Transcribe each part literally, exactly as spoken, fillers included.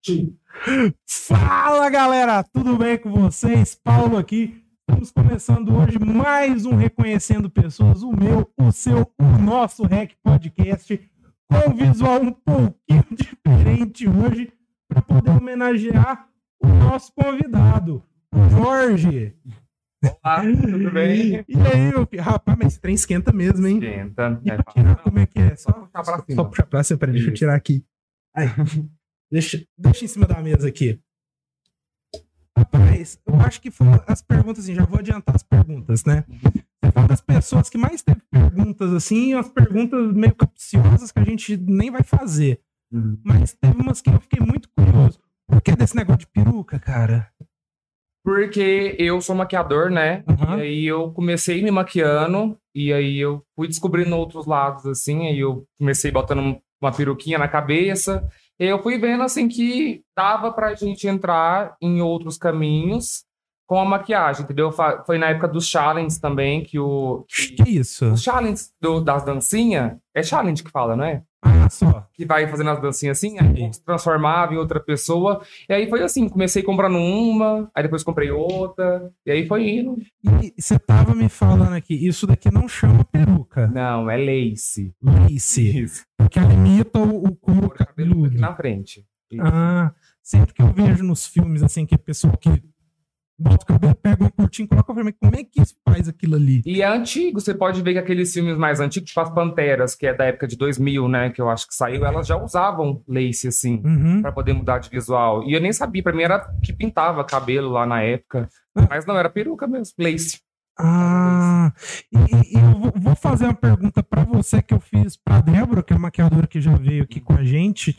Fala, galera, tudo bem com vocês? Paulo aqui. Estamos começando hoje mais um Reconhecendo Pessoas, o meu, o seu, o nosso Rec Podcast, com um visual um pouquinho diferente hoje, para poder homenagear o nosso convidado, o Jorge. Olá, tudo bem? E aí, meu filho? Rapaz, mas esse trem esquenta mesmo, hein? Esquenta. E pra tirar, como é que é? Só, puxar pra cima. Só puxar pra cima, peraí, deixa eu tirar aqui. Aí, deixa, deixa em cima da mesa aqui. Rapaz, eu acho que foram as perguntas, assim, já vou adiantar as perguntas, né? Você foi uma das pessoas que mais teve perguntas, assim, umas perguntas meio capciosas que a gente nem vai fazer. Uhum. Mas teve umas que eu fiquei muito curioso. Por que desse negócio de peruca, cara? Porque eu sou maquiador, né? Uhum. E aí eu comecei me maquiando, e aí eu fui descobrindo outros lados, assim, aí eu comecei botando uma peruquinha na cabeça, e eu fui vendo, assim, que dava pra gente entrar em outros caminhos com a maquiagem, entendeu? Foi na época dos challenges também, que o... Que isso? Os challenges do, das dancinhas, é challenge que fala, não é? Ah, só. Que vai fazendo as dancinhas assim, aí se transformava em outra pessoa. E aí foi assim, comecei comprando uma, aí depois comprei outra, e aí foi indo. E você tava me falando aqui, isso daqui não chama peruca. Não, é lace. Lace. Isso. Porque ela imita o, o couro O cabelo aqui cabeludo. na frente. Isso. Ah, sempre que eu vejo nos filmes, assim, que a pessoa que bota o cabelo, pega um curtinho, coloca o vermelho, como é que faz aquilo ali? E é antigo, você pode ver que aqueles filmes mais antigos, tipo as Panteras, que é da época de dois mil, né, que eu acho que saiu, elas já usavam lace, assim, Uhum. pra poder mudar de visual. E eu nem sabia, pra mim era que pintava cabelo lá na época. Mas não, era peruca mesmo, lace. Ah, e, e eu vou, vou fazer uma pergunta pra você que eu fiz pra Débora, que é a maquiadora que já veio aqui com a gente.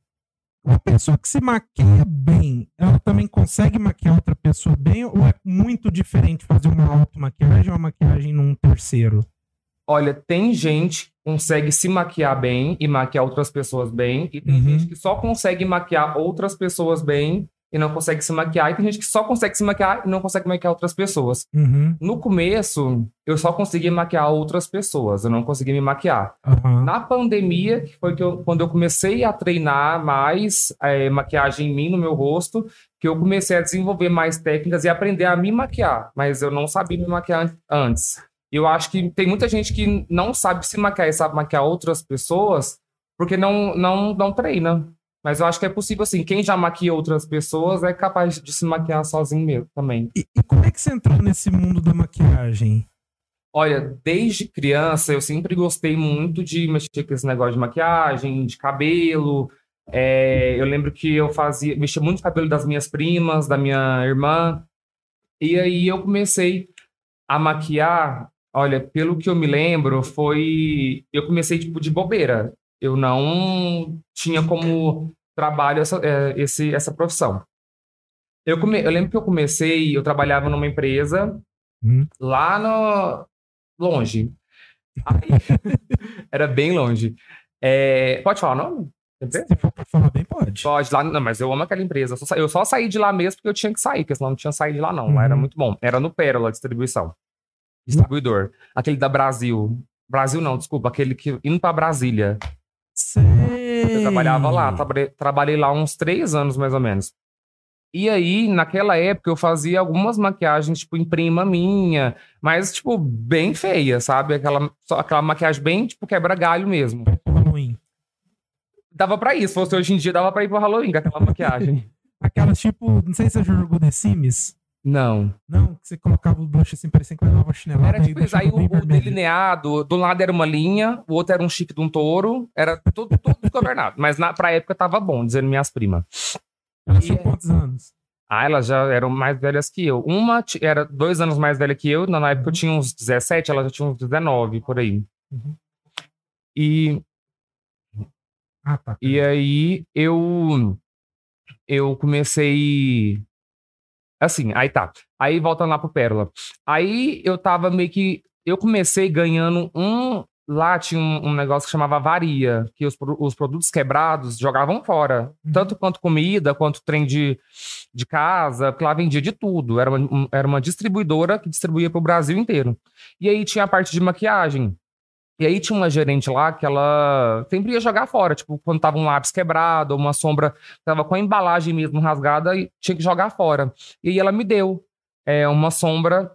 Uma pessoa que se maquia bem, ela também consegue maquiar outra pessoa bem, ou é muito diferente fazer uma automaquiagem ou uma maquiagem num terceiro? Olha, tem gente que consegue se maquiar bem e maquiar outras pessoas bem, e tem Uhum. gente que só consegue maquiar outras pessoas bem e não consegue se maquiar, e tem gente que só consegue se maquiar e não consegue maquiar outras pessoas. Uhum. No começo, eu só conseguia maquiar outras pessoas, eu não conseguia me maquiar. Uhum. Na pandemia, que foi que eu, quando eu comecei a treinar mais é, maquiagem em mim, no meu rosto, que eu comecei a desenvolver mais técnicas e aprender a me maquiar, mas eu não sabia me maquiar an- antes. Eu acho que tem muita gente que não sabe se maquiar e sabe maquiar outras pessoas porque não, não, não treina. Mas eu acho que é possível, assim, quem já maquia outras pessoas é capaz de se maquiar sozinho mesmo também. E, e como é que você entrou nesse mundo da maquiagem? Olha, desde criança eu sempre gostei muito de mexer com esse negócio de maquiagem, de cabelo. É, eu lembro que eu fazia, mexia muito no cabelo das minhas primas, da minha irmã. E aí eu comecei a maquiar. Olha, pelo que eu me lembro, foi... Eu comecei, tipo, de bobeira. Eu não tinha como trabalho essa, é, esse, essa profissão. Eu, come... eu lembro que eu comecei, eu trabalhava numa empresa Hum. lá no... longe. Aí... Era bem longe. É... Pode falar o nome? Se for pra falar bem, pode. Pode, lá, não, mas eu amo aquela empresa. Eu só, sa- eu só saí de lá mesmo porque eu tinha que sair, porque senão não tinha saído de lá, não. Lá era Uhum. muito bom. Era no Pérola Distribuição. Distribuidor. Aquele da Brasil. Brasil não, desculpa. Aquele que indo pra Brasília. Sei. Eu trabalhava lá. Trabalhei, trabalhei lá uns três anos, mais ou menos. E aí, naquela época, eu fazia algumas maquiagens, tipo, em prima minha. Mas, tipo, bem feia, sabe? Aquela, só aquela maquiagem bem, tipo, quebra-galho mesmo. Halloween. Dava pra ir. Se fosse hoje em dia, dava pra ir pro Halloween com aquela maquiagem. Aquelas tipo, não sei se você já jogou The Sims. Não. Não, que você colocava o blush assim, parecia que levava uma chinelada. Era tipo isso. Aí o, bem o vermelho. delineado, do lado era uma linha, o outro era um chifre de um touro. Era tudo, tudo governado. Mas na, pra época tava bom, dizendo minhas primas. Elas E tinham é- quantos anos? Ah, elas já eram mais velhas que eu. Uma ti- era dois anos mais velha que eu. Na época eu tinha uns dezessete, ela já tinha uns dezenove, por aí. Uhum. E, Ah, tá. e aí eu, eu comecei... Assim, aí tá. Aí voltando lá pro Pérola. Aí eu tava meio que... Eu comecei ganhando um... Lá tinha um, um negócio que chamava varia, que os, pro- os produtos quebrados jogavam fora. Uhum. Tanto quanto comida, quanto trem de, de casa, porque lá vendia de tudo. Era uma, um- era uma distribuidora que distribuía pro Brasil inteiro. E aí tinha a parte de maquiagem. E aí tinha uma gerente lá que ela sempre ia jogar fora, tipo, quando tava um lápis quebrado, ou uma sombra tava com a embalagem mesmo rasgada e tinha que jogar fora. E aí ela me deu é, uma sombra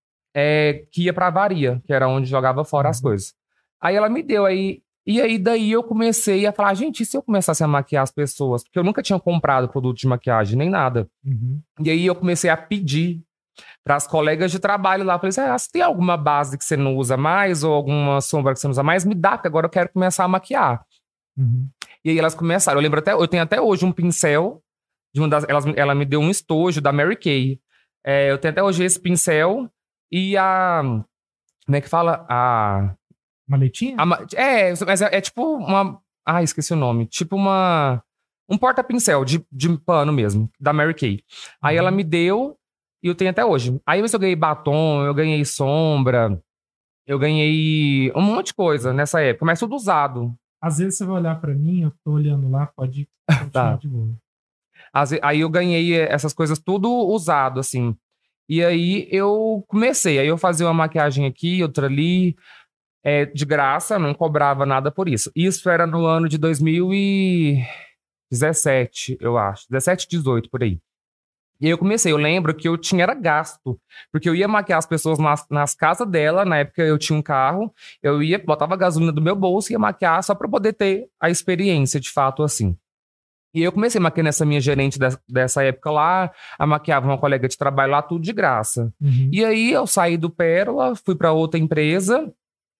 é, que ia pra varia, que era onde jogava fora as coisas. Aí ela me deu, aí, e aí daí eu comecei a falar, gente, e se eu começasse a maquiar as pessoas? Porque eu nunca tinha comprado produto de maquiagem, nem nada. Uhum. E aí eu comecei a pedir para as colegas de trabalho lá. Falei assim, ah, se tem alguma base que você não usa mais ou alguma sombra que você não usa mais, me dá, porque agora eu quero começar a maquiar. Uhum. E aí elas começaram. Eu lembro até, eu tenho até hoje um pincel, de uma das, elas, ela me deu um estojo da Mary Kay. É, eu tenho até hoje esse pincel e a... Como é que fala? A... Maletinha? a é, mas é, é tipo uma... Ah, esqueci o nome. Tipo uma... Um porta-pincel de, de pano mesmo, da Mary Kay. Aí Uhum. ela me deu... E eu tenho até hoje. Aí eu ganhei batom, eu ganhei sombra, eu ganhei um monte de coisa nessa época, mas tudo usado. Às vezes você vai olhar pra mim, eu tô olhando lá, pode continuar Tá. de boa. Aí eu ganhei essas coisas tudo usado, assim. E aí eu comecei. Aí eu fazia uma maquiagem aqui, outra ali, é, de graça, não cobrava nada por isso. Isso era no ano de dois mil e dezessete, eu acho. dezessete, dezoito, por aí. E aí eu comecei, eu lembro que eu tinha era gasto, porque eu ia maquiar as pessoas nas, nas casas dela, na época eu tinha um carro, eu ia, botava a gasolina do meu bolso e ia maquiar só pra poder ter a experiência, de fato, assim. E eu comecei a maquiar nessa minha gerente de, dessa época lá, a maquiava uma colega de trabalho lá, tudo de graça. Uhum. E aí eu saí do Pérola, fui pra outra empresa,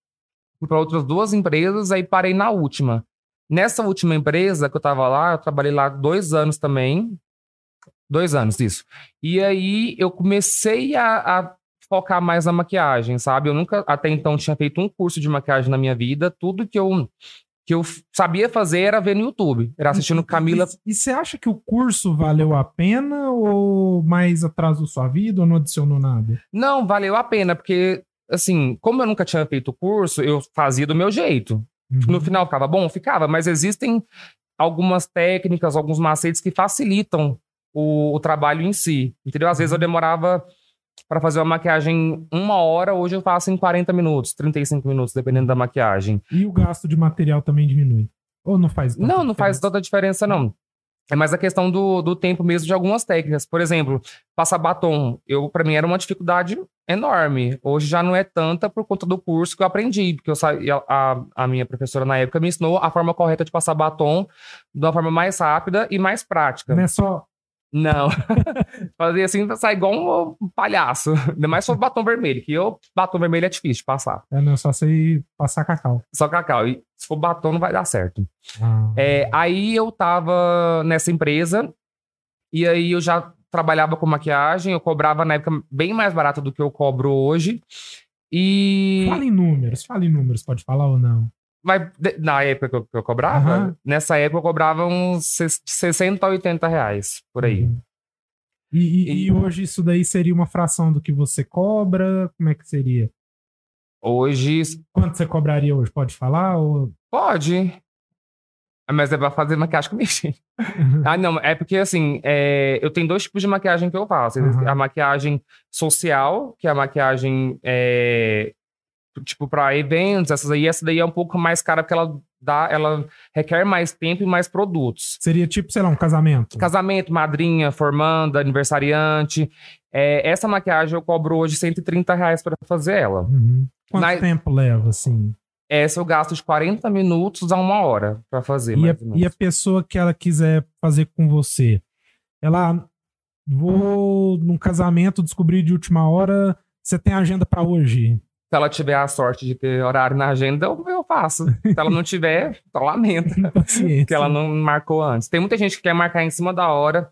fui pra outras duas empresas, aí parei na última. Nessa última empresa que eu tava lá, eu trabalhei lá dois anos também, Dois anos, isso. E aí eu comecei a, a focar mais na maquiagem, sabe? Eu nunca, até então, tinha feito um curso de maquiagem na minha vida. Tudo que eu, que eu sabia fazer era ver no YouTube. Era assistindo Camila... E você acha que o curso valeu a pena ou mais atrasou sua vida ou não adicionou nada? Não, valeu a pena, porque, assim, como eu nunca tinha feito o curso, eu fazia do meu jeito. Uhum. No final ficava bom? Ficava, mas existem algumas técnicas, alguns macetes que facilitam O, o trabalho em si, entendeu? Às vezes eu demorava para fazer uma maquiagem uma hora, hoje eu faço em quarenta minutos, trinta e cinco minutos, dependendo da maquiagem. E o gasto de material também diminui? Ou não faz tanta Não, não diferença? faz tanta diferença, não. É mais a questão do, do tempo mesmo de algumas técnicas. Por exemplo, passar batom, eu, para mim era uma dificuldade enorme. Hoje já não é tanta por conta do curso que eu aprendi, porque eu sa... a, a minha professora na época me ensinou a forma correta de passar batom de uma forma mais rápida e mais prática. Não é só... Não. Fazia assim pra sair igual um palhaço. Ainda mais se for batom vermelho, que eu, batom vermelho é difícil de passar. É, não é só você passar cacau. Só cacau. E se for batom, não vai dar certo. Ah. É, aí eu tava nessa empresa e aí eu já trabalhava com maquiagem. Eu cobrava na época bem mais barato do que eu cobro hoje. E... Fala em números, fala em números, pode falar ou não? Mas na época que eu, que eu cobrava, Uhum. nessa época eu cobrava uns sessenta a oitenta reais, por aí. Uhum. E, e, E- e hoje isso daí seria uma fração do que você cobra? Como é que seria? Hoje, Quanto você cobraria hoje? Pode falar? Ou... pode. Mas é pra fazer maquiagem comigo. Ah, não, é porque assim, é, eu tenho dois tipos de maquiagem que eu faço. Uhum. A maquiagem social, que é a maquiagem, é, tipo, pra eventos, essas aí, essa daí é um pouco mais cara, porque ela dá, ela requer mais tempo e mais produtos. Seria tipo, sei lá, um casamento? Casamento, madrinha, formanda, aniversariante. É, essa maquiagem eu cobro hoje cento e trinta reais pra fazer ela. Uhum. Quanto Na- tempo leva, assim? Essa eu gasto de quarenta minutos a uma hora pra fazer, E a, mais ou menos. e a pessoa que ela quiser fazer com você, ela, vou num casamento, descobrir de última hora, você tem agenda pra hoje? Se ela tiver a sorte de ter horário na agenda, eu, eu faço. Se ela não tiver, só lamenta. Paciência. Que ela não marcou antes. Tem muita gente que quer marcar em cima da hora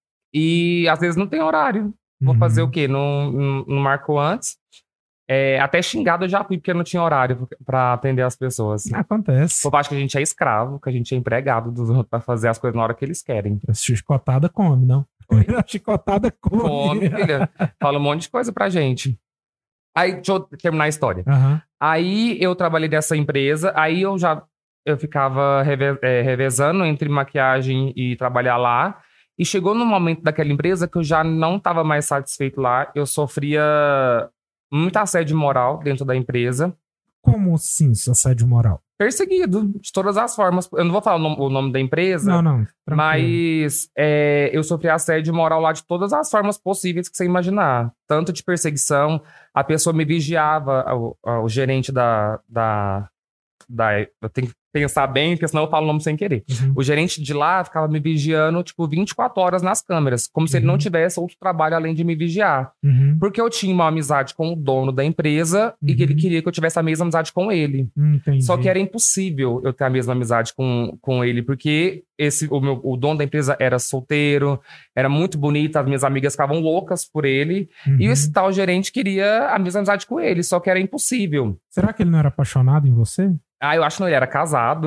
e às vezes não tem horário. Vou Uhum. fazer o quê? Não, não, não marcou antes. É, até xingado eu já fui porque não tinha horário pra atender as pessoas. Acontece. Eu acho que a gente é escravo, que a gente é empregado dos outros pra fazer as coisas na hora que eles querem. A chicotada come, não? A chicotada come. Come, filha. Fala um monte de coisa pra gente. Aí, deixa eu terminar a história. Aham. Aí eu trabalhei nessa empresa, aí eu já eu ficava reve, é, revezando entre maquiagem e trabalhar lá. E chegou no momento daquela empresa que eu já não estava mais satisfeito lá. Eu sofria muita assédio moral dentro da empresa. Como assim, assédio moral? Perseguido, de todas as formas. Eu não vou falar o nome, o nome da empresa, Não, não. Tranquilo. mas é, eu sofri assédio moral lá de todas as formas possíveis que você imaginar. Tanto de perseguição, a pessoa me vigiava, o, o gerente da, da, da... Eu tenho que pensar bem, porque senão eu falo o nome sem querer. Uhum. O gerente de lá ficava me vigiando, tipo, vinte e quatro horas nas câmeras, como se Uhum. ele não tivesse outro trabalho além de me vigiar. Uhum. Porque eu tinha uma amizade com o dono da empresa Uhum. e que ele queria que eu tivesse a mesma amizade com ele. Entendi. Só que era impossível eu ter a mesma amizade com, com ele, porque esse, o, meu, o dono da empresa era solteiro, era muito bonito, as minhas amigas ficavam loucas por ele, Uhum. e esse tal gerente queria a mesma amizade com ele, só que era impossível. Será que ele não era apaixonado em você? Ah, eu acho que não, ele era casado.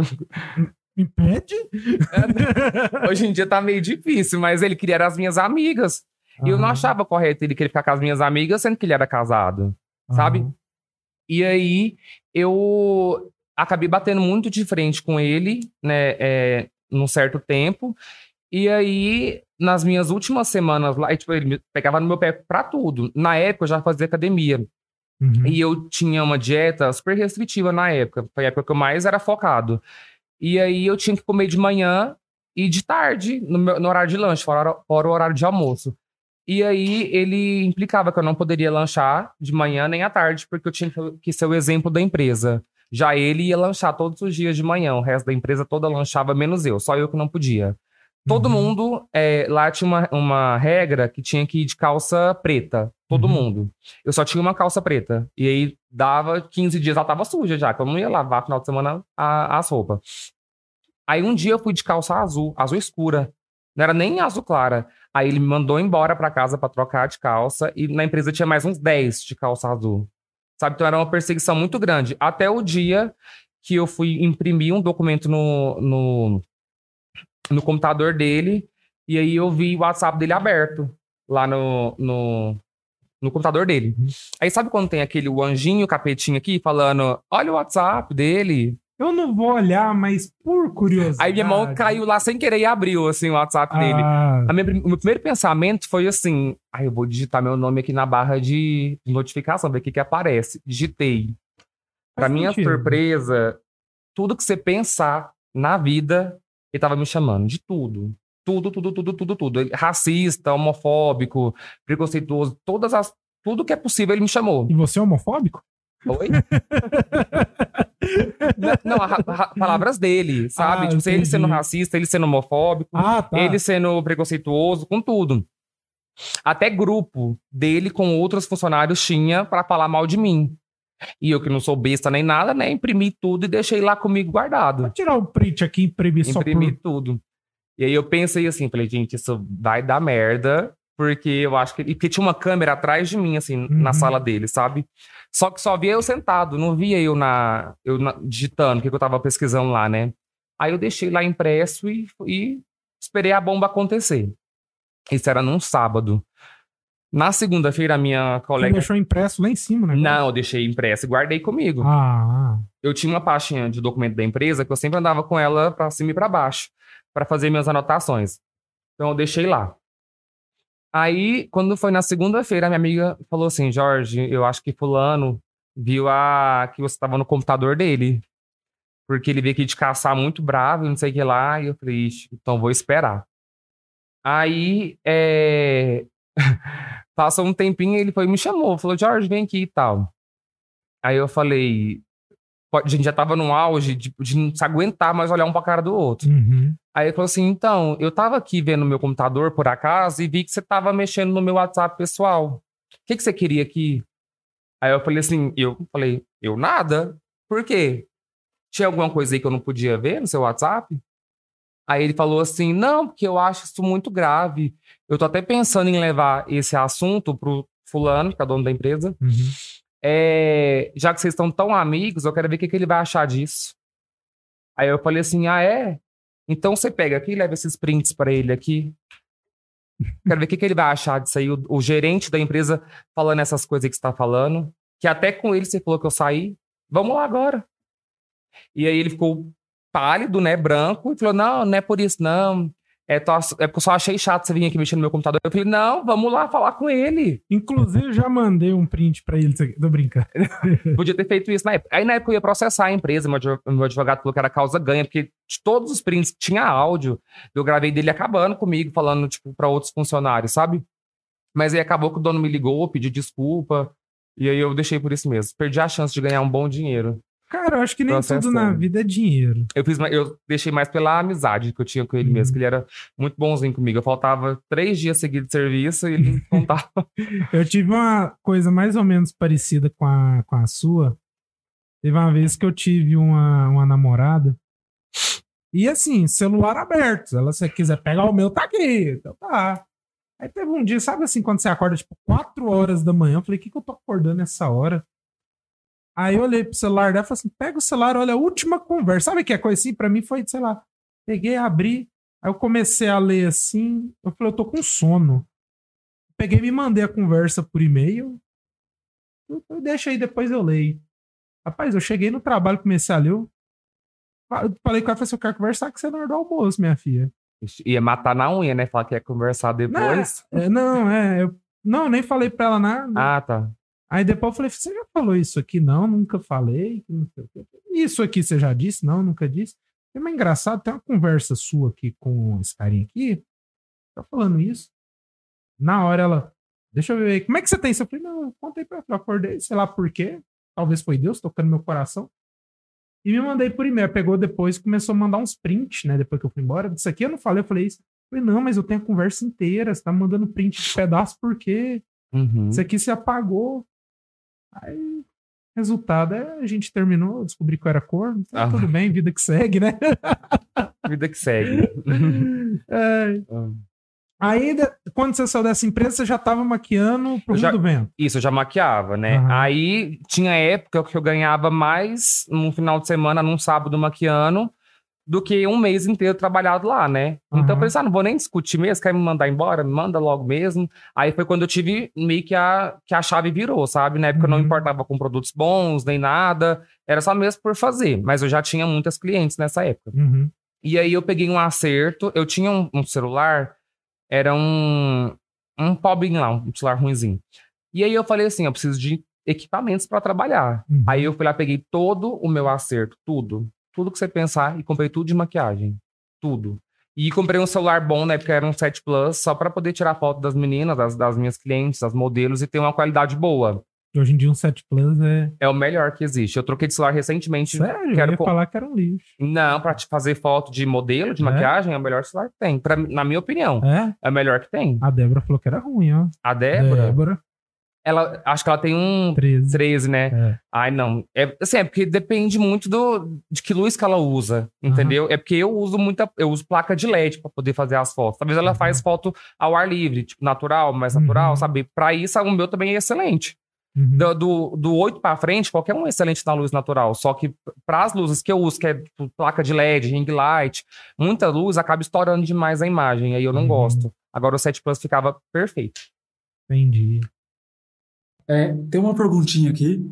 Impede? Hoje em dia tá meio difícil, mas ele queria as minhas amigas. E eu não Ah. achava correto ele querer ficar com as minhas amigas, sendo que ele era casado, sabe? Aham. E aí, eu acabei batendo muito de frente com ele, né, é, num certo tempo. E aí, nas minhas últimas semanas lá, e, tipo, ele me pegava no meu pé pra tudo. Na época, eu já fazia academia. Uhum. E eu tinha uma dieta super restritiva na época. Foi a época que eu mais era focado. E aí, eu tinha que comer de manhã e de tarde, no, meu- no horário de lanche, fora, fora o horário de almoço. E aí, ele implicava que eu não poderia lanchar de manhã nem à tarde, porque eu tinha que- que ser o exemplo da empresa. Já ele ia lanchar todos os dias de manhã, o resto da empresa toda lanchava, menos eu, só eu que não podia. Todo Uhum. mundo, é, lá tinha uma, uma regra que tinha que ir de calça preta, todo Uhum. mundo. Eu só tinha uma calça preta, e aí dava quinze dias, ela tava suja já, que eu não ia lavar no final de semana a- as roupas. Aí um dia eu fui de calça azul, azul escura. Não era nem azul clara. Aí ele me mandou embora pra casa pra trocar de calça. E na empresa tinha mais uns dez de calça azul. Sabe? Então era uma perseguição muito grande. Até o dia que eu fui imprimir um documento no, no, no computador dele. E aí eu vi o WhatsApp dele aberto. Lá no, no, no computador dele. Aí sabe quando tem aquele o anjinho, o capetinho aqui, falando... Olha o WhatsApp dele. Eu não vou olhar, mas por curiosidade... Aí minha mão caiu lá sem querer e abriu, assim, o WhatsApp dele. Ah, A minha prim- o meu primeiro pensamento foi assim... Ai, eu vou digitar meu nome aqui na barra de notificação, ver o que que aparece. Digitei. Pra faz minha sentido. surpresa, tudo que você pensar na vida, ele tava me chamando. De tudo. Tudo, tudo, tudo, tudo, tudo. Ele- Racista, homofóbico, preconceituoso, todas as... Tudo que é possível ele me chamou. E você é homofóbico? Oi? Não, não, a, ra- ra- palavras dele, sabe? Ah, tipo, ele entendi. sendo racista, ele sendo homofóbico, Ah, tá. ele sendo preconceituoso, com tudo. Até grupo dele com outros funcionários tinha pra falar mal de mim. E eu que não sou besta nem nada, né? Imprimi tudo e deixei lá comigo guardado. Vou tirar o print aqui e imprimir só Imprimi por... tudo. E aí eu pensei assim, falei, gente, isso vai dar merda, porque eu acho que... E porque tinha uma câmera atrás de mim, assim, na Uhum. sala dele, sabe? Só que só via eu sentado, não via eu na... Eu na- digitando o que que eu tava pesquisando lá, né? Aí eu deixei lá impresso e, e esperei a bomba acontecer. Isso era num sábado. Na segunda-feira, a minha Você colega... deixou impresso lá em cima, né? Não, eu deixei impresso e guardei comigo. Ah, Eu tinha uma pastinha de documento da empresa que eu sempre andava com ela pra cima e pra baixo, pra fazer minhas anotações. Então eu deixei lá. Aí, quando foi na segunda-feira, a minha amiga falou assim: Jorge, eu acho que fulano viu a... que você estava no computador dele. Porque ele veio aqui te caçar muito bravo e não sei o que lá. E eu falei, ixi, então vou esperar. Aí, é... passou um tempinho, ele foi e me chamou. Falou, Jorge, vem aqui e tal. Aí eu falei... pode- A gente já tava num auge de, de não se aguentar mais olhar um pra cara do outro. uhum. Aí ele falou assim, então, eu tava aqui vendo meu computador por acaso e vi que você tava mexendo no meu WhatsApp pessoal. O que que você queria aqui? Aí eu falei assim, eu falei, eu nada. Por quê? Tinha alguma coisa aí que eu não podia ver no seu WhatsApp? Aí ele falou assim, não, porque eu acho isso muito grave. Eu tô até pensando em levar esse assunto pro fulano, que é dono da empresa. Uhum. É, já que vocês estão tão amigos, eu quero ver o que, que ele vai achar disso. Aí eu falei assim, ah, é? Então você pega aqui e leva esses prints pra ele aqui. Quero ver o que, que ele vai achar disso aí. O, o gerente da empresa falando essas coisas que você tá falando. Que até com ele você falou que eu saí. Vamos lá agora. E aí ele ficou pálido, né, branco. E falou, não, não é por isso não. É, tô, é porque eu só achei chato você vir aqui mexer no meu computador. Eu falei, não, vamos lá falar com ele. Inclusive, eu já mandei um print pra ele. Tô brincando. Podia ter feito isso na época. Aí na época eu ia processar a empresa, meu advogado, meu advogado falou que era causa ganha, porque de todos os prints que tinha áudio, eu gravei dele acabando comigo, falando, tipo, pra outros funcionários, sabe? Mas aí acabou que o dono me ligou, pediu desculpa, e aí eu deixei por isso mesmo. Perdi a chance de ganhar um bom dinheiro. Cara, eu acho que nem tudo na vida é dinheiro. Eu, fiz, eu deixei mais pela amizade que eu tinha com ele hum. mesmo, que ele era muito bonzinho comigo. Eu faltava três dias seguidos de serviço e ele não tava. Eu tive uma coisa mais ou menos parecida com a, com a sua. Teve uma vez que eu tive uma, uma namorada e assim, celular aberto. Ela, se quiser pegar o meu, tá aqui. Então tá. Aí teve um dia, sabe assim, quando você acorda tipo quatro horas da manhã, eu falei, o que que eu tô acordando essa hora? Aí eu olhei pro celular dela e falei assim, pega o celular, olha a última conversa. Sabe que é coisa assim? Pra mim foi, sei lá, peguei, abri, aí eu comecei a ler assim, eu falei, eu tô com sono. Peguei e me mandei a conversa por e-mail. Eu, eu deixo aí, depois eu leio. Rapaz, eu cheguei no trabalho, comecei a ler, eu falei com ela, falei assim, eu quero conversar com você na hora do almoço, minha filha. Ia matar na unha, né? Falar que ia conversar depois. Não, é, não, é eu, não, nem falei pra ela nada. Ah, tá. Aí depois eu falei, você já falou isso aqui? Não, nunca falei. Não sei o quê. Isso aqui você já disse? Não, nunca disse. É mais engraçado, tem uma conversa sua aqui com esse carinha aqui, tá falando isso. Na hora ela, deixa eu ver, como é que você tem isso? Eu falei, não, eu contei pra ela, eu acordei, sei lá por quê. Talvez foi Deus tocando meu coração. E me mandei por e-mail. Pegou depois e começou a mandar uns prints, né? Depois que eu fui embora. Isso aqui eu não falei, eu falei isso. Eu falei, não, mas eu tenho a conversa inteira. Você tá mandando print de pedaço por quê? Uhum. Isso aqui se apagou. Aí, resultado é, a gente terminou, descobri que eu era corno. Então, ah. Tudo bem, vida que segue, né? Vida que segue. É. Ah. Aí, quando você saiu dessa empresa, você já estava maquiando pro já, mundo vento. Isso, eu já maquiava, né? Uhum. Aí, tinha época que eu ganhava mais num final de semana, num sábado maquiando, do que um mês inteiro trabalhado lá, né? Uhum. Então eu pensei, ah, não vou nem discutir mesmo, quer me mandar embora? Me manda logo mesmo. Aí foi quando eu tive meio que a, que a chave virou, sabe? Na época uhum. eu não importava com produtos bons, nem nada. Era só mesmo por fazer. Mas eu já tinha muitas clientes nessa época. Uhum. E aí eu peguei um acerto. Eu tinha um, um celular, era um, um pobrinho lá, um celular ruinzinho. E aí eu falei assim, eu preciso de equipamentos para trabalhar. Uhum. Aí eu fui lá, peguei todo o meu acerto, tudo. Tudo que você pensar, e comprei tudo de maquiagem. Tudo. E comprei um celular bom, né? Porque era um sete Plus, só pra poder tirar foto das meninas, das, das minhas clientes, das modelos, e ter uma qualidade boa. Hoje em dia um sete Plus é... É o melhor que existe. Eu troquei de celular recentemente. Sério? Quero... Eu ia co... falar que era um lixo. Não, pra te fazer foto de modelo, de é? maquiagem, é o melhor celular que tem. Pra, na minha opinião. É? É o melhor que tem. A Débora falou que era ruim, ó. A Débora? Débora. Ela, acho que ela tem um treze, treze né? É. Ai, não. É, assim, é porque depende muito do, de que luz que ela usa, entendeu? Uhum. É porque eu uso muita... Eu uso placa de L E D pra poder fazer as fotos. Talvez ela uhum. faz foto ao ar livre, tipo, natural, mais natural, uhum. sabe? Pra isso, o meu também é excelente. Uhum. Do, do, do oito pra frente, qualquer um é excelente na luz natural. Só que pras luzes que eu uso, que é tipo, placa de L E D, ring light, muita luz acaba estourando demais a imagem. Aí eu não uhum. gosto. Agora o sete Plus ficava perfeito. Entendi. É, tem uma perguntinha aqui.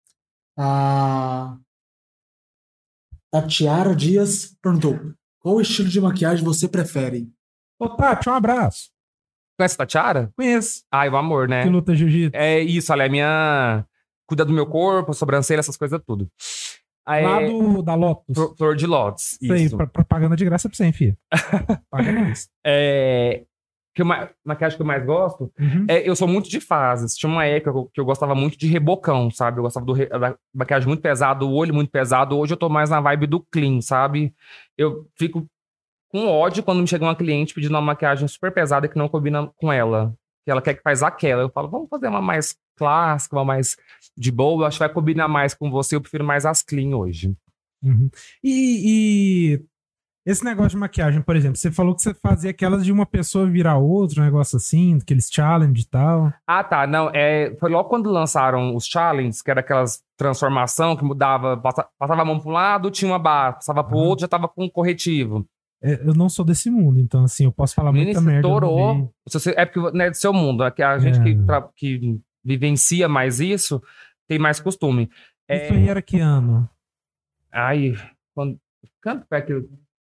A, a Tiara Dias perguntou: qual estilo de maquiagem você prefere? Ô, Tati, um abraço. Conhece a Tiara? Conheço. Ai, o amor, né? Que luta jiu-jitsu. É isso, ela é minha... Cuida do meu corpo, sobrancelha, essas coisas tudo. Aí, lá do, da Lotus. Flor de Lótus, isso. Isso aí, propaganda de graça pra você, hein, filho? Paga mais. É... Que eu, maquiagem que eu mais gosto, uhum. é, eu sou muito de fases. Tinha uma época que eu, que eu gostava muito de rebocão, sabe? Eu gostava do re, da maquiagem muito pesada, o olho muito pesado. Hoje eu tô mais na vibe do clean, sabe? Eu fico com ódio quando me chega uma cliente pedindo uma maquiagem super pesada que não combina com ela. Que ela quer que faz aquela. Eu falo, vamos fazer uma mais clássica, uma mais de boa. Eu acho que vai combinar mais com você. Eu prefiro mais as clean hoje. Uhum. E... e... Esse negócio de maquiagem, por exemplo, você falou que você fazia aquelas de uma pessoa virar outra, um negócio assim, aqueles challenge e tal. Ah, tá. Não, é, foi logo quando lançaram os challenges, que era aquelas transformação que mudava, passava a mão para um lado, tinha uma barra, passava pro outro, já tava com corretivo. É, eu não sou desse mundo, então assim, eu posso falar muita merda. Estourou. É porque não é do seu mundo, é que a gente é. que, tra- que vivencia mais isso, tem mais costume. Isso é... aí era que ano? Ai, quando... Quanto é que...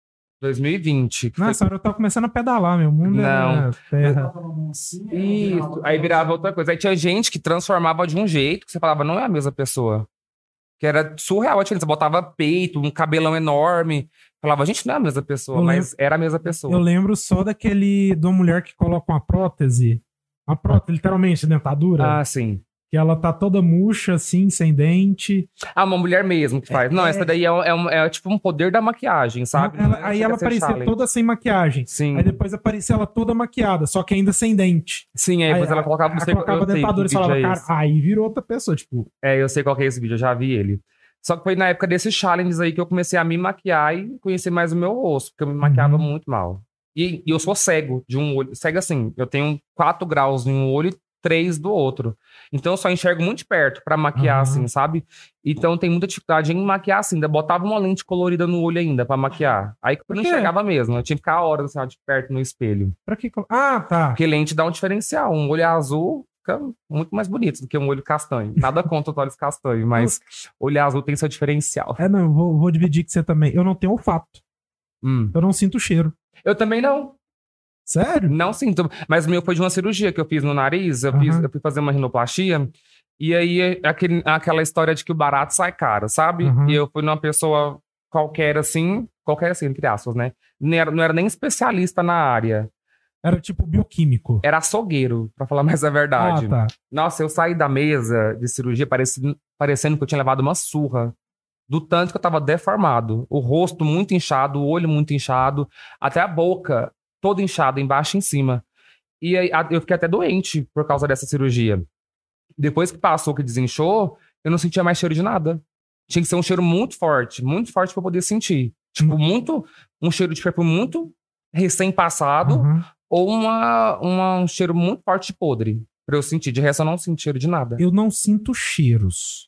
dois mil e vinte. que foi- Nossa, hora eu tava começando a pedalar, meu mundo Não. é terra. Tava na mão assim, Isso, virava- aí virava outra coisa. Aí tinha gente que transformava de um jeito que você falava, não é a mesma pessoa. Que era surreal a diferença. Botava peito, um cabelão enorme. Falava, gente, não é a mesma pessoa, Eu mas era a mesma Eu pessoa. lembro só daquele, de uma mulher que coloca uma prótese, uma prótese, literalmente, dentadura, Ah, sim. que ela tá toda murcha, assim, sem dente. Ah, uma mulher mesmo que faz. Não, É. essa daí é, é, um- é tipo um poder da maquiagem, sabe? Ela- Não é- aí chega ela a ser aparecia challenge. toda sem maquiagem. Sim, Aí depois aparecia ela toda maquiada, só que ainda sem dente. sim, aí depois ela colocava... ela Não sei, colocava eu sei dentadura e que vídeo falava, é cara, esse. aí virou outra pessoa, tipo... É, eu sei qual que é esse vídeo, eu já vi ele. Só que foi na época desses challenges aí que eu comecei a me maquiar e conhecer mais o meu rosto, porque eu me maquiava Uhum. muito mal. E, e eu sou cego de um olho. Cego assim, eu tenho quatro graus em um olho e três do outro. Então eu só enxergo muito de perto pra maquiar, Aham. assim, sabe? Então tem muita dificuldade em maquiar assim. Ainda botava uma lente colorida no olho ainda pra maquiar. Aí que eu Por não quê? enxergava mesmo. Eu tinha que ficar horas assim, ó, de perto no espelho. Pra que... que eu- Ah, tá. Porque lente dá um diferencial. Um olho azul fica muito mais bonito do que um olho castanho. Nada contra os olhos castanhos, mas olho azul tem seu diferencial. É, não, eu vou, vou dividir com você também. Eu não tenho olfato. Hum. Eu não sinto cheiro. Eu também não. Sério? Não sinto. Mas o meu foi de uma cirurgia que eu fiz no nariz. Eu, Aham. fiz, eu fui fazer uma rinoplastia. E aí, aquele, aquela história de que o barato sai caro, sabe? Aham. E eu fui numa pessoa qualquer assim, qualquer assim, entre aspas, né? Não era, não era nem especialista na área. Era tipo bioquímico. Era açougueiro, pra falar mais a verdade. Ah, tá. Nossa, eu saí da mesa de cirurgia parecendo, parecendo que eu tinha levado uma surra. Do tanto que eu tava deformado. O rosto muito inchado, o olho muito inchado, até a boca toda inchada, embaixo e em cima. E aí a- eu fiquei até doente por causa dessa cirurgia. Depois que passou, que desinchou, eu não sentia mais cheiro de nada. Tinha que ser um cheiro muito forte, muito forte pra eu poder sentir. Tipo, muito, um cheiro de perfume muito recém-passado, Aham. ou uma, uma- um cheiro muito forte de podre, pra eu sentir. De resto, eu não sinto cheiro de nada. Eu não sinto cheiros.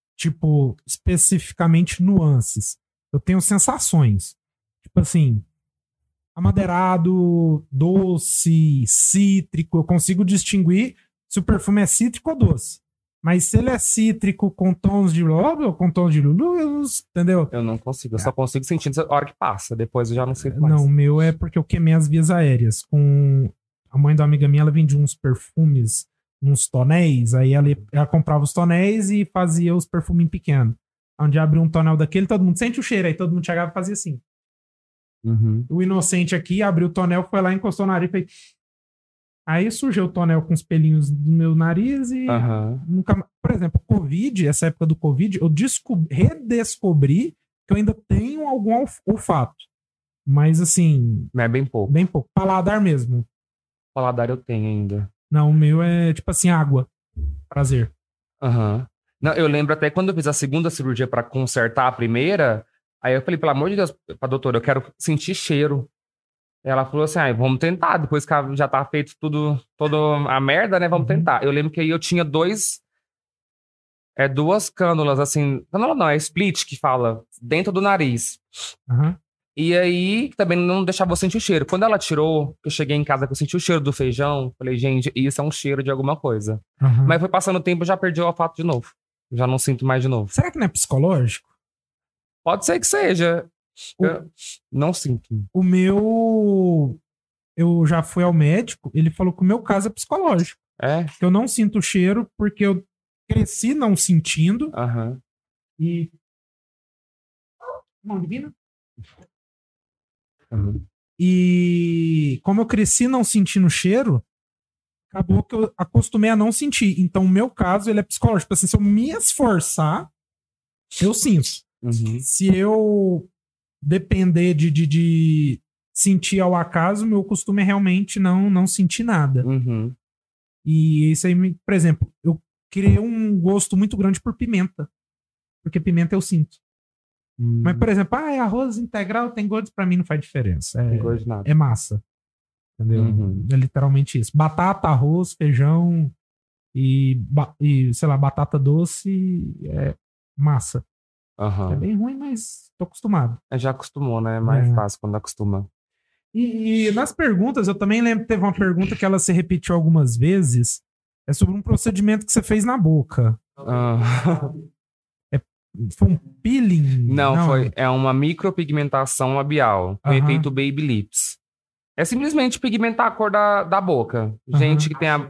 Tipo, especificamente nuances. Eu tenho sensações. Tipo assim, amadeirado, doce, cítrico. Eu consigo distinguir se o perfume é cítrico ou doce. Mas se ele é cítrico com tons de lobby ou com tons de lulus, entendeu? Eu não consigo, eu só consigo sentir na hora que passa. Depois eu já não sinto mais. Não, o meu é porque eu queimei as vias aéreas. Com a mãe da amiga minha, ela vendia uns perfumes, uns tonéis. Aí ela, ela comprava os tonéis e fazia os perfumes pequenos. Onde abriu um tonel daquele, todo mundo sente o cheiro. Aí todo mundo chegava e fazia assim. Uhum. O inocente aqui abriu o tonel, foi lá, encostou no nariz e fez... Aí surgiu o tonel com os pelinhos do meu nariz e Aham. nunca mais... Por exemplo, o Covid, essa época do Covid, eu descob- redescobri que eu ainda tenho algum olf- olfato. Mas assim, Mas é bem pouco. bem pouco. Paladar mesmo. Paladar eu tenho ainda. Não, o meu é tipo assim, água. Prazer. Aham. Não, eu lembro até quando eu fiz a segunda cirurgia pra consertar a primeira, aí eu falei, pelo amor de Deus, pra doutora, eu quero sentir cheiro. Ela falou assim, ah, vamos tentar, depois que já tá feito tudo, toda a merda, né, vamos Uhum. tentar. Eu lembro que aí eu tinha dois, é, duas cânulas, assim, cânula não, é split que fala, dentro do nariz. Aham. E aí, também não deixava eu sentir o cheiro. Quando ela tirou, eu cheguei em casa que eu senti o cheiro do feijão, falei, gente, isso é um cheiro de alguma coisa. Aham. Mas foi passando o tempo, eu já perdi o olfato de novo. Já não sinto mais de novo. Será que não é psicológico? Pode ser que seja. O- Eu não sinto. O meu... Eu já fui ao médico, ele falou que o meu caso é psicológico. É? Que eu não sinto o cheiro porque eu cresci não sentindo. Aham. E... Mão divina? Uhum. E como eu cresci não sentindo cheiro, acabou que eu acostumei a não sentir. Então, o meu caso, ele é psicológico. Tipo assim, se eu me esforçar, eu sinto. Uhum. Se eu depender de, de, de sentir ao acaso, meu costume é realmente não, não sentir nada. Uhum. E isso aí, me- por exemplo, eu criei um gosto muito grande por pimenta. Porque pimenta eu sinto. Uhum. Mas, por exemplo, ah, é arroz integral, tem gosto, pra mim não faz diferença. Não É, gosto de nada. é massa. Entendeu? Uhum. É literalmente isso. Batata, arroz, feijão e, ba- e sei lá, batata doce é massa. É Aham. bem ruim, mas tô acostumado. É, já acostumou, né? É mais É. fácil quando acostuma. E, e nas perguntas, eu também lembro que teve uma pergunta que ela se repetiu algumas vezes. É sobre um procedimento que você fez na boca. Ah. Foi um peeling? Não, foi. É uma micropigmentação labial. Com Aham. efeito Baby Lips. É simplesmente pigmentar a cor da, da boca. Gente que tem a...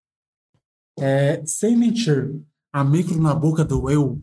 É, sem mentir, a micro na boca doeu.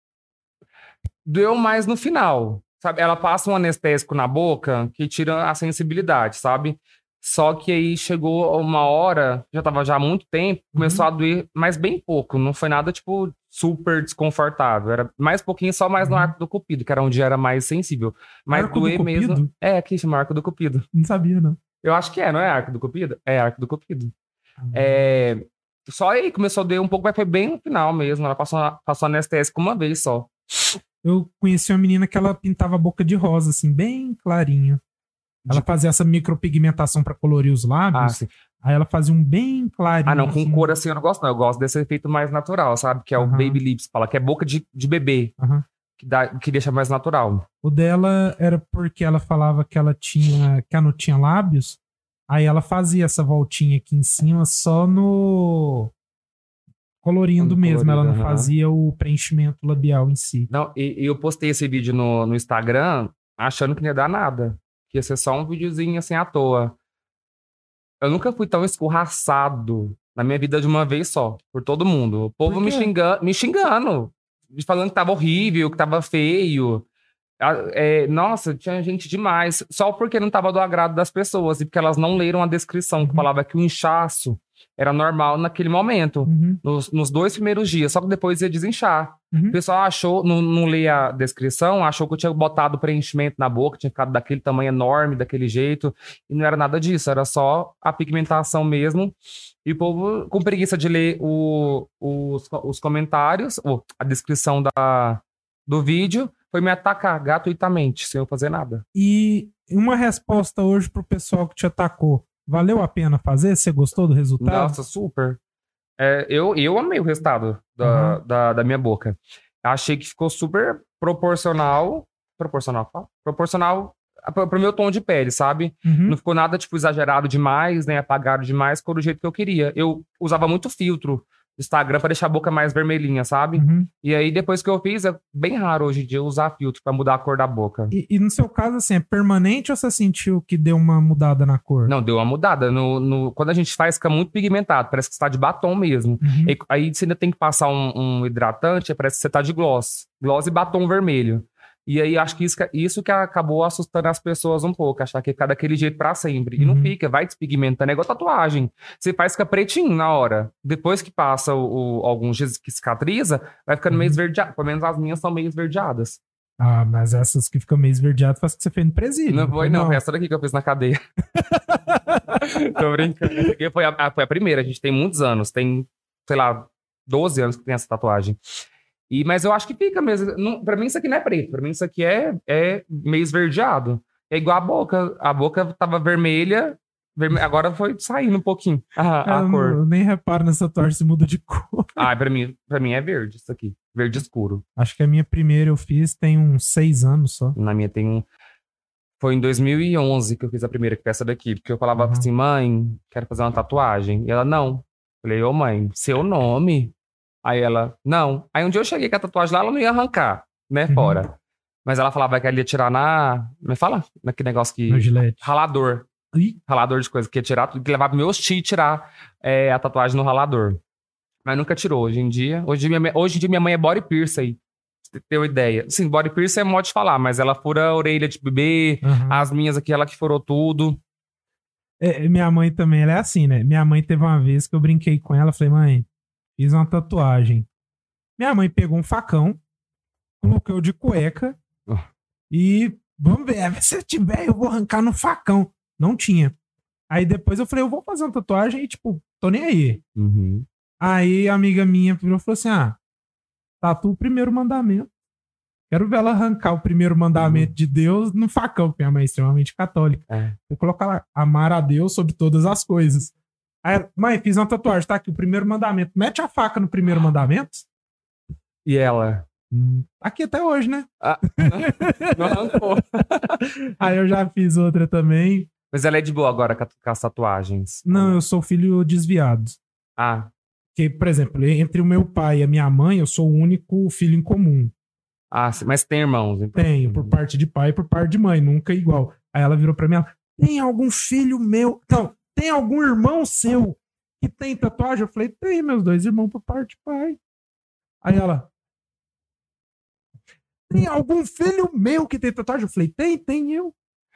Doeu mais no final, sabe? Ela passa um anestésico na boca que tira a sensibilidade, sabe? Só que aí chegou uma hora, já tava já há muito tempo, começou Uhum. a doer, mas bem pouco. Não foi nada, tipo, super desconfortável. Era mais pouquinho, só mais no Uhum. arco do cupido, que era onde era mais sensível. Mas Arco do doer mesmo... Cupido? É, aqui chama arco do cupido. Não sabia, não. Eu acho que é, não é arco do cupido? É arco do cupido. É... Só aí começou a doer um pouco, mas foi bem no final mesmo. Ela passou, passou anestésico uma vez só. Eu conheci uma menina que ela pintava a boca de rosa, assim, bem clarinho. Ela De- fazia essa micropigmentação pra colorir os Ah, lábios. sim. Aí ela fazia um bem clarinho. Ah, não, com assim. cor assim eu não gosto, não. Eu gosto desse efeito mais natural, sabe? Que é o Aham. Baby Lips, fala, que é boca de, de bebê, Aham. que, dá, que deixa mais natural. O dela era porque ela falava que ela tinha, que ela não tinha lábios. Aí ela fazia essa voltinha aqui em cima só no colorindo No mesmo. Ela não colorido, aham. fazia o preenchimento labial em si. Não, e, e eu postei esse vídeo no, no Instagram achando que não ia dar nada. Que ia ser só um videozinho assim à toa. Eu nunca fui tão escorraçado na minha vida de uma vez só, por todo mundo. O povo Por me quê? xingando, me xingando, falando que tava horrível, que tava feio. Ah, é, nossa, tinha gente demais. Só porque não tava do agrado das pessoas e porque elas não leram a descrição, que Uhum. falava que o inchaço era normal naquele momento, Uhum, nos, nos dois primeiros dias, só que depois ia desinchar. uhum. O pessoal achou, não, não lê a descrição, achou que eu tinha botado preenchimento na boca, tinha ficado daquele tamanho enorme, daquele jeito, e não era nada disso, era só a pigmentação mesmo. E o povo, com preguiça de ler o, os, os comentários, ou a descrição da, do vídeo, foi me atacar gratuitamente, sem eu fazer nada. E uma resposta hoje pro pessoal que te atacou. Valeu a pena fazer? Você gostou do resultado? Nossa, super. É, eu, eu amei o resultado da, Uhum. da, da minha boca. Achei que ficou super proporcional. Proporcional, fala? Proporcional pro, pro meu tom de pele, sabe? Uhum. Não ficou nada, tipo, exagerado demais, nem apagado demais, ficou do jeito que eu queria. Eu usava muito filtro do Instagram pra deixar a boca mais vermelhinha, sabe? Uhum. E aí, depois que eu fiz, é bem raro hoje em dia usar filtro pra mudar a cor da boca. E, e no seu caso, assim, é permanente ou você sentiu que deu uma mudada na cor? Não, deu uma mudada. No, no- quando a gente faz, fica muito pigmentado. Parece que você tá de batom mesmo. Uhum. E aí você ainda tem que passar um, um hidratante, parece que você tá de gloss. Gloss e batom vermelho. E aí acho que isso, que- isso que acabou assustando as pessoas um pouco. Achar que fica daquele jeito pra sempre. E não Uhum. fica, vai despigmentando. É igual tatuagem. Você faz, fica pretinho na hora. Depois que passa o, o- alguns dias que cicatriza, vai ficando Uhum. meio esverdeado. Pelo menos as minhas são meio esverdeadas. Ah, mas essas que ficam meio esverdeadas faz que você fez no presídio. Não foi, não. Essa daqui que eu fiz na cadeia. Tô brincando. Essa aqui foi a, a- foi a primeira. A gente tem muitos anos. Tem, sei lá, doze anos que tem essa tatuagem. E, mas eu acho que fica mesmo. Não, pra mim, isso aqui não é preto. Pra mim, isso aqui é, é meio esverdeado. É igual a boca. A boca tava vermelha. verme- Agora foi saindo um pouquinho a, a eu, cor. não- eu nem reparo nessa tatuagem se muda de cor. Ah, pra mim, pra mim é verde isso aqui. Verde escuro. Acho que a minha primeira eu fiz tem uns seis anos só. Na minha tem um... Foi em dois mil e onze que eu fiz a primeira, que foi essa daqui. Porque eu falava Uhum. assim, mãe, quero fazer uma tatuagem. E ela, não. Falei, ô mãe, seu nome? Aí ela, não. Aí um dia eu cheguei com a tatuagem lá, ela não ia arrancar, né, Uhum. fora. Mas ela falava que ela ia tirar na... Me fala? Naquele negócio que... No Gillette. Ralador. Ih, Ralador de coisa. Que ia tirar, que levava meus tios tirar é, a tatuagem no ralador. Mas nunca tirou. Hoje em dia... Hoje em dia, minha, hoje em dia minha mãe é body piercing aí. Pra você ter uma ideia. Sim, body piercing é modo de falar, mas ela fura a orelha de bebê. aham. As minhas aqui, ela que furou tudo. É, minha mãe também, ela é assim, né? Minha mãe teve uma vez que eu brinquei com ela, falei, mãe, fiz uma tatuagem. Minha mãe pegou um facão, colocou de cueca Oh. e vamos ver, se tiver eu vou arrancar no facão. Não tinha. Aí depois eu falei, eu vou fazer uma tatuagem e tipo, tô nem aí. Uhum. Aí a amiga minha virou e falou assim, ah, tatua o primeiro mandamento. Quero ver ela arrancar o primeiro mandamento de Deus no facão, porque minha mãe é extremamente católica. É. Eu colocar lá, amar a Deus sobre todas as coisas. Aí, ela, mãe, fiz uma tatuagem, tá aqui o primeiro mandamento. Mete a faca no primeiro mandamento. E ela? Hum, tá aqui até hoje, né? Ah, não arrancou. Aí eu já fiz outra também. Mas ela é de boa agora com, a- com as tatuagens. Não, eu sou filho desviado. Ah, Que, por exemplo, entre o meu pai e a minha mãe, eu sou o único filho em comum. Ah, sim, mas tem irmãos, então. Tenho, por parte de pai e por parte de mãe, nunca igual. Aí ela virou pra mim, ela, tem algum filho meu... Não, tem algum irmão seu que tem tatuagem? Eu falei, tem, meus dois irmãos por parte de pai. Aí ela... Tem algum filho meu que tem tatuagem? Eu falei, tem, tem eu.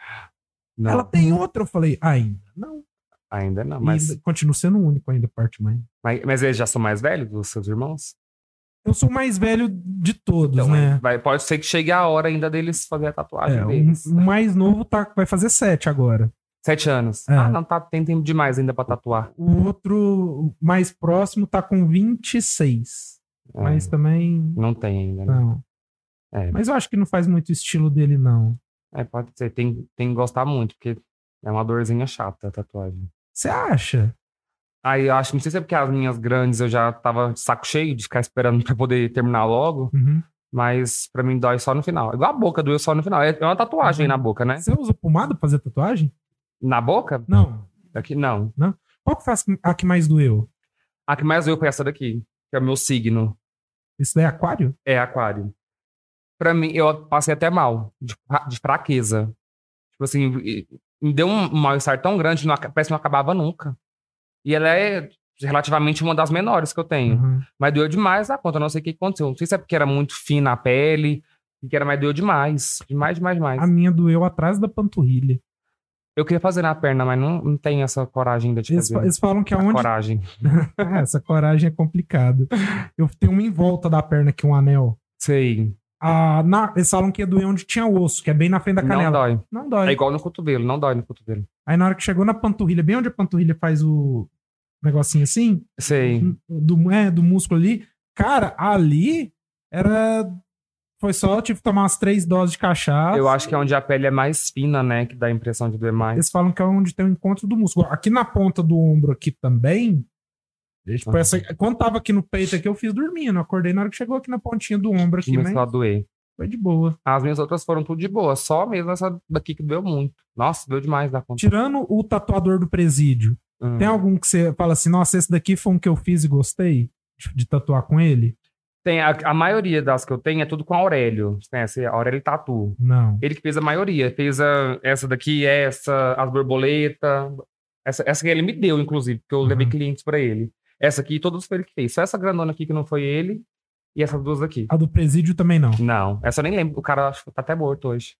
Não, Ela tem outra. Eu falei, ainda não. ainda não, Mas mas, continuo sendo o único ainda, parte mãe. mas... Mas eles já são mais velhos, os seus irmãos? Eu sou o mais velho de todos, Então, né? vai, pode ser que chegue a hora ainda deles fazer a tatuagem É, deles. o, o mais novo tá, vai fazer sete agora. Sete anos. É. Ah, não, tá, tem tempo demais ainda pra tatuar. O outro mais próximo tá com vinte e seis. É, Mas também... não tem ainda, né? Não. É, Mas eu acho que não faz muito estilo dele, não. é, pode ser. Tem, tem que gostar muito, porque é uma dorzinha chata a tatuagem. Você acha? Aí eu acho, não sei se é porque as minhas grandes eu já tava de saco cheio de ficar esperando pra poder terminar logo, Uhum. mas pra mim dói só no final. Igual a boca doeu só no final. É é uma tatuagem aí na boca, né? Você usa pomada pra fazer tatuagem? Na boca? Não. Aqui não. Qual que faz a que mais doeu? A que mais doeu foi essa daqui, que é o meu signo. Isso daí é aquário? É aquário. Pra mim, eu passei até mal, de, fra- de fraqueza. Tipo assim, e- me deu um mal-estar tão grande, não, aca- parece que não acabava nunca. E ela é relativamente uma das menores que eu tenho. Uhum. Mas doeu demais a conta, eu não sei o que aconteceu. Não sei se é porque era muito fina a pele, que era, mas doeu demais. Demais, demais, demais. A minha doeu atrás da panturrilha. Eu queria fazer na perna, mas não, não tenho essa coragem ainda de Eles, fazer. eles falam que A aonde... coragem. Ah, essa coragem é complicada. Eu tenho uma em volta da perna aqui, um anel. Sei. Ah, na- eles falam que ia doer onde tinha osso, que é bem na frente da Não canela. dói. Não dói. É igual no cotovelo, não dói no cotovelo. Aí na hora que chegou na panturrilha, bem onde a panturrilha faz o negocinho assim, Sei. do, é, do músculo ali, cara, ali era... Foi só, eu tive que tomar umas três doses de cachaça. Eu acho que é onde a pele é mais fina, né? Que dá a impressão de doer mais. Eles falam que é onde tem o encontro do músculo. Aqui na ponta do ombro aqui também. Tipo, Uhum. essa, quando tava aqui no peito aqui, eu fiz dormindo. Eu acordei na hora que chegou aqui na pontinha do ombro aqui, Começou a mas doer. foi de boa. As minhas outras foram tudo de boa. Só mesmo essa daqui que doeu muito. Nossa, doeu demais da conta. Tirando o tatuador do presídio, Hum. tem algum que você fala assim, nossa, esse daqui foi um que eu fiz e gostei de, de tatuar com ele? Tem a, a maioria das que eu tenho é tudo com a Aurélio. Você conhece? A Aurélio Tatu. Não. Ele que fez a maioria. Fez a, essa daqui, essa, as borboletas. Essa, essa que ele me deu, inclusive, porque eu Uhum. levei clientes pra ele. Essa aqui, todos foi ele que fez. Só essa grandona aqui que não foi ele. E essas duas aqui. A do presídio também não. Não, essa eu nem lembro. O cara acho que tá até morto hoje.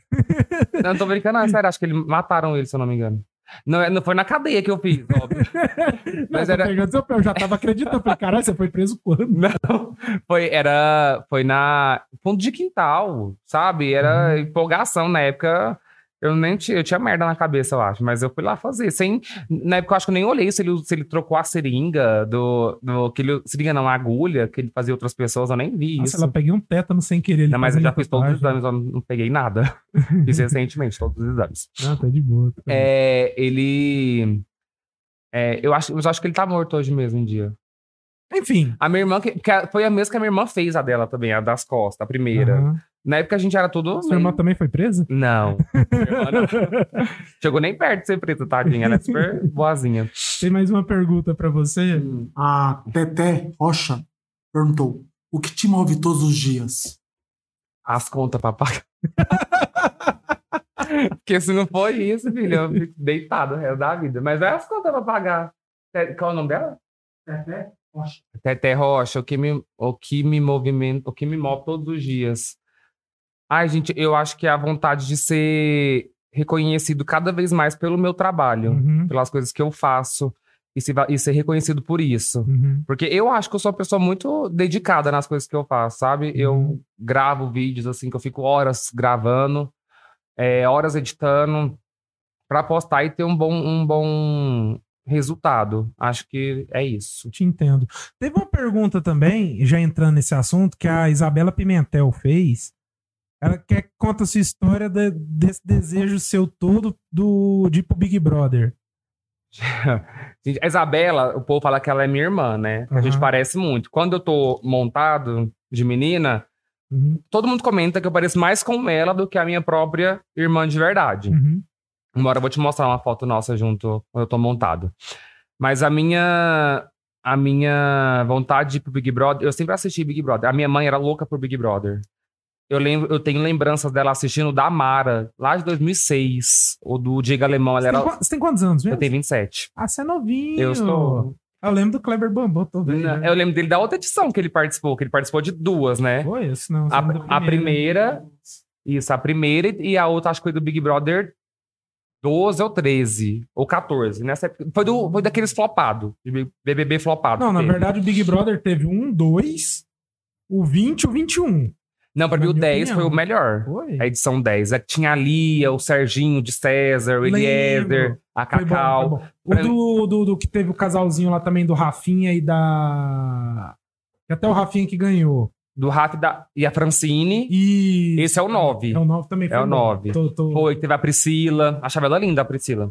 Não, não tô brincando, não, é sério. Acho que eles mataram ele, se eu não me engano. Não, é- não foi na cadeia que eu fiz, óbvio. Não, Mas tô era- pegando seu pé, eu já tava acreditando. Eu falei, caralho, você foi preso quando? Não, foi, era, foi na fundo de quintal, sabe? Era Uhum. empolgação na época. Eu nem tinha, eu tinha merda na cabeça, eu acho, mas eu fui lá fazer. Sem, na época eu acho que eu nem olhei se ele, se ele trocou a seringa do, do que ele, seringa não, a agulha que ele fazia outras pessoas, eu nem vi Nossa, isso. ela peguei um tétano sem querer. ele Não, mas eu fazendo já fiz todos os tatuagem. exames, eu não peguei nada. Fiz recentemente todos os exames. Ah, tá de boa. tá É, ele. É, eu, acho, eu acho que ele tá morto hoje mesmo em dia. bom. Enfim. A minha irmã, que, que a- foi a mesma que a minha irmã fez a dela também, a das costas, a primeira. Aham. Na época a gente era tudo. Sua irmã também foi presa? Não. Minha irmã não. Chegou nem perto de ser preta, tadinha. Ela é super boazinha. Tem mais uma pergunta pra você? A Teté Rocha perguntou: o que te move todos os dias? As contas pra pagar. Porque se não for isso, filho, eu fico deitado o resto da vida. Mas é as contas pra pagar. Te- Qual é o nome dela? Teté Rocha. Teté Rocha, o que me, o que me movimenta, o que me move todos os dias. Ai, gente, eu acho que é a vontade de ser reconhecido cada vez mais pelo meu trabalho, Uhum, pelas coisas que eu faço, e, se, va- e ser reconhecido por isso. uhum. Porque eu acho que eu sou uma pessoa muito dedicada nas coisas que eu faço, sabe? Eu Uhum. gravo vídeos, assim, que eu fico horas gravando, é, horas editando, pra postar e ter um bom, um bom resultado. Acho que é isso. Te entendo. Teve uma pergunta também, já entrando nesse assunto, que a Isabela Pimentel fez. Ela quer que conta a sua história de- desse desejo seu todo do, de ir pro Big Brother. Gente, a Isabela, o povo fala que ela é minha irmã, né? A gente Aham. parece muito. Quando eu tô montado de menina, Uhum, todo mundo comenta que eu pareço mais com ela do que a minha própria irmã de verdade. uhum, Uma hora eu vou te mostrar uma foto nossa junto quando eu tô montado. Mas a minha, a minha vontade de ir pro Big Brother, eu sempre assisti Big Brother. A minha mãe era louca por Big Brother. Eu, lembro, eu tenho lembranças dela assistindo da Mara, lá de dois mil e seis. Ou do Diego Alemão. Ela Você, era... tem, você tem quantos anos mesmo? Eu tenho vinte e sete. Ah, você é novinho. Eu estou... Eu lembro do Kleber Bambam, tô vendo. Não, eu lembro dele da outra edição que ele participou, que ele participou de duas, né? Foi isso, não. A, da a primeira, isso, a primeira e a outra, acho que foi do Big Brother doze ou treze, ou quatorze. Nessa época, foi, do, foi daqueles flopados, de B B B flopado. Não, na teve. verdade o Big Brother teve um, dois, o vinte e o vinte e um. Não, pra mim Na o minha dez opinião. foi o melhor. Foi. A edição dez. É que tinha a Lia, o Serginho de César, o Eliezer, Lembro. a Foi bom, Cacau. foi bom. O Pra do, do, do que teve o casalzinho lá também do Rafinha e da... E até o Rafinha que ganhou. Do Rafa e da- e a Francine. E... Esse é o nove. É o nove também. Foi É o bom. nove. Tô, tô... Foi, teve a Priscila. Achava ela linda, a Priscila.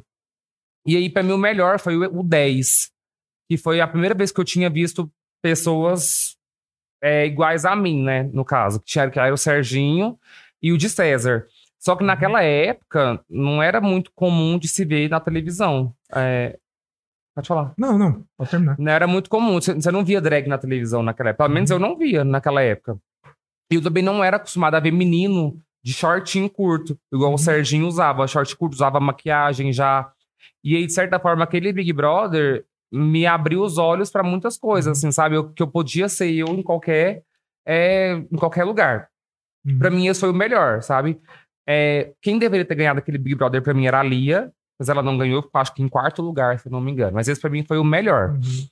E aí, pra mim, o melhor foi o o dez. Que foi a primeira vez que eu tinha visto pessoas é, iguais a mim, né? No caso. Que tinha- que era o Serginho e o de César. Só que naquela época, não era muito comum de se ver na televisão. É... Pode falar. Não, não. Pode terminar. Não era muito comum. Você você não via drag na televisão naquela época. Pelo menos eu não via naquela época. E eu também não era acostumado a ver menino de shortinho curto, igual o Serginho usava. Short curto, usava maquiagem já. E aí, de certa forma, aquele Big Brother me abriu os olhos pra muitas coisas, assim, sabe? Eu, que eu podia ser eu em qualquer, é, em qualquer lugar. Uhum. Pra mim, esse foi o melhor, sabe? É, quem deveria ter ganhado aquele Big Brother pra mim era a Lia, mas ela não ganhou, ficou, acho que em quarto lugar, se eu não me engano. Mas esse pra mim foi o melhor. Uhum.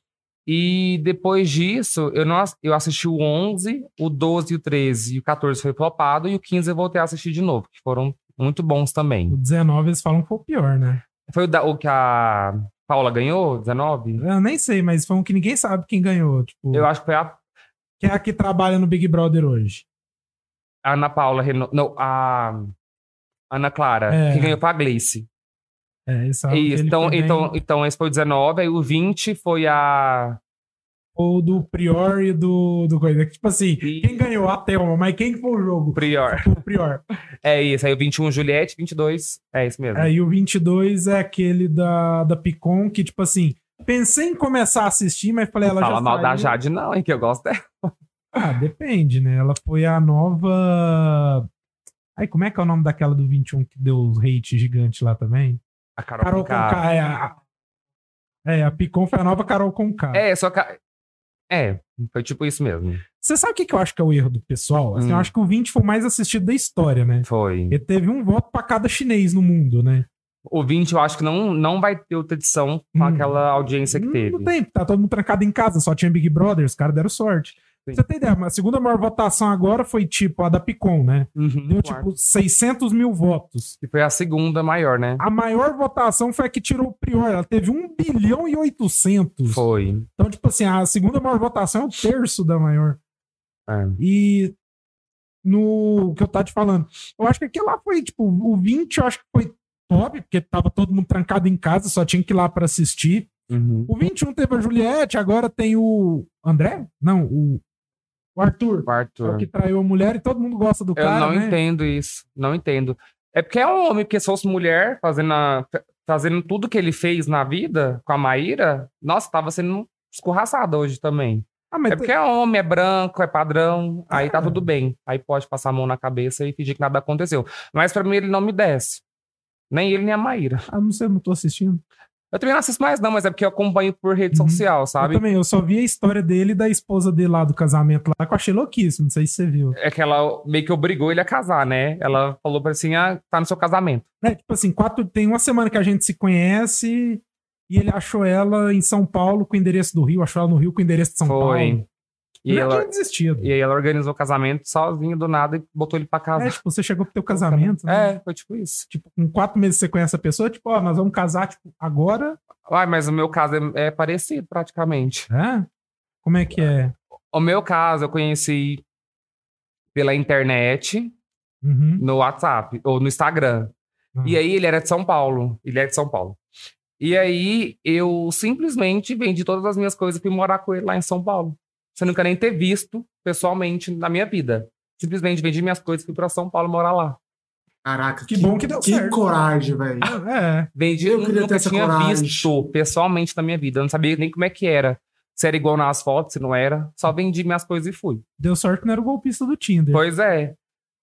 E depois disso, eu, não, ass- eu assisti o onze, o doze, o treze e o quatorze foi flopado, e o quinze eu voltei a assistir de novo, que foram muito bons também. O dezenove eles falam que foi o pior, né? Foi o, da- o que a Paula ganhou, dezenove? Eu nem sei, mas foi um que ninguém sabe quem ganhou. Tipo, Eu acho que foi a que é a que trabalha no Big Brother hoje. Ana Paula Reno... Não, a Ana Clara, É. que ganhou pra Gleice. É, esse É isso. ele Então, foi bem- então, então, esse foi o dezenove, aí o vinte foi a... Ou do Prior e do, do coisa. Tipo assim, E- quem ganhou? A Thelma, mas quem que foi o jogo? Prior. O Prior. É isso, aí o vinte e um, Juliette, vinte e dois, é isso mesmo. Aí o vinte e dois é aquele da, da Picon, que tipo assim, pensei em começar a assistir, mas falei, ela Fala já mal da saiu. Jade não, hein, que eu gosto dela. Ah, depende, né? Ela foi a nova... Ai, como é que é o nome daquela do vinte e um que deu os hate gigante lá também? A Carol, Carol Conká. Conká. É, a, é, a Picon foi a nova Carol Conká. É, só que... a- É, foi tipo isso mesmo. Você sabe o que, que eu acho que é o erro do pessoal? Assim, Hum. Eu acho que o vinte foi o mais assistido da história, né? Foi. Ele teve um voto pra cada chinês no mundo, né? O vinte eu acho que não, não vai ter outra edição com Hum. aquela audiência que Não, teve. não tem, tá todo mundo trancado em casa, só tinha Big Brother, os caras deram sorte. Sim. Pra você tem ideia, a segunda maior votação agora foi tipo a da Picon, né? Uhum, Deu claro. tipo seiscentos mil votos. Que foi a segunda maior, né? A maior votação foi a que tirou o Prior, ela teve um bilhão e oitocentos. Foi. Então, tipo assim, a segunda maior votação é o terço da maior. É. E no o que eu tava te falando, eu acho que aquele lá foi, tipo, o vinte eu acho que foi top, porque tava todo mundo trancado em casa, só tinha que ir lá pra assistir. Uhum. O vinte e um teve a Juliette, agora tem o André? Não, o, o Arthur. O É Arthur. o que traiu a mulher e todo mundo gosta do Eu cara, não né? entendo isso. Não entendo. É porque é um homem, porque se fosse mulher fazendo, a- fazendo tudo que ele fez na vida com a Maíra, nossa, tava sendo escorraçada hoje também. Ah, mas É porque é homem, é branco, é padrão, aí tá Ah. tudo bem. Aí pode passar a mão na cabeça e fingir que nada aconteceu. Mas pra mim ele não me desce. Nem ele, nem a Maíra. Ah, não sei, eu não tô assistindo. Eu também não assisto mais não, mas é porque eu acompanho por rede Uhum. social, sabe? Eu também, eu só vi a história dele e da esposa dele lá do casamento lá, que eu achei louquíssimo, não sei se você viu. É que ela meio que obrigou ele a casar, né? Ela falou pra ele assim, ah, tá no seu casamento. É, tipo assim, quatro, tem uma semana que a gente se conhece e ele achou ela em São Paulo com o endereço do Rio, achou ela no Rio com o endereço de São Paulo. Foi. E E ela, tinha desistido. e aí ela organizou o casamento sozinho do nada e botou ele pra casa. É, tipo, você chegou pro teu casamento, né? É, foi tipo isso. Tipo, com quatro meses você conhece a pessoa, tipo, ó, nós vamos casar, tipo, agora, Ai, mas o meu caso é, é parecido praticamente. é? Como é que é? O meu caso eu conheci pela internet, Uhum. no WhatsApp, ou no Instagram. Ah. E aí ele era de São Paulo. Ele é de São Paulo. E aí eu simplesmente vendi todas as minhas coisas e fui morar com ele lá em São Paulo. Sem nunca nem ter visto pessoalmente na minha vida. Simplesmente vendi minhas coisas e fui pra São Paulo morar lá. Caraca, Que bom que deu que certo. coragem, velho. É. Vendi, Eu queria ter nunca essa tinha coragem. visto pessoalmente na minha vida. Eu não sabia nem como é que era. Se era igual nas fotos, se não era. Só vendi minhas coisas e fui. Deu sorte que não era o golpista do Tinder. Pois é.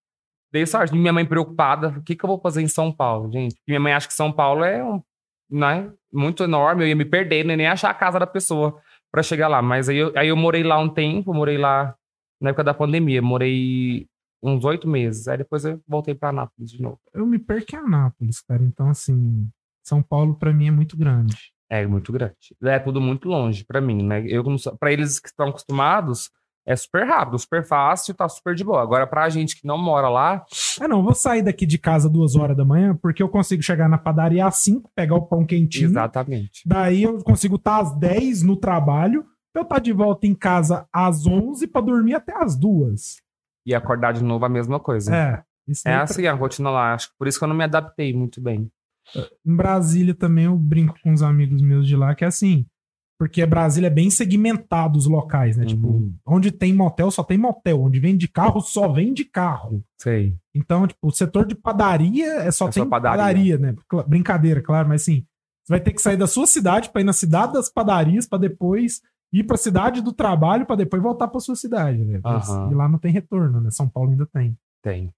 dei sorte. Minha mãe preocupada, o que, que eu vou fazer em São Paulo, gente? Minha mãe acha que São Paulo é um, né, muito enorme, eu ia me perder, nem achar a casa da pessoa pra chegar lá. Mas aí eu, aí eu morei lá um tempo, morei lá na época da pandemia, morei uns oito meses. Aí depois eu voltei pra Anápolis de novo. Eu me perco em Anápolis, cara. Então, assim, São Paulo pra mim é muito grande. É muito grande. É tudo muito longe pra mim, né? Eu, não sou- pra eles que estão acostumados, é super rápido, super fácil, tá super de boa. Agora, pra gente que não mora lá, Ah, não, vou sair daqui de casa duas horas da manhã, porque eu consigo chegar na padaria às cinco, pegar o pão quentinho. exatamente. Daí eu consigo estar às dez no trabalho, pra eu estar de volta em casa às onze pra dormir até às duas. E acordar de novo a mesma coisa. É. Isso É daí assim a rotina lá. Acho que por isso que eu não me adaptei muito bem. Em Brasília também eu brinco com uns amigos meus de lá que é assim, porque Brasília é bem segmentado os locais, né? Uhum. Tipo, onde tem motel só tem motel, onde vende carro só vende carro. Sei. Então, tipo, o setor de padaria é só É tem só padaria. padaria. né? Cla- Brincadeira, claro, mas assim, você vai ter que sair da sua cidade pra ir na cidade das padarias pra depois ir pra cidade do trabalho pra depois voltar pra sua cidade, né? Mas- Aham. E lá não tem retorno, né? São Paulo ainda tem. Tem.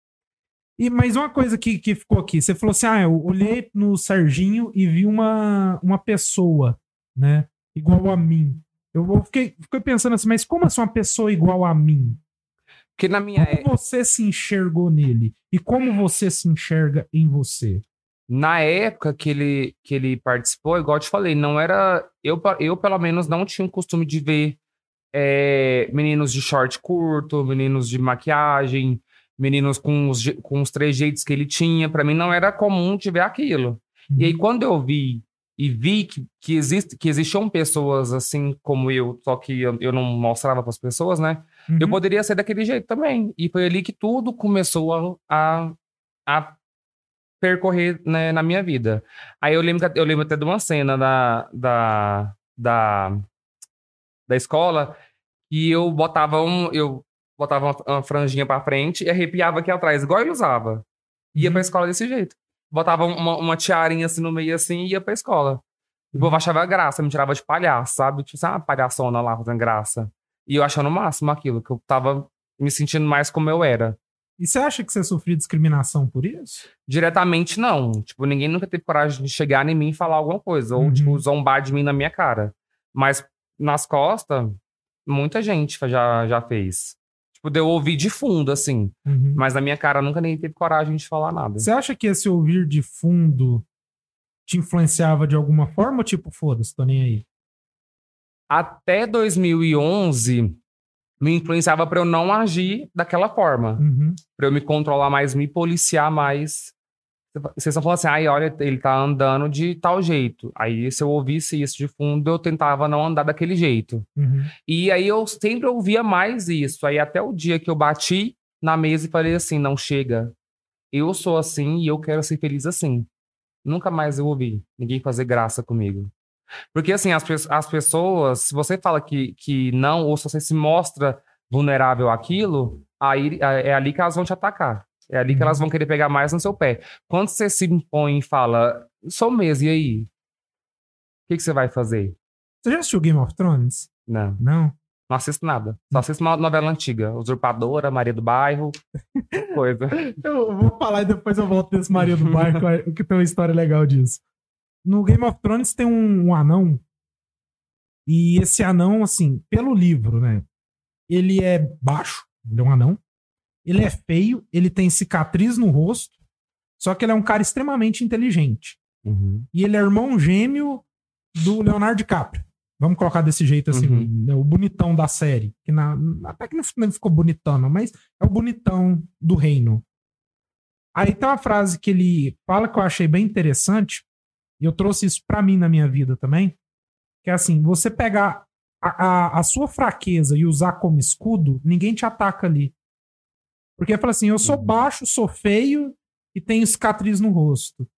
E mais uma coisa que, que ficou aqui. Você falou assim: ah, eu olhei no Serginho e vi uma, uma pessoa, né? Igual a mim. Eu, eu fiquei, fiquei pensando assim, mas como assim uma pessoa igual a mim? Porque na minha, é- Como você se enxergou nele? E como você se enxerga em você? na época que ele, que ele participou, igual eu te falei, não era. Eu, pa- eu pelo menos, não tinha o costume de ver é, meninos de short curto, meninos de maquiagem, meninos com os, je- com os trejeitos que ele tinha. Pra mim, não era comum de ver aquilo. E aí, quando eu vi e vi que, que, existe, que existiam pessoas assim como eu, só que eu, eu não mostrava para as pessoas, né? Uhum. Eu poderia ser daquele jeito também. E foi ali que tudo começou a, a, a percorrer, né, na minha vida. Aí eu lembro, que- eu lembro até de uma cena da, da, da, da escola e eu botava um, eu botava uma, uma franjinha pra frente e arrepiava aqui atrás, igual ele usava. Ia Uhum. pra escola desse jeito. Botava uma, uma tiarinha assim no meio assim e ia pra escola. E o povo achava graça, me tirava de palhaço, sabe? Tipo, assim, ah, palhaçona lá fazendo graça. E eu achando o máximo aquilo, que eu tava me sentindo mais como eu era. E você acha que você sofreu discriminação por isso? Diretamente, não. Tipo, ninguém nunca teve coragem de chegar em mim e falar alguma coisa. Ou, Uhum. tipo, zombar de mim na minha cara. Mas nas costas, muita gente já, já fez. Tipo, deu ouvir de fundo, assim. Uhum. Mas na minha cara nunca nem teve coragem de falar nada. Você acha que esse ouvir de fundo te influenciava de alguma forma ou tipo, foda-se, tô nem aí? Até dois mil e onze, me influenciava pra eu não agir daquela forma. Uhum. Pra eu me controlar mais, me policiar mais. Vocês estão falando assim, ai, olha, ele tá andando de tal jeito. Aí, se eu ouvisse isso de fundo, eu tentava não andar daquele jeito. Uhum. E aí, eu sempre ouvia mais isso. Aí, até o dia que eu bati na mesa e falei assim, não chega. Eu sou assim e eu quero ser feliz assim. Nunca mais eu ouvi ninguém fazer graça comigo. Porque, assim, as, pe- as pessoas, se você fala que, que não, ou se você se mostra vulnerável àquilo, aí é ali que elas vão te atacar. É ali que Uhum. elas vão querer pegar mais no seu pé. Quando você se impõe e fala, sou mesmo, e aí? O que, que você vai fazer? Você já assistiu Game of Thrones? Não, Não? não assisto nada. Só assisto uma novela antiga. Usurpadora, Maria do Bairro, coisa. Eu vou falar e depois eu volto desse Maria do Bairro, que- que tem uma história legal disso. No Game of Thrones tem um, um anão. E esse anão, assim, pelo livro, né? Ele é baixo, ele é um anão. Ele é feio, ele tem cicatriz no rosto. Só que ele é um cara extremamente inteligente. Uhum. E ele é irmão gêmeo do Leonardo DiCaprio. Vamos colocar desse jeito, assim, Uhum. né, o bonitão da série. Que na, até que não não ficou bonitão, não, mas é o bonitão do reino. Aí tem uma frase que ele fala que eu achei bem interessante, e eu trouxe isso pra mim na minha vida também, que é assim, você pegar a, a, a sua fraqueza e usar como escudo, ninguém te ataca ali. Porque ele fala assim, eu sou Uhum. baixo, sou feio e tenho cicatriz no rosto.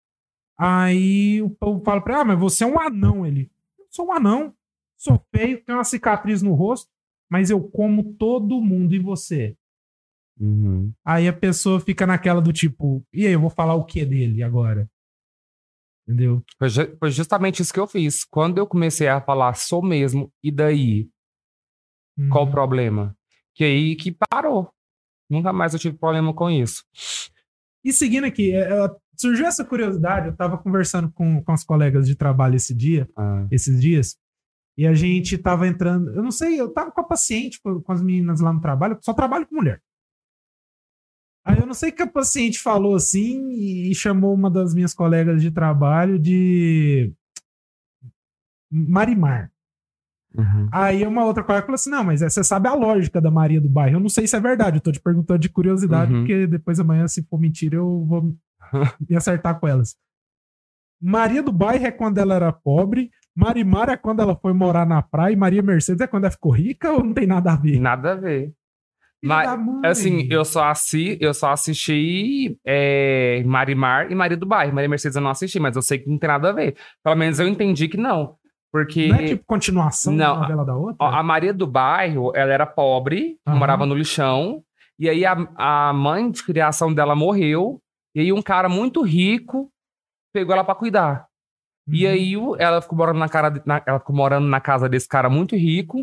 Aí o povo fala pra ele, ah, mas você é um anão. Ele, eu sou um anão, sou feio, tenho uma cicatriz no rosto, mas eu como todo mundo e você. Uhum. Aí a pessoa fica naquela do tipo, e aí, eu vou falar o que dele agora? Entendeu? Foi, ju- foi justamente isso que eu fiz. Quando eu comecei a falar sou mesmo, e daí? Qual o Uhum. problema? Que aí que parou. Nunca mais eu tive problema com isso. E seguindo aqui, é, é, surgiu essa curiosidade, eu tava conversando com, com as colegas de trabalho esse dia, Ah. esses dias, e a gente tava entrando, eu não sei, eu tava com a paciente, com, com as meninas lá no trabalho, eu só trabalho com mulher. Aí eu não sei que a paciente falou assim e chamou uma das minhas colegas de trabalho de Marimar. Uhum. Aí uma outra colega falou assim, não, mas você sabe a lógica da Maria do Bairro. Eu não sei se é verdade, eu tô te perguntando de curiosidade, Uhum. porque depois amanhã, se for mentira, eu vou me acertar com elas. Maria do Bairro é quando ela era pobre, Marimar é quando ela foi morar na praia, e Maria Mercedes é quando ela ficou rica ou não tem nada a ver? Nada a ver. Filho Mas, da mãe. assim, eu só, assi, eu só assisti é, Marimar e Maria do Bairro. Maria Mercedes eu não assisti, mas eu sei que não tem nada a ver. Pelo menos eu entendi que não. Porque Não é tipo continuação Não, da novela da outra? ó, a Maria do Bairro, ela era pobre, Aham. morava no lixão. E aí a, a mãe de criação dela morreu. E aí um cara muito rico pegou ela pra cuidar. E Uhum. aí o- ela ficou morando na, cara, de- na- ela ficou morando na casa desse cara muito rico,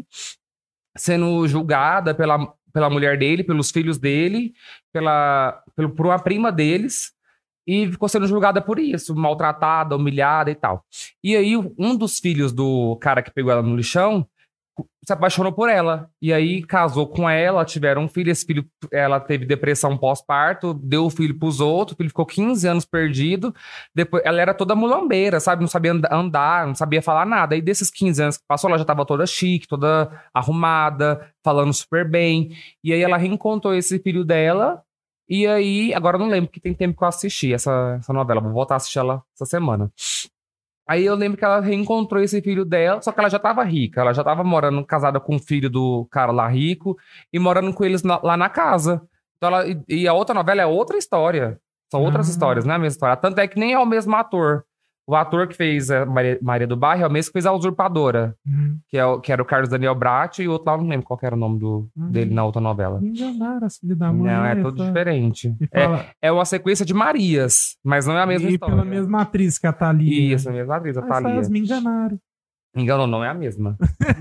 sendo julgada pela, pela mulher dele, pelos filhos dele, pela, pelo, por uma prima deles, e ficou sendo julgada por isso, maltratada, humilhada e tal. E aí um dos filhos do cara que pegou ela no lixão se apaixonou por ela. E aí casou com ela, tiveram um filho. Esse filho, ela teve depressão pós-parto, deu o filho pros outros, o filho ficou quinze anos perdido. Depois, ela era toda mulambeira, sabe? Não sabia and- andar, não sabia falar nada. E desses quinze anos que passou, ela já tava toda chique, toda arrumada, falando super bem. E aí ela reencontrou esse filho dela. E aí, agora eu não lembro, porque tem tempo que eu assisti essa, essa novela. Vou voltar a assistir ela essa semana. Aí eu lembro que ela reencontrou esse filho dela, só que ela já tava rica. Ela já tava morando, casada com o filho do cara lá rico e morando com eles na- lá na casa. Então ela, e, e a outra novela é outra história. São outras Ah. histórias, não é a mesma história. Tanto é que nem é o mesmo ator. O ator que fez a Maria, Maria do Bairro é o mesmo que fez a Usurpadora, Uhum. que, é o, que era o Carlos Daniel Brat, e o outro lá, não lembro qual que era o nome do, Hum. dele na outra novela. Me enganaram, as filhas da mãe. Não, é né? tudo Essa- diferente. Me É, fala- é uma sequência de Marias, mas não é a mesma e história. pela mesma atriz que a Thalia. Isso, a mesma atriz, a Mas Thalia. elas me enganaram. Enganou, não é a mesma.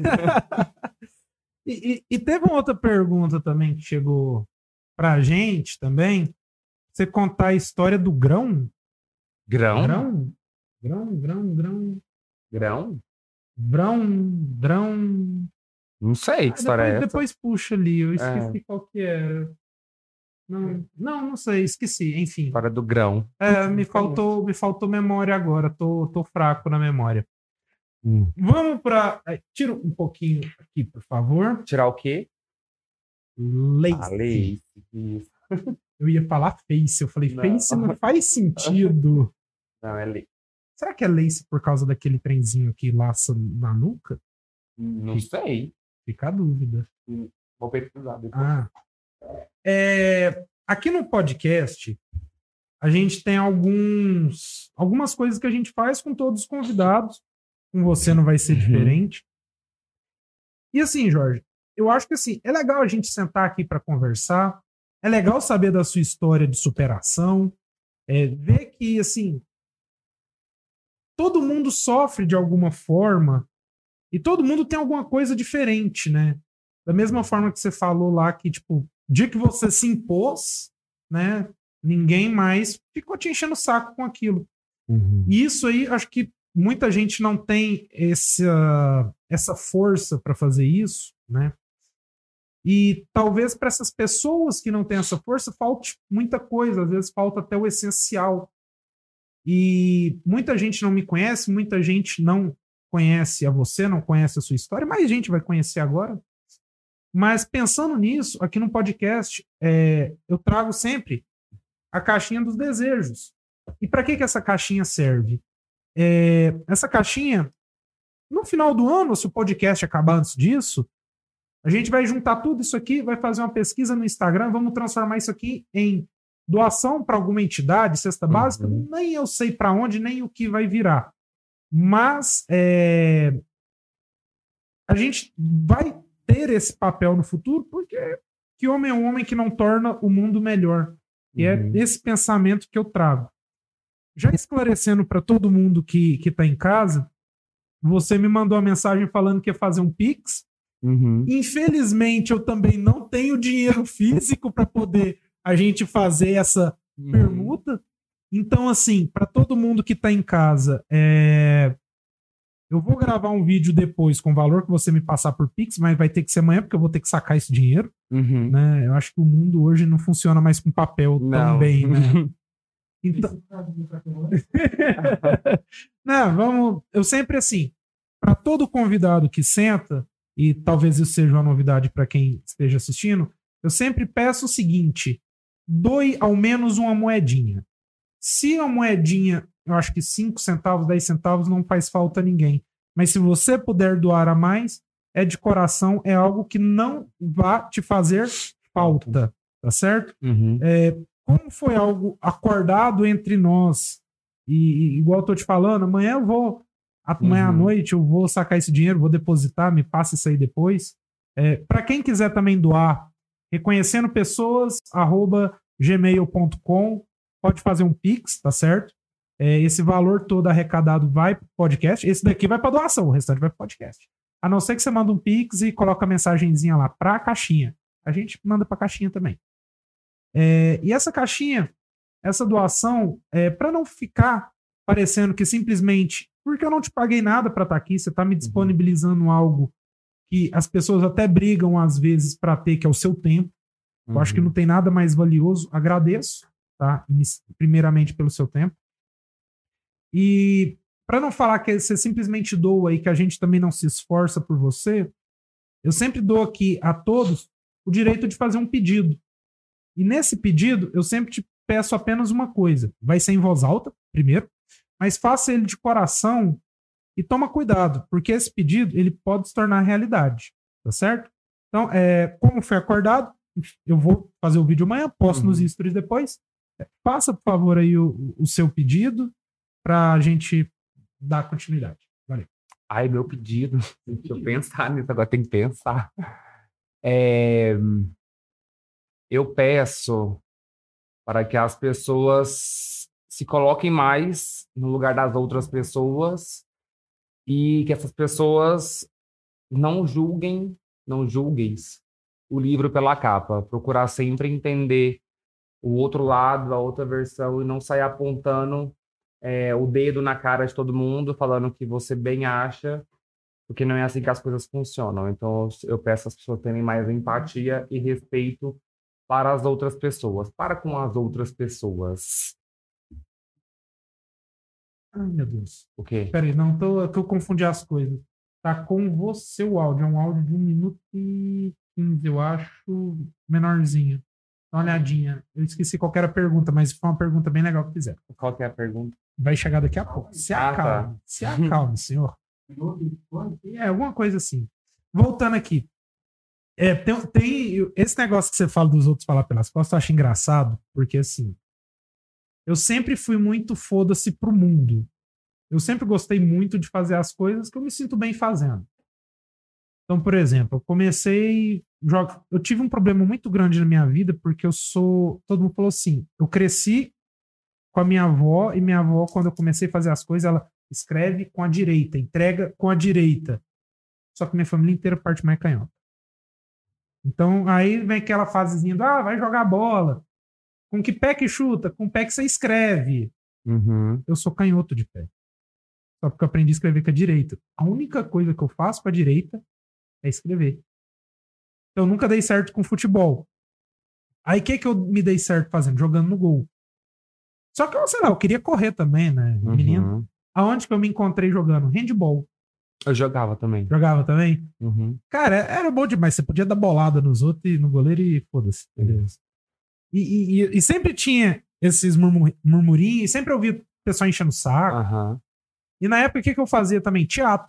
E, e- e teve uma outra pergunta também que chegou pra gente também. Você contar a história do grão? Grão? Grão? Grão, grão, grão. Grão? Brão, drão. Não sei que Ah, história depois, é essa. depois puxa ali, eu esqueci qual que era. Não, não, não sei, esqueci. Enfim. História do grão. É, me faltou, me faltou memória agora. Tô, tô fraco na memória. Hum. Vamos pra. é, Tira um pouquinho aqui, por favor. Tirar o quê? Lace. Ah, Lace. Isso. Eu ia falar face. Eu falei, Não. face não faz sentido. Não, é Lace. Será que é lace por causa daquele trenzinho que laça na nuca? Não sei. Fica a dúvida. Vou pesquisar depois. Ah. É, aqui no podcast, a gente tem alguns, algumas coisas que a gente faz com todos os convidados. Com você não vai ser Uhum. diferente. E assim, Jorge, eu acho que assim, é legal a gente sentar aqui para conversar. É legal saber da sua história de superação. É, ver que, assim, todo mundo sofre de alguma forma e todo mundo tem alguma coisa diferente, né? Da mesma forma que você falou lá que, tipo, o dia que você se impôs, né? Ninguém mais ficou te enchendo o saco com aquilo. Uhum. E isso aí, acho que muita gente não tem essa, essa força para fazer isso, né? E talvez para essas pessoas que não têm essa força falte muita coisa, às vezes falta até o essencial. E muita gente não me conhece, muita gente não conhece a você, não conhece a sua história, mais gente vai conhecer agora. Mas pensando nisso, aqui no podcast, é, eu trago sempre a caixinha dos desejos. E para que, que essa caixinha serve? É, essa caixinha, no final do ano, se o podcast acabar antes disso, a gente vai juntar tudo isso aqui, vai fazer uma pesquisa no Instagram, vamos transformar isso aqui em doação para alguma entidade, cesta básica, Uhum. nem eu sei para onde, nem o que vai virar. Mas é, a gente vai ter esse papel no futuro, porque que homem é um homem que não torna o mundo melhor. E é Uhum. esse pensamento que eu trago. Já esclarecendo para todo mundo que está em casa, você me mandou uma mensagem falando que ia fazer um Pix. Uhum. Infelizmente, eu também não tenho dinheiro físico para poder a gente fazer essa Uhum. permuta. Então, assim, para todo mundo que tá em casa, é... eu vou gravar um vídeo depois com o valor que você me passar por Pix, mas vai ter que ser amanhã, porque eu vou ter que sacar esse dinheiro. Uhum. Né? Eu acho que o mundo hoje não funciona mais com papel Não. tão bem, né? Então... não, vamos... Eu sempre, assim, para todo convidado que senta, e talvez isso seja uma novidade para quem esteja assistindo, eu sempre peço o seguinte: doe ao menos uma moedinha. Se a moedinha, eu acho que cinco centavos, dez centavos não faz falta a ninguém. Mas se você puder doar a mais, é de coração, é algo que não vai te fazer falta, tá certo? Uhum. É, como foi algo acordado entre nós, e, e igual eu tô te falando, amanhã eu vou, amanhã Uhum. à noite eu vou sacar esse dinheiro, vou depositar, me passa isso aí depois. É, para quem quiser também doar, reconhecendo pessoas, arroba gmail ponto com, pode fazer um Pix, tá certo? É, esse valor todo arrecadado vai pro podcast. Esse daqui vai pra doação, o restante vai pro podcast. A não ser que você manda um Pix e coloca a mensagenzinha lá pra caixinha. A gente manda pra caixinha também. É, e essa caixinha, essa doação, é, para não ficar parecendo que simplesmente, porque eu não te paguei nada pra estar aqui, você tá me disponibilizando algo que as pessoas até brigam às vezes pra ter, que é o seu tempo. Eu Uhum. acho que não tem nada mais valioso. Agradeço, tá? Primeiramente pelo seu tempo. E para não falar que você simplesmente doa e que a gente também não se esforça por você, eu sempre dou aqui a todos o direito de fazer um pedido. E nesse pedido, eu sempre te peço apenas uma coisa. Vai ser em voz alta, primeiro, mas faça ele de coração e toma cuidado, porque esse pedido ele pode se tornar realidade, tá certo? Então, é, como foi acordado, eu vou fazer o vídeo amanhã, posto Uhum. nos stories depois. Faça, por favor, aí o, o seu pedido pra gente dar continuidade. Valeu. Ai, meu pedido. Deixa eu pensar nisso, agora tem que pensar. É, eu peço para que as pessoas se coloquem mais no lugar das outras pessoas e que essas pessoas não julguem, não julgueis o livro pela capa. Procurar sempre entender o outro lado, a outra versão e não sair apontando é, o dedo na cara de todo mundo, falando o que você bem acha, porque não é assim que as coisas funcionam. Então, eu peço às pessoas terem mais empatia e respeito para as outras pessoas, para com as outras pessoas. Ai, meu Deus. O quê? Peraí, não, tô, tô confundindo as coisas. Tá com você o áudio, é um áudio de um minuto e quinze, eu acho, menorzinho. Dá uma olhadinha. Eu esqueci qual que era a pergunta, mas foi uma pergunta bem legal que fizeram. Qual que é a pergunta? Vai chegar daqui a pouco. Se Ah, acalme, tá. se acalme, senhor. É, alguma coisa assim. Voltando aqui. É, tem, tem esse negócio que você fala dos outros falar pelas costas, eu acho engraçado, porque assim, eu sempre fui muito foda-se pro mundo. Eu sempre gostei muito de fazer as coisas que eu me sinto bem fazendo. Então, por exemplo, eu comecei... Eu tive um problema muito grande na minha vida, porque eu sou... Todo mundo falou assim, eu cresci com a minha avó, e minha avó, quando eu comecei a fazer as coisas, ela escreve com a direita, entrega com a direita. Só que minha família inteira parte mais canhota. Então, aí vem aquela fasezinha do, ah, vai jogar bola. Com que pé que chuta? Com o pé que você escreve. Uhum. Eu sou canhoto de pé. Só porque eu aprendi a escrever com a direita. A única coisa que eu faço com a direita é escrever. Então, eu nunca dei certo com futebol. Aí, o que que eu me dei certo fazendo? Jogando no gol. Só que, eu, sei lá, eu queria correr também, né? Uhum. Menino. Aonde que eu me encontrei jogando? Handball. Eu jogava também. Jogava também? Uhum. Cara, era bom demais. Você podia dar bolada nos outros e no goleiro e foda-se. Beleza. E, e, e sempre tinha esses murmur, murmurinhos, e sempre eu ouvia o pessoal enchendo o saco. Uhum. E na época, o que, que eu fazia também? Teatro.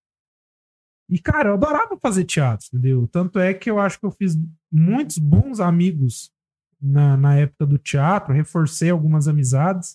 E, cara, eu adorava fazer teatro, entendeu? Tanto é que eu acho que eu fiz muitos bons amigos na, na época do teatro, reforcei algumas amizades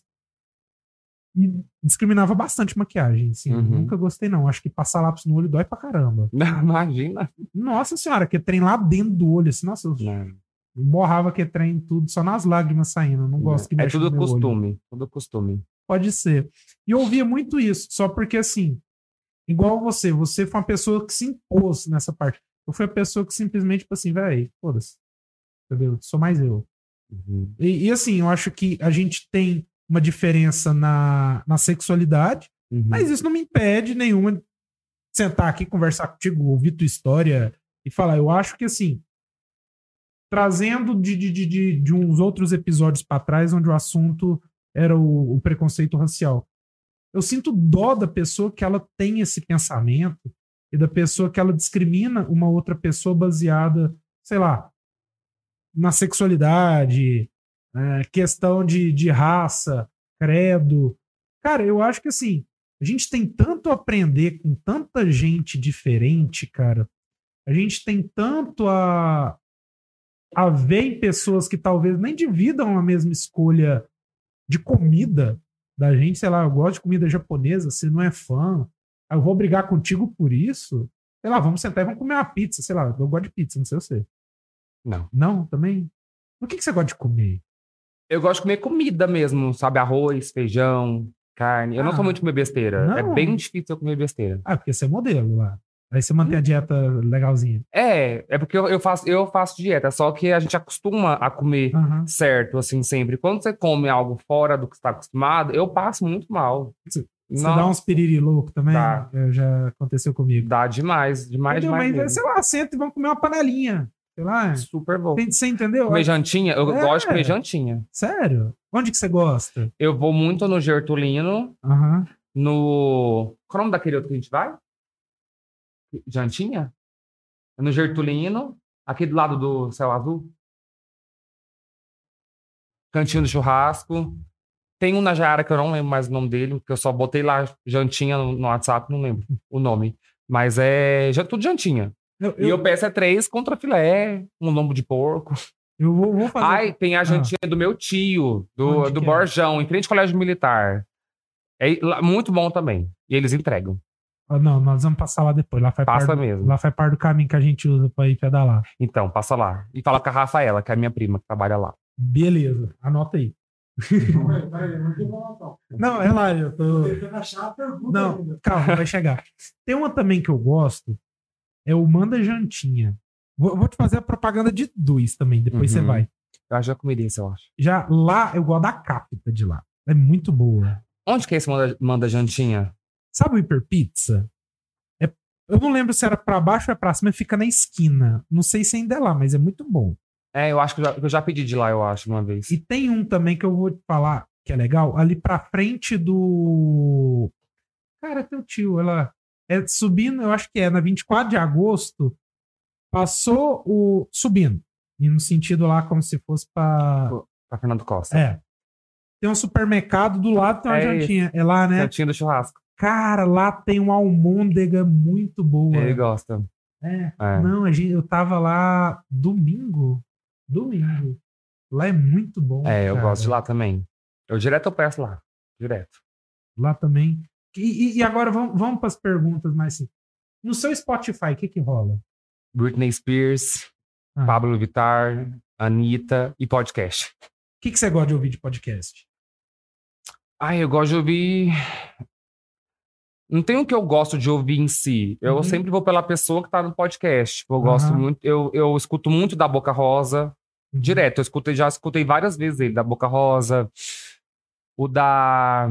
e discriminava bastante maquiagem, assim. Uhum. Nunca gostei, não. Acho que passar lápis no olho dói pra caramba. Imagina. Nossa senhora, que trem lá dentro do olho, assim, nossa, eu Não. borrava que trem tudo, só nas lágrimas saindo. Eu não gosto que É mexa tudo no meu olho. costume. Tudo costume. Pode ser. E eu ouvia muito isso, só porque, assim, igual você, você foi uma pessoa que se impôs nessa parte. Eu fui a pessoa que simplesmente, tipo assim, velho, foda-se. Entendeu? Sou mais eu. Uhum. E, e assim, eu acho que a gente tem uma diferença na, na sexualidade, Uhum. mas isso não me impede nenhuma de sentar aqui, conversar contigo, ouvir tua história e falar. Eu acho que, assim, trazendo de, de, de, de, de uns outros episódios para trás, onde o assunto era o, o preconceito racial. Eu sinto dó da pessoa que ela tem esse pensamento e da pessoa que ela discrimina uma outra pessoa baseada, sei lá, na sexualidade, é, questão de, de raça, credo. Cara, eu acho que assim, a gente tem tanto a aprender com tanta gente diferente, cara. A gente tem tanto a, a ver em pessoas que talvez nem dividam a mesma escolha de comida da gente. Sei lá, eu gosto de comida japonesa, você não é fã, eu vou brigar contigo por isso. Sei lá, vamos sentar e vamos comer uma pizza. Sei lá, eu gosto de pizza, não sei você. Não. Não, também? O que, que você gosta de comer? Eu gosto de comer comida mesmo, sabe? Arroz, feijão, carne. Eu Ah, não sou muito de comer besteira. não? É bem difícil eu comer besteira. Ah, porque você é modelo lá. Aí você mantém a dieta legalzinha. É, é porque eu, eu, faço, eu faço dieta, só que a gente acostuma a comer Aham. certo, assim, sempre. Quando você come algo fora do que você está acostumado, eu passo muito mal. Você Não, dá uns piriri louco também? Dá. É, já aconteceu comigo. dá demais, demais, Entendeu? demais Mas, mesmo. sei lá, senta e vamos comer uma panelinha. Sei lá. Super bom. Tem- Você entendeu? Comer jantinha, eu É. gosto de comer jantinha. Sério? Onde que você gosta? Eu vou muito no Gertulino, Aham. no... Qual é o nome daquele outro que a gente vai? Jantinha? No Gertulino, aqui do lado do Céu Azul. Cantinho do Churrasco. Tem um na Jara que eu não lembro mais o nome dele, porque eu só botei lá jantinha no, no WhatsApp, não lembro o nome. Mas é já tudo jantinha. Eu, E eu eu, peço é três contra filé, um lombo de porco. eu vou, vou fazer. Ai, tem a jantinha do meu tio, do, Onde do que é? Borjão, em frente ao Colégio Militar. É lá- muito bom também. E eles entregam. Ah, não, nós vamos passar lá depois. Lá faz Passa parte, mesmo. Lá faz parte do caminho que a gente usa pra ir pedalar. Então, passa lá. E fala com a Rafaela, que é a minha prima, que trabalha lá. Beleza, anota aí. Não, relaxa, eu tô. Não, calma, vai chegar. Tem uma também que eu gosto, é o Manda Jantinha. Vou, vou te fazer a propaganda de dois também, depois Uhum. você vai. Eu já comeria isso, eu acho. Já lá, eu gosto da capta de lá. É muito boa. Onde que é esse manda, manda jantinha? Sabe o Hiper Pizza? É, eu não lembro se era pra baixo ou é pra cima, fica na esquina. Não sei se ainda é lá, mas é muito bom. É, eu acho que eu já, eu já pedi de lá, eu acho, uma vez. E tem um também que eu vou te falar que é legal, ali pra frente do. Cara, é teu tio, ela. É subindo, eu acho que é na vinte e quatro de agosto. Passou o. Subindo. E no sentido lá, como se fosse pra. Pra Fernando Costa. É. Tem um supermercado do lado, tem uma É jantinha. É lá, né? Jantinha do churrasco. Cara, lá tem uma almôndega muito boa. Ele gosta. É. É. Não, a gente, eu tava lá domingo. Domingo. Lá é muito bom. É, eu cara. gosto de lá também. Eu direto eu peço lá. Direto. Lá também. E, e- e agora vamos, vamos para as perguntas mais assim. No seu Spotify, o que que rola? Britney Spears, Ah. Pablo Vittar, Anitta e podcast. O que, que você gosta de ouvir de podcast? Ai, eu gosto de ouvir... Não tem o que eu gosto de ouvir em si. Eu Uhum. sempre vou pela pessoa que tá no podcast. Tipo, eu gosto Aham. muito... Eu, eu escuto muito da Boca Rosa. Direto. Eu escutei, já escutei várias vezes ele. Da Boca Rosa. O da...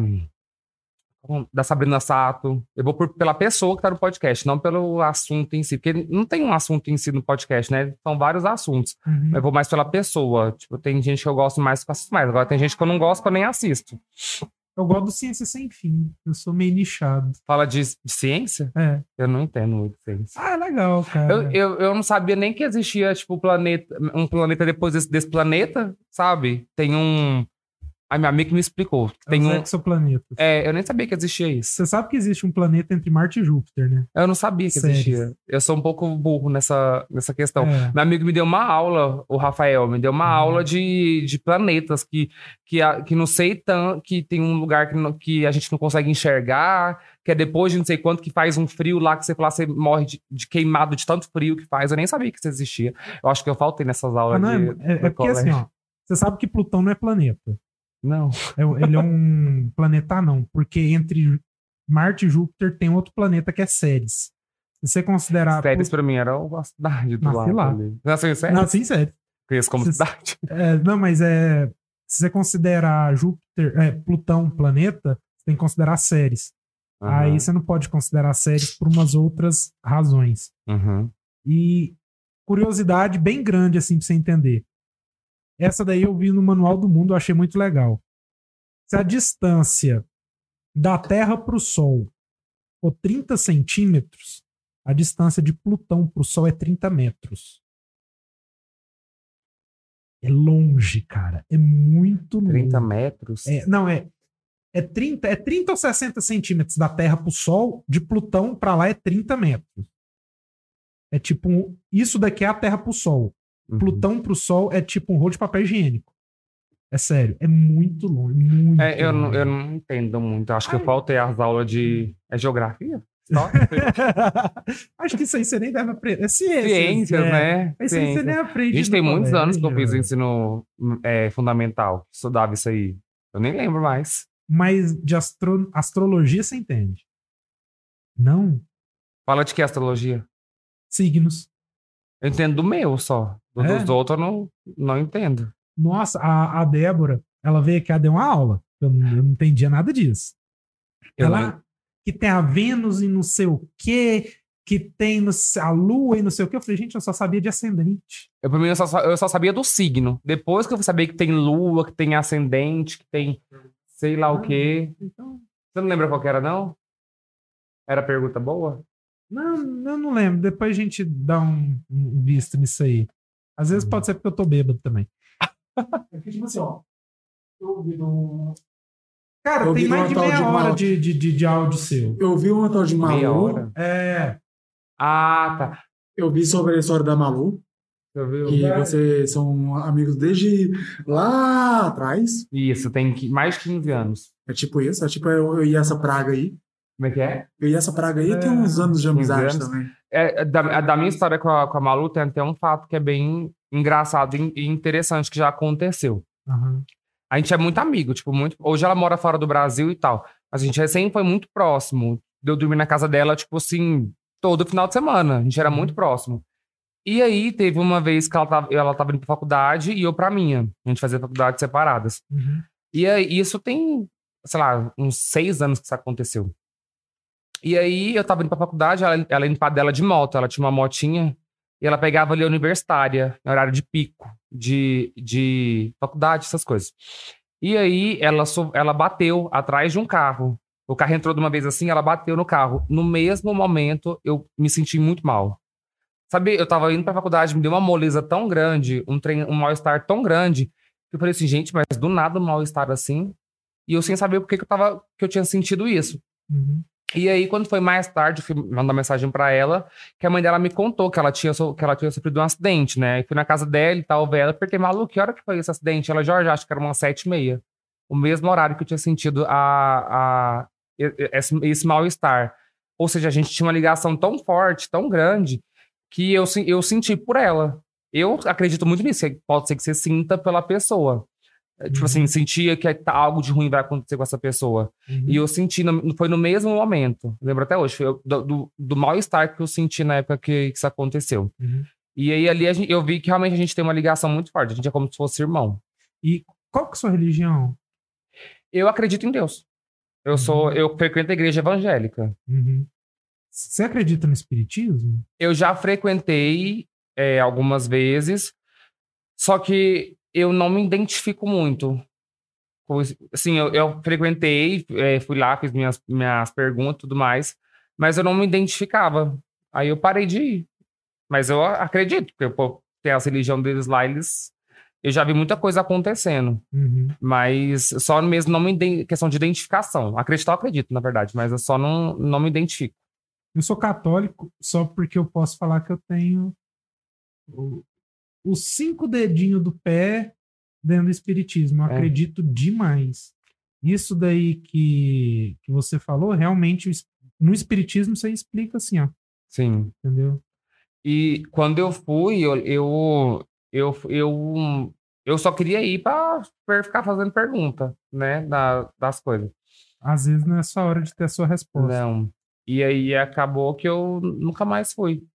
Da Sabrina Sato. Eu vou por, pela pessoa que tá no podcast, não pelo assunto em si. Porque não tem um assunto em si no podcast, né? São vários assuntos. Uhum. Eu vou mais pela pessoa. Tipo, tem gente que eu gosto mais que eu assisto mais. Agora tem gente que eu não gosto que eu nem assisto. Eu gosto do Ciência Sem Fim. Eu sou meio nichado. Fala de, de ciência? É. Eu não entendo muito de ciência. Ah, é legal, cara. Eu, eu, eu não sabia nem que existia, tipo, planeta, um planeta depois desse, desse planeta, sabe? Tem um... Ai, minha amiga que me explicou. Tem é um... os exoplanetas. É, eu nem sabia que existia isso. Você sabe que existe um planeta entre Marte e Júpiter, né? Eu não sabia que Sério? existia. Eu sou um pouco burro nessa, nessa questão. É. Meu amigo me deu uma aula, o Rafael, me deu uma Uhum. aula de, de planetas que, que, a- que não sei tanto, que tem um lugar que, não- que a gente não consegue enxergar, que é depois de não sei quanto, que faz um frio lá, que você fala, você morre de, de queimado de tanto frio que faz. Eu nem sabia que isso existia. Eu acho que eu faltei nessas aulas Ah, não, de, é, é, do é porque assim, colégio. ó. Você sabe que Plutão não é planeta. Não. É- ele é um planeta não, porque entre Marte e Júpiter tem outro planeta que é Ceres. Se você considerar... Séries pra mim era uma cidade do Nasci lado lá. ali. Nasceu em série? Não, sim, sério. Conheço como Se- cidade. É, não, mas é... Se você considerar Júpiter, é, Plutão, planeta, você tem que considerar séries. Aí Uhum. você não pode considerar séries por umas outras razões. Uhum. E curiosidade bem grande, assim, pra você entender. Essa daí eu vi no Manual do Mundo, eu achei muito legal. Se a distância da Terra para o Sol for trinta centímetros, a distância de Plutão para o Sol é trinta metros. É longe, cara. É muito longe. trinta metros? É, não, é, é, trinta, é trinta ou sessenta centímetros da Terra para o Sol, de Plutão para lá é trinta metros. É tipo, um- isso daqui é a Terra para o Sol. Uhum. Plutão para o Sol é tipo um rolo de papel higiênico. É sério, é muito longe, muito É, eu, não, longe. eu não entendo muito. Acho que eu Ai. faltei as aulas de... É geografia? Só? Acho que isso aí você nem deve aprender. É ciências, Ciências, é. né? Isso aí você Ciências. nem aprende. Gente, no tem muitos colégio. anos que eu fiz ensino é, fundamental. Estudava isso aí. Eu nem lembro mais. Mas de astro... astrologia você entende? Não. Fala de que astrologia? Signos. Eu entendo do meu só. Do- É? Dos outros eu não, não entendo. Nossa, a, a Débora, ela veio aqui, ela deu uma aula. Eu não, eu não entendia nada disso. Eu ela não- que tem a Vênus e não sei o quê, que tem no- a Lua e não sei o quê. Eu falei, gente, eu só sabia de ascendente. Eu, pra mim, eu só, eu só sabia do signo. Depois que eu fui saber que tem lua, que tem ascendente, que tem sei lá o quê. Então, Você não lembra qual que era, não? Era pergunta boa? não, eu não lembro. Depois a gente dá um, um visto nisso aí. Às vezes pode ser porque eu tô bêbado também. É que, tipo assim, ó. Eu ouvi um... Cara, Eu tem ouvi mais uma de tal meia de hora Mal- de, de, de, de áudio seu. Eu vi uma tal de Meia Malu. hora? É. Ah, tá. Eu vi sobre a história da Malu, Você viu? que vocês são amigos desde lá atrás. Isso, tem qui- mais de quinze anos. É tipo isso, é tipo eu, eu e essa praga aí. Como é que é? Eu e essa praga aí É, tem uns anos de quinze amizade anos. também. É, da, a da minha história com a, com a Malu tem até um fato que é bem engraçado e e interessante que já aconteceu. Aham. A gente é muito amigo, tipo, muito. Hoje ela mora fora do Brasil e tal. Mas a gente é- sempre foi muito próximo. De eu dormir na casa dela, tipo assim, todo final de semana. A gente era Uhum. muito próximo. E aí, teve uma vez que ela tava, ela tava indo pra faculdade e eu pra minha. A gente fazia faculdades separadas. Uhum. E aí, isso tem, sei lá, uns seis anos que isso aconteceu. E aí, eu tava indo pra faculdade, ela, ela indo pra dela de moto. Ela tinha uma motinha e ela pegava ali a universitária, no horário de pico, de, de faculdade, essas coisas. E aí, ela, so- ela bateu atrás de um carro. O carro entrou de uma vez assim, ela bateu no carro. No mesmo momento, eu me senti muito mal. Sabe, eu tava indo pra faculdade, me deu uma moleza tão grande, um, trem, um mal-estar tão grande, que eu falei assim, gente, mas do nada um mal-estar assim, e eu sem saber por que que eu tava, que eu tinha sentido isso. Uhum. E aí, quando foi mais tarde, eu fui mandar mensagem pra ela, que a mãe dela me contou que ela tinha, so- que ela tinha sofrido um acidente, né? E fui na casa dela e tal, ver ela, perguntei, Malu, que hora que foi esse acidente? Ela, Jorge, acho que era umas sete e meia. O mesmo horário que eu tinha sentido a, a, e- e- esse, esse mal-estar. Ou seja, a gente tinha uma ligação tão forte, tão grande, que eu, sen- eu senti por ela. Eu acredito muito nisso, que pode ser que você sinta pela pessoa. É, Tipo Uhum. assim, sentia que tá- algo de ruim vai acontecer com essa pessoa. Uhum. E eu senti, no- foi no mesmo momento. Lembro até hoje, foi eu- do, do, do mal-estar que eu senti na época que, que isso aconteceu. Uhum. E aí ali a gente- eu vi que realmente a gente tem uma ligação muito forte. A gente é como se fosse irmão. E qual que é a sua religião? Eu acredito em Deus. Eu sou, eu frequento a igreja evangélica. Uhum. Você acredita no espiritismo? Eu já frequentei é, algumas vezes, só que eu não me identifico muito. com isso. Assim, eu, eu frequentei, é, fui lá, fiz minhas, minhas perguntas e tudo mais, mas eu não me identificava. Aí eu parei de ir. Mas eu acredito, porque pô, tem a religião deles lá, eles... Eu já vi muita coisa acontecendo, Uhum. mas só mesmo não me iden- questão de identificação. Acreditar, eu acredito, na verdade, mas eu só não, não me identifico. Eu sou católico só porque eu posso falar que eu tenho o- os cinco dedinhos do pé dentro do espiritismo. Eu É. acredito demais. Isso daí que, que você falou, realmente, o es- no espiritismo você explica assim, ó. Sim. Entendeu? E quando eu fui, eu, eu, eu, eu, eu só queria ir para ficar fazendo pergunta, né, da- das coisas. Às vezes não é só hora de ter a sua resposta. Não. E aí acabou que eu nunca mais fui.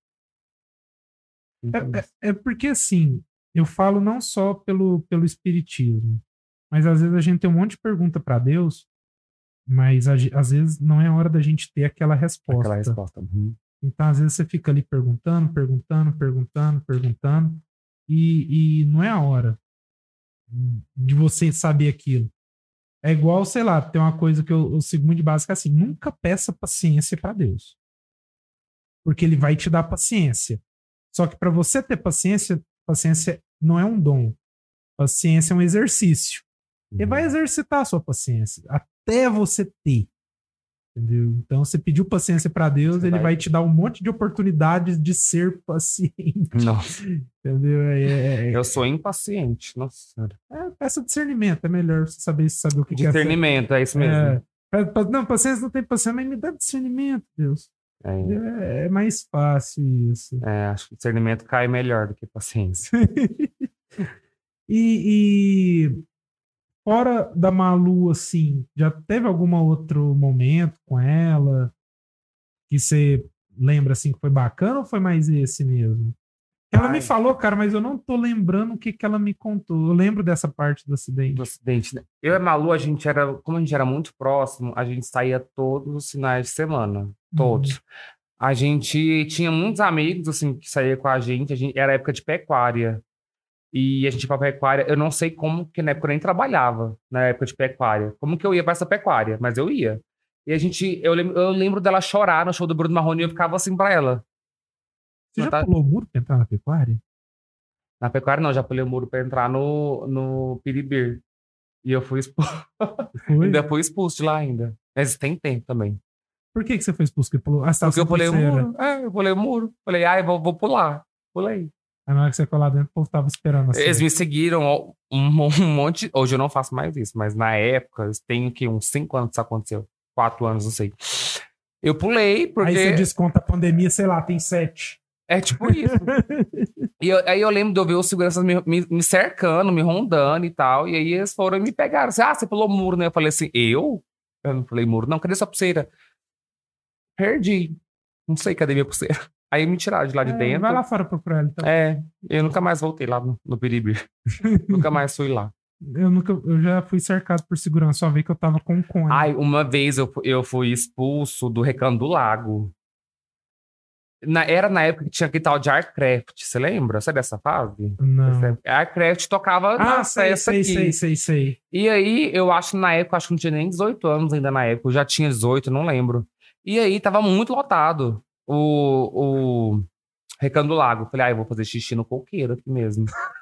É, é, é porque, assim, eu falo não só pelo, pelo espiritismo, mas às vezes a gente tem um monte de pergunta para Deus, mas a, às vezes não é hora da gente ter aquela resposta. Aquela resposta. Uhum. Então, às vezes você fica ali perguntando, perguntando, perguntando, perguntando, e, e não é a hora de você saber aquilo. É igual, sei lá, tem uma coisa que eu, eu sigo muito de básica assim, nunca peça paciência para Deus. Porque ele vai te dar paciência. Só que para você ter paciência, paciência não é um dom. Paciência é um exercício. Ele vai exercitar a sua paciência até você ter. Entendeu? Então, você pediu paciência para Deus, você ele vai... vai te dar um monte de oportunidades de ser paciente. Nossa. Entendeu? É, é, é... Eu sou impaciente, nossa. É, peça discernimento, é melhor você saber, saber o que quer. Discernimento, é isso mesmo. É, não, paciência não tem paciência, mas me dá discernimento, Deus. É, é mais fácil isso. É, acho que discernimento cai melhor do que paciência. e, e fora da Malu, assim, já teve algum outro momento com ela que você lembra, assim, que foi bacana ou foi mais esse mesmo? Ela Ai. me falou, cara, mas eu não tô lembrando o que, que ela me contou. Eu lembro dessa parte do acidente. Do acidente, né? Eu e a Malu, a gente era, como a gente era muito próximo, a gente saía todos os finais de semana. Todos. Uhum. A gente tinha muitos amigos, assim, que saía com a gente. A gente era época de pecuária. E a gente ia pra pecuária. Eu não sei como, porque na época eu nem trabalhava, na época de pecuária. Como que eu ia pra essa pecuária? Mas eu ia. E a gente, eu lembro, eu lembro dela chorar no show do Bruno Marrone e eu ficava assim pra ela. Você já tá... pulou o muro pra entrar na pecuária? Na pecuária não, já pulei o muro pra entrar no, no Piribir. E eu fui expulso. Foi? Ainda fui expulso de lá ainda. Mas tem tempo também. Por que, que você foi expulso? Porque, pulou... ah, Porque eu pulei o muro. É, eu pulei o muro. Falei, ai, vou, vou pular. Pulei. Aí na hora que você ficou lá dentro, o povo tava esperando assim. Eles me seguiram um, um monte... Hoje eu não faço mais isso, mas na época, tem que uns cinco anos que isso aconteceu. Quatro anos, não sei. Eu pulei porque... Aí você desconta a pandemia, sei lá, tem sete. É tipo isso. E eu, aí eu lembro de eu ver os seguranças me, me, me cercando, me rondando e tal. E aí eles foram e me pegaram. Assim, ah, você pulou o muro, né? Eu falei assim, eu? Eu não pulei muro. Não, cadê sua pulseira? Perdi. Não sei cadê minha pulseira. Aí me tiraram de lá de é, dentro. Vai lá fora procurar ele. Então. É, eu nunca mais voltei lá no, no Piribir. Nunca mais fui lá. Eu, nunca, eu já fui cercado por segurança, só vi que eu tava com um cone. Ai, uma vez eu, eu fui expulso do Recanto do Lago. Na, era na época que tinha aquele tal de Artcraft, você lembra? Sabe dessa fase? Não. A Artcraft tocava ah, na sei, festa sei, aqui. sei, sei, sei. E aí, eu acho que na época, acho que não tinha nem dezoito anos ainda na época. Eu já tinha dezoito, não lembro. E aí, tava muito lotado o, o Recanto do Lago. Falei, ah, eu vou fazer xixi no coqueiro aqui mesmo.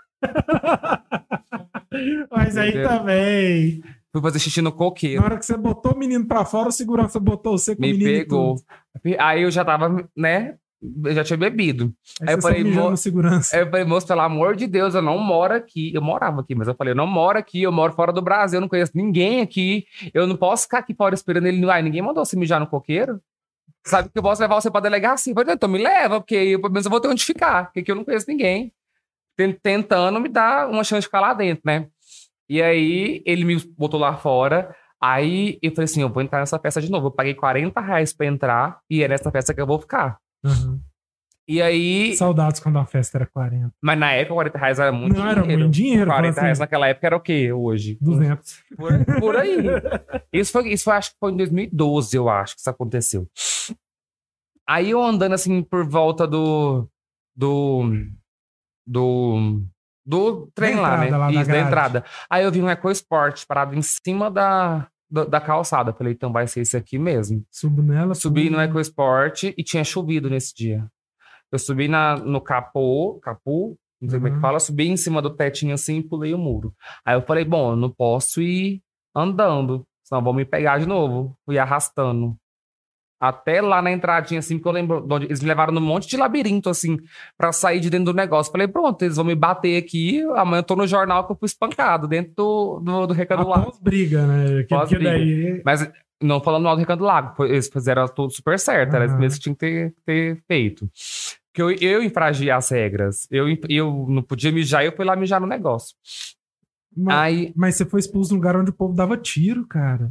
Mas aí Entendeu? Também... Fui fazer xixi no coqueiro. Na hora que você botou o menino pra fora, o segurança botou você com Me o menino pegou. Aí eu já tava, né... Eu já tinha bebido. Aí, aí eu falei, mo... segurança. Aí eu falei, moço, pelo amor de Deus, eu não moro aqui. Eu morava aqui, mas eu falei, eu não moro aqui, eu moro fora do Brasil, eu não conheço ninguém aqui. Eu não posso ficar aqui fora esperando ele. Ai, ninguém mandou você mijar no coqueiro? Sabe que eu posso levar você pra delegacia? Eu falei, então me leva, porque eu, pelo menos eu vou ter onde ficar, porque aqui eu não conheço ninguém. Tentando me dar uma chance de ficar lá dentro, né? E aí ele me botou lá fora. Aí eu falei assim, eu vou entrar nessa festa de novo. Eu paguei quarenta reais pra entrar e é nessa festa que eu vou ficar. Uhum. E aí... Saudades quando a festa era quarenta. Mas na época, quarenta reais era muito não, dinheiro. Não, era muito dinheiro. quarenta assim, reais naquela época era o quê hoje? duzentos. Por, por aí. Isso foi, isso foi, acho que foi em dois mil e doze, eu acho, que isso aconteceu. Aí eu andando, assim, por volta do... Do... Do... Do trem da lá, entrada, né? Lá Isso, da, da entrada. Aí eu vi um EcoSport parado em cima da... da calçada. Falei, então vai ser esse aqui mesmo. Subo nela. Subi subo. no EcoSport e tinha chovido nesse dia. Eu subi na, no capô, capô, não sei uhum. como é que fala, subi em cima do tetinho assim e pulei o muro. Aí eu falei, bom, eu não posso ir andando, senão vão me pegar de novo. Fui arrastando. Até lá na entradinha, assim, porque eu lembro de onde eles me levaram num monte de labirinto, assim, pra sair de dentro do negócio. Falei, pronto, eles vão me bater aqui, amanhã eu tô no jornal que eu fui espancado dentro do, do, do Recanto do Lago. Após briga, né? Que, Após que briga. Daí... Mas não falando mal do Recanto do Lago, eles fizeram tudo super certo, uhum. era isso mesmo que tinha que ter, ter feito. Porque eu, eu infragi as regras, eu, eu não podia mijar, eu fui lá mijar no negócio. Mas, Aí, mas você foi expulso num lugar onde o povo dava tiro, cara.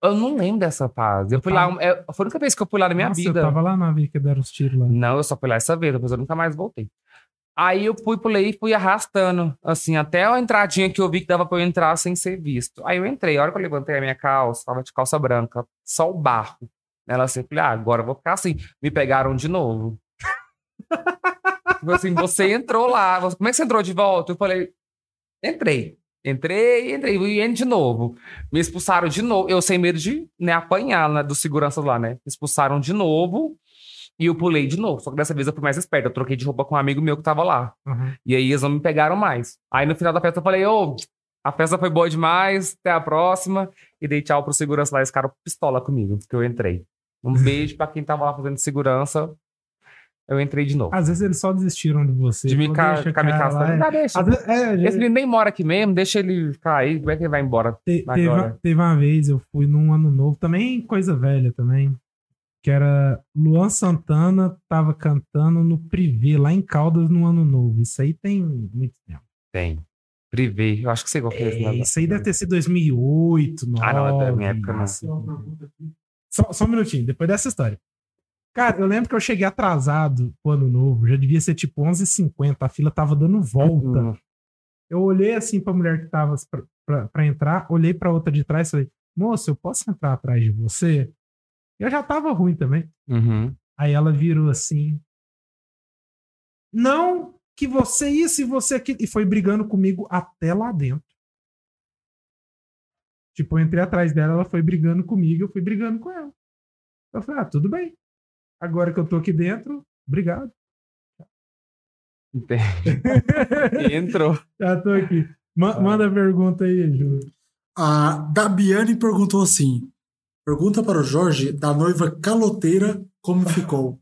Eu não lembro dessa fase. Eu, Eu fui tava- lá, é, foi a única vez que eu fui lá na minha Nossa, vida. eu tava lá na vez que deram os tiros lá. Não, eu só fui lá essa vez, depois eu nunca mais voltei. Aí eu fui, pulei e fui arrastando, assim, até a entradinha que eu vi que dava pra eu entrar sem ser visto. Aí eu entrei, a hora que eu levantei a minha calça, tava de calça branca, só o barro. Ela assim, falei, ah, agora eu vou ficar assim. Me pegaram de novo. Tipo assim, você entrou lá, você- como é que você entrou de volta? Eu falei, entrei. Entrei, entrei, e entro de novo. Me expulsaram de novo, eu sem medo de, né, apanhar, né, dos seguranças lá, né? Me expulsaram de novo. E eu pulei de novo. Só que dessa vez eu fui mais esperto. Eu troquei de roupa com um amigo meu que tava lá. Uhum. E aí eles não me pegaram mais. Aí no final da festa eu falei, ô, a festa foi boa demais, até a próxima. E dei tchau pro segurança lá. Eles ficaram pistola comigo, porque eu entrei. Um beijo pra quem tava lá fazendo segurança. Eu entrei de novo. Às vezes eles só desistiram de você. De me Falou, ca- deixa o ficar me cara caçando. lá, é. Não, deixa. Às vezes- é, Esse menino nem mora aqui mesmo, deixa ele ficar aí. Como é que ele vai embora Te- teve, agora? uma, teve uma vez, eu fui num ano novo, também coisa velha também, que era Luan Santana tava cantando no Privé, lá em Caldas, no ano novo. Isso aí tem muito tempo. Tem. Privê. Eu acho que você gosta desse É, negócio. isso aí deve ter sido dois mil e oito, Ah, não, é da nove, minha época, não. assim. Só, só um minutinho, depois dessa história. Cara, eu lembro que eu cheguei atrasado pro ano novo, já devia ser tipo onze e cinquenta, a fila tava dando volta. Hum. Eu olhei assim pra mulher que tava pra, pra, pra entrar, olhei pra outra de trás e falei, moça, eu posso entrar atrás de você? Eu já tava ruim também. Uhum. Aí ela virou assim, não, que você isso e você aquilo. E foi brigando comigo até lá dentro. Tipo, eu entrei atrás dela, ela foi brigando comigo, eu fui brigando com ela. Eu falei, ah, tudo bem. Agora que eu tô aqui dentro, obrigado. Entendi. Entrou. Já tô aqui. Ma- manda a pergunta aí, Ju. A Dabiane perguntou assim: pergunta para o Jorge da noiva caloteira como ficou.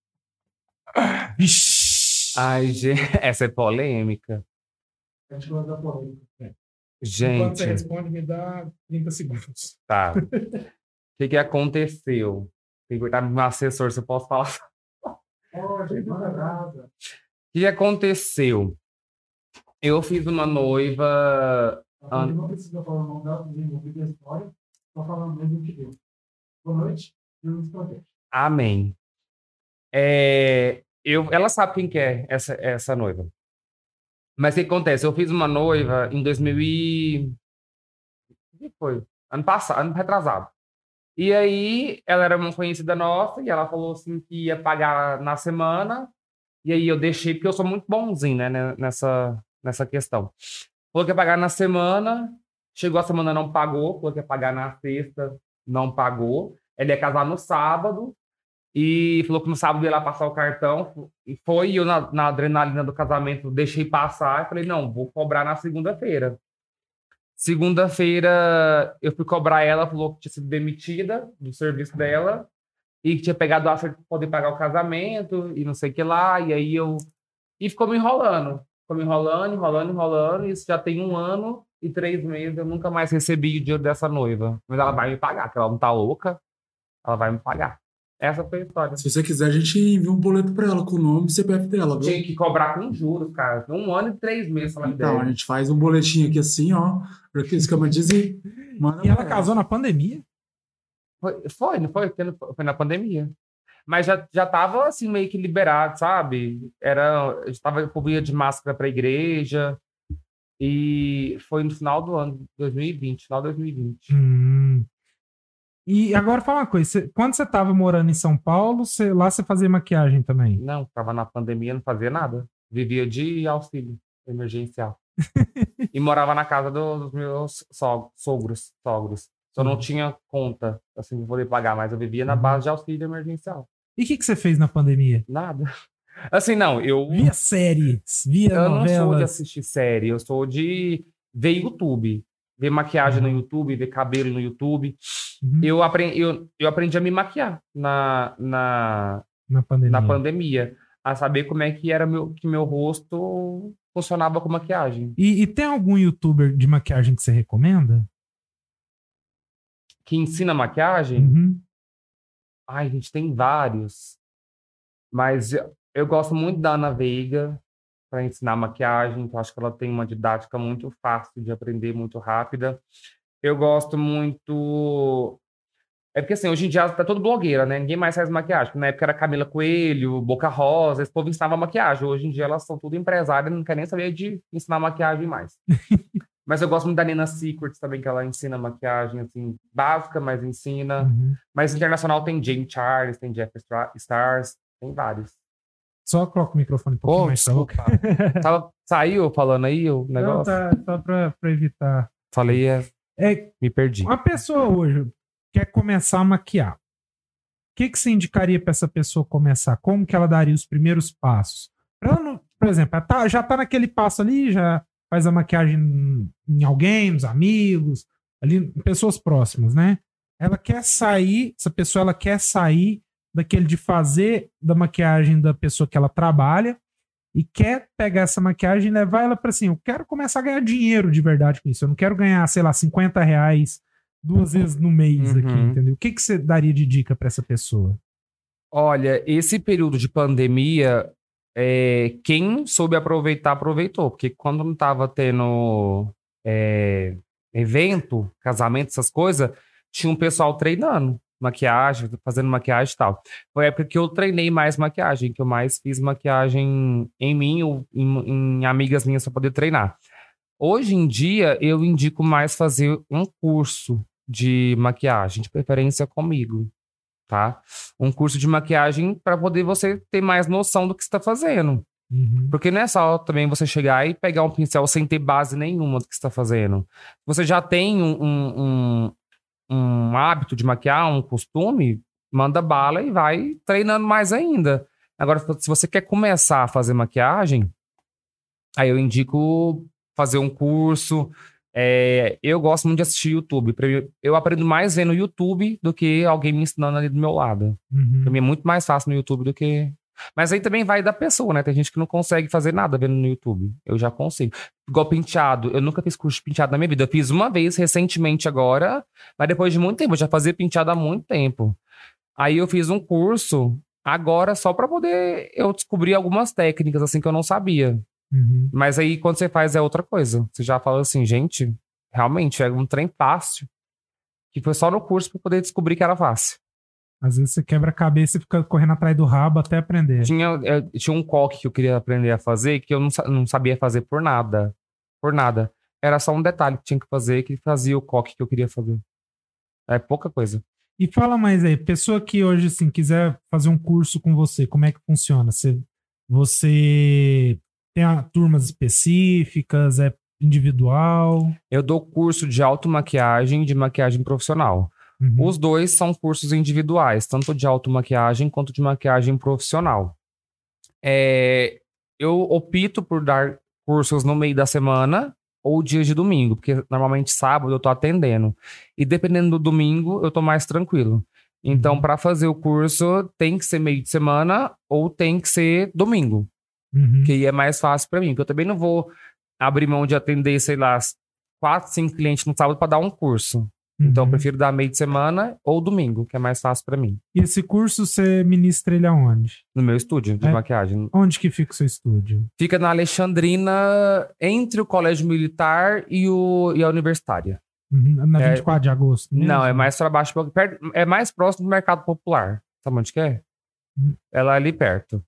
Vixi. Ai, gente, essa é polêmica. A gente gosta da polêmica. Enquanto Gente, você responde, me dá trinta segundos. tá. O que que aconteceu? Tem que cortar meu assessor, se eu posso falar. Pode, manda nada. O que que aconteceu? Eu fiz uma noiva... Ah. Não precisa falar o nome dela, nem ouvir a história. Só falando mesmo que deu. Boa noite. Deus nos protege. Amém. É, eu, ela sabe quem que é essa, essa noiva. Mas o que acontece? Eu fiz uma noiva em dois mil e... O que foi? Ano passado, ano retrasado. E aí, ela era uma conhecida nossa, e ela falou assim que ia pagar na semana, e aí eu deixei, porque eu sou muito bonzinho, né, né, nessa, nessa questão. Falou que ia pagar na semana, chegou a semana, não pagou, falou que ia pagar na sexta, não pagou. Ela ia casar no sábado, e falou que no sábado ia lá passar o cartão, e foi, e eu na, na adrenalina do casamento deixei passar, e falei, não, vou cobrar na segunda-feira. Segunda-feira, eu fui cobrar ela, falou que tinha sido demitida do serviço dela e que tinha pegado a acerto para poder pagar o casamento e não sei o que lá. E aí eu... E ficou me enrolando. Ficou me enrolando, enrolando, enrolando. E isso já tem um ano e três meses. Eu nunca mais recebi o dinheiro dessa noiva. Mas ela vai me pagar, porque ela não tá louca. Ela vai me pagar. Essa foi a história. Se você quiser, a gente envia um boleto pra ela com o nome e C P F dela, viu? Tinha que cobrar com juros, cara. Um ano e três meses ela me Então, a deve. gente faz um boletim aqui assim, ó. Pra que isso que eu dizer. Manda E ela pra casou na pandemia? Foi, foi, não foi? Porque não foi foi na pandemia. Mas já, já tava, assim, meio que liberado, sabe? Era, eu estava com ia de máscara pra igreja. E foi no final do ano, dois mil e vinte, final de dois mil e vinte. Hum. E agora fala uma coisa, você- quando você tava morando em São Paulo, você- lá você fazia maquiagem também? Não, tava na pandemia, não fazia nada. Vivia de auxílio emergencial. E morava na casa do- dos meus so- sogros, sogros. Só não Uhum. tinha conta, assim, pra poder pagar, mas eu vivia na base de auxílio emergencial. E o que, que você fez na pandemia? Nada. Assim, não, eu... Via séries, via Eu não sou de novelas. assistir série, eu sou de ver YouTube. Ver maquiagem no YouTube, ver cabelo no YouTube. Uhum. Eu aprendi, eu, eu aprendi a me maquiar na, na, Na pandemia. na pandemia. A saber como é que era meu, que meu rosto funcionava com maquiagem. E, e tem algum youtuber de maquiagem que você recomenda? Que ensina maquiagem? Uhum. Ai, a gente tem vários. Mas eu, eu gosto muito da Ana Veiga para ensinar maquiagem. Então acho que ela tem uma didática muito fácil de aprender, muito rápida. Eu gosto muito É porque assim, hoje em dia tá todo blogueira, né? Ninguém mais faz maquiagem. Na época era Camila Coelho, Boca Rosa, esse povo ensinava maquiagem. Hoje em dia elas são tudo empresárias, não querem nem saber de ensinar maquiagem mais. Mas eu gosto muito da Nina Secrets também, que ela ensina maquiagem, assim, básica, mas ensina. Uhum. Mas internacional tem Jane Charles, tem Jeff Stars, tem vários. Só coloca o microfone um pouquinho Ô, mais pra boca. desculpa. Tava, saiu falando aí o Não, negócio? tá, só pra, pra evitar. Falei, é, É, me perdi. uma pessoa hoje quer começar a maquiar. O que, que você indicaria para essa pessoa começar? Como que ela daria os primeiros passos? Pra ela não, por exemplo, ela tá, já tá naquele passo ali, já faz a maquiagem em alguém, nos amigos, ali, em pessoas próximas, né? Ela quer sair, essa pessoa ela quer sair daquele de fazer da maquiagem da pessoa que ela trabalha e quer pegar essa maquiagem e levar ela para assim, eu quero começar a ganhar dinheiro de verdade com isso. Eu não quero ganhar, sei lá, cinquenta reais duas vezes no mês Uhum. aqui, entendeu? O que, que você daria de dica para essa pessoa? Olha, esse período de pandemia, é, quem soube aproveitar, aproveitou. Porque quando não tava tendo é, evento, casamento, essas coisas, tinha um pessoal treinando maquiagem, fazendo maquiagem e tal. Foi a época que eu treinei mais maquiagem, que eu mais fiz maquiagem em mim ou em, em amigas minhas para poder treinar. Hoje em dia, eu indico mais fazer um curso de maquiagem, de preferência comigo, tá? Um curso de maquiagem para poder você ter mais noção do que você está fazendo. Uhum. Porque não é só também você chegar e pegar um pincel sem ter base nenhuma do que você está fazendo. Você já tem um, um, um, um hábito de maquiar, um costume, manda bala e vai treinando mais ainda. Agora, se você quer começar a fazer maquiagem, aí eu indico fazer um curso. É, eu gosto muito de assistir YouTube. Eu aprendo mais vendo YouTube do que alguém me ensinando ali do meu lado. Uhum. Pra mim é muito mais fácil no YouTube do que... Mas aí também vai da pessoa, né? Tem gente que não consegue fazer nada vendo no YouTube. Eu já consigo. Igual penteado. Eu nunca fiz curso de penteado na minha vida. Eu fiz uma vez recentemente agora, mas depois de muito tempo. Eu já fazia penteado há muito tempo. Aí eu fiz um curso agora só pra poder eu descobrir algumas técnicas assim que eu não sabia. Uhum. Mas aí quando você faz é outra coisa. Você já fala assim, gente, realmente é um trem fácil. Que foi só no curso pra poder descobrir que era fácil. Às vezes você quebra a cabeça e fica correndo atrás do rabo até aprender. Tinha, eu, tinha um coque que eu queria aprender a fazer que eu não, não sabia fazer por nada. Por nada. Era só um detalhe que tinha que fazer que fazia o coque que eu queria fazer. É pouca coisa. E fala mais aí, pessoa que hoje assim, quiser fazer um curso com você, como é que funciona? Você, você tem a, turmas específicas, é individual? Eu dou curso de automaquiagem e de maquiagem profissional. Uhum. Os dois são cursos individuais, tanto de automaquiagem quanto de maquiagem profissional. É, eu opto por dar cursos no meio da semana ou dias de domingo, porque normalmente sábado eu tô atendendo. E dependendo do domingo, eu tô mais tranquilo. Então, Uhum. para fazer o curso, tem que ser meio de semana ou tem que ser domingo, Uhum. que aí é mais fácil para mim, porque eu também não vou abrir mão de atender, sei lá, quatro, cinco clientes no sábado para dar um curso. Então, eu Uhum. prefiro dar meio de semana ou domingo, que é mais fácil pra mim. E esse curso você ministra ele aonde? No meu estúdio de É. maquiagem. Onde que fica o seu estúdio? Fica na Alexandrina, entre o Colégio Militar e, o, e a Universitária. Uhum. Na É. vinte e quatro de agosto mesmo? Não, é mais pra baixo, perto, é mais próximo do Mercado Popular. Sabe onde que é? Hum. É lá ali perto.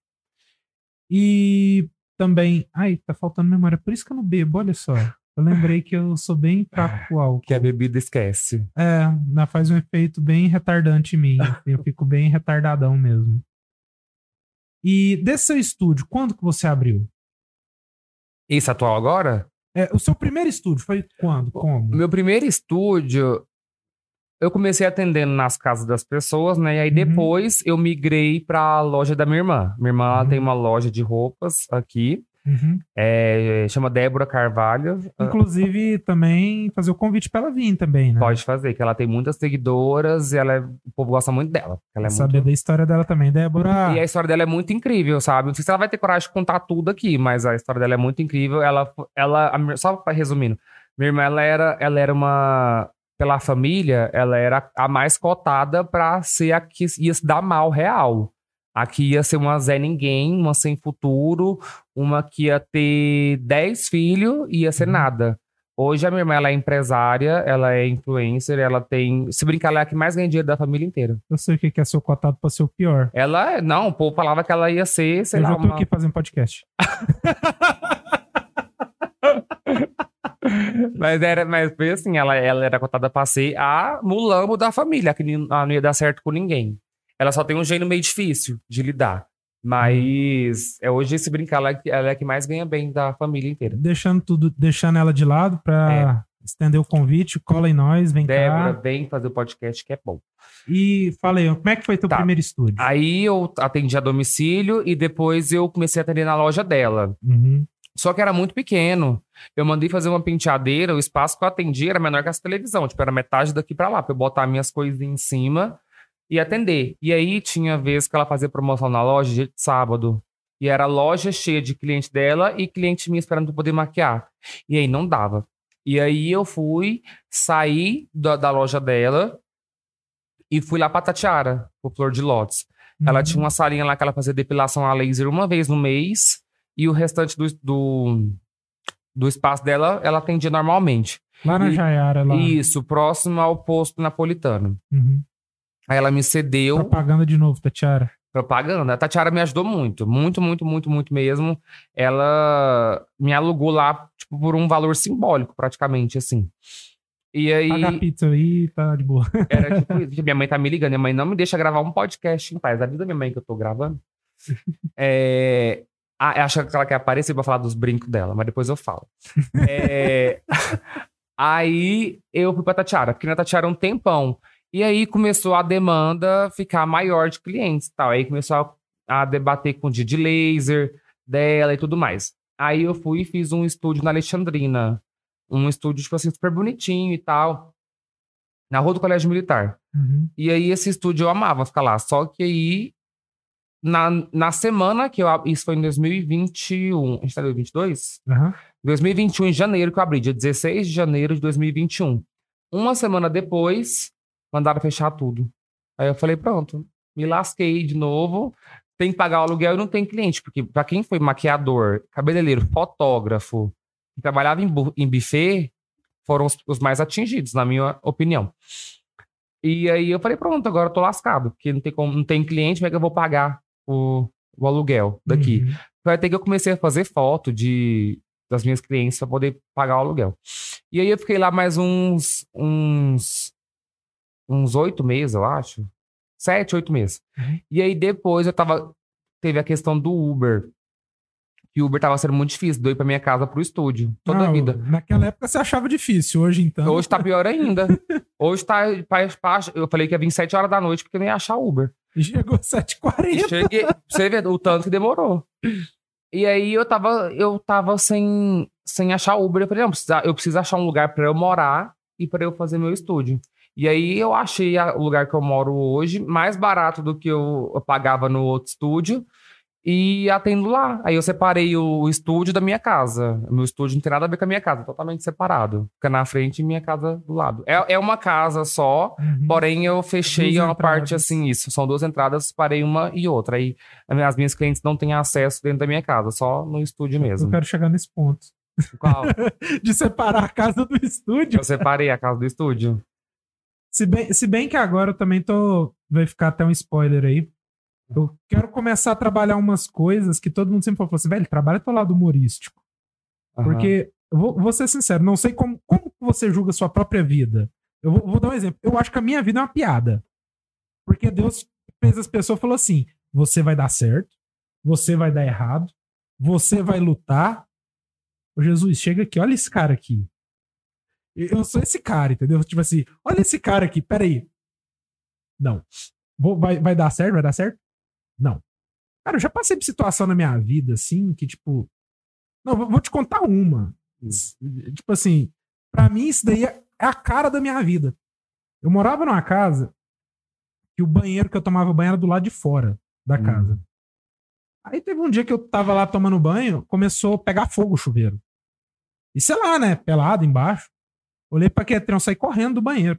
E também... Ai, tá faltando memória. Por isso que eu não bebo, olha só. Eu lembrei que eu sou bem fraco com álcool. Que a bebida esquece. É, ainda faz um efeito bem retardante em mim. Eu fico bem retardadão mesmo. E desse seu estúdio, quando que você abriu? Esse atual agora? É, o seu primeiro estúdio foi quando? Como? O meu primeiro estúdio, eu comecei atendendo nas casas das pessoas, né? E aí Uhum. depois eu migrei pra loja da minha irmã. Minha irmã ela Uhum. tem uma loja de roupas aqui. Uhum. É, chama Débora Carvalho. Inclusive, também fazer o convite pra ela vir também, né? Pode fazer, que ela tem muitas seguidoras e ela é- o povo gosta muito dela. Ela é Saber muito... da história dela também. Débora, E a história dela é muito incrível, sabe? Não sei se ela vai ter coragem de contar tudo aqui, mas a história dela é muito incrível. Ela, ela a minha- só pra- resumindo, minha irmã, ela era, ela era uma... Pela família, ela era a mais cotada pra ser a que ia se dar mal real. Aqui ia ser uma Zé Ninguém, uma sem futuro, uma que ia ter dez filhos e ia ser Uhum. nada. Hoje a minha irmã, ela é empresária, ela é influencer, ela tem... Se brincar, ela é a que mais ganha dinheiro da família inteira. Eu sei o que que é ser cotado pra ser o pior. Ela, é- não, o povo falava que ela ia ser, sei Eu lá, já tô uma... aqui fazendo podcast. Mas, era, mas foi assim, ela, ela era cotada pra ser a mulambo da família, que não, não ia dar certo com ninguém. Ela só tem um gênio meio difícil de lidar. Mas é, hoje, se brincar, ela, é que- ela é a que mais ganha bem da família inteira. Deixando tudo, deixando ela de lado pra estender o convite, cola em nós, vem Débora, cá. vem fazer o podcast que é bom. E falei, como é que foi teu Tá. primeiro estúdio? Aí eu atendi a domicílio e depois eu comecei a atender na loja dela. Uhum. Só que era muito pequeno. Eu mandei fazer uma penteadeira, o espaço que eu atendi era menor que essa televisão. Tipo, era metade daqui pra lá, pra eu botar minhas coisinhas em cima e atender. E aí tinha vez que ela fazia promoção na loja dia de sábado. E era loja cheia de cliente dela e cliente minha esperando pra poder maquiar. E aí não dava. E aí eu fui, saí da, da loja dela e fui lá pra Tatiara, pro Flor de Lótus. Ela Uhum. tinha uma salinha lá que ela fazia depilação a laser uma vez no mês. E o restante do, do, do espaço dela, ela atendia normalmente. Lá na E- Jaiara, lá. Isso, próximo ao posto napolitano. Uhum. Aí ela me cedeu Propaganda de novo, Tatiara. propaganda. A Tatiara me ajudou muito, muito, muito, muito, muito mesmo. Ela me alugou lá, tipo, por um valor simbólico, praticamente, assim. E aí, Paga a pizza aí, tá de boa. era tipo isso. Minha mãe tá me ligando. Minha mãe não me deixa gravar um podcast em paz. Avisa minha mãe que eu tô gravando. É... Ah, acho que ela quer aparecer pra falar dos brincos dela, mas depois eu falo. É... Aí eu fui pra Tatiara, porque na Tatiara um tempão. E aí começou a demanda ficar maior de clientes e tal. Aí começou a, a debater com o dia de laser dela e tudo mais. Aí eu fui e fiz um estúdio na Alexandrina. Um estúdio, tipo assim, super bonitinho e tal. Na Rua do Colégio Militar. Uhum. E aí esse estúdio eu amava ficar lá. Só que aí, na, na semana que eu... ab- Isso foi em dois mil e vinte e um. A gente tá em dois mil e vinte e dois? Aham. dois mil e vinte e um, em janeiro, que eu abri. Dia dezesseis de janeiro de dois mil e vinte e um. Uma semana depois, mandaram fechar tudo. Aí eu falei, pronto. Me lasquei de novo. Tem que pagar o aluguel e não tem cliente. Porque pra quem foi maquiador, cabeleireiro, fotógrafo, que trabalhava em, bu- em buffet, foram os, os mais atingidos, na minha opinião. E aí eu falei, pronto, agora eu tô lascado. Porque não tem, como, não tem cliente, como é que eu vou pagar o, o aluguel daqui? Uhum. Foi até que eu comecei a fazer foto de, das minhas clientes para poder pagar o aluguel. E aí eu fiquei lá mais uns uns uns oito meses, eu acho. Sete, oito meses. Uhum. E aí depois eu tava... Teve a questão do Uber. Que o Uber tava sendo muito difícil. Doei pra minha casa pro estúdio. Toda Não, a vida. Naquela época você achava difícil, hoje então. Hoje tá pior ainda. Hoje tá... pra- pra- Eu falei que ia vir sete horas da noite porque eu não ia achar Uber. Chegou sete e E quarenta. cheguei, pra você ver o tanto que demorou. E aí eu tava, eu tava sem, sem achar Uber. Eu falei, não, precisa, eu preciso achar um lugar pra eu morar e pra eu fazer meu estúdio. E aí eu achei a- o lugar que eu moro hoje mais barato do que eu, eu pagava no outro estúdio e atendo lá. Aí eu separei o, o estúdio da minha casa. O meu estúdio não tem nada a ver com a minha casa, totalmente separado. Fica na frente e minha casa do lado. É, é uma casa só. Uhum. Porém, eu fechei Duas uma parte entradas. assim, isso. São duas entradas, parei uma e outra. Aí as minhas clientes não têm acesso dentro da minha casa, só no estúdio Eu mesmo. quero chegar nesse ponto. Qual? De separar a casa do estúdio. Eu separei a casa do estúdio. Se bem, se bem que agora eu também tô. Vai ficar até um spoiler aí. Eu quero começar a trabalhar umas coisas que todo mundo sempre falou assim, velho, trabalha teu lado humorístico. Aham. Porque, eu vou, vou ser sincero, não sei como, como você julga a sua própria vida. Eu vou, vou dar um exemplo. Eu acho que a minha vida é uma piada. Porque Deus fez as pessoas e falou assim: você vai dar certo, você vai dar errado, você vai lutar. Ô Jesus, chega aqui, olha esse cara aqui. Eu sou esse cara, entendeu? Tipo assim, olha esse cara aqui, peraí. Não. Vou, vai, vai dar certo? Vai dar certo? Não. Cara, eu já passei por situação na minha vida, assim, que tipo... Não, vou vou te contar uma. Tipo assim, pra mim isso daí é a cara da minha vida. Eu morava numa casa que o banheiro que eu tomava banho era do lado de fora da Hum. casa. Aí teve um dia que eu tava lá tomando banho, começou a pegar fogo o chuveiro. E sei lá, né, pelado embaixo. Olhei pra Quetrão, saí correndo do banheiro.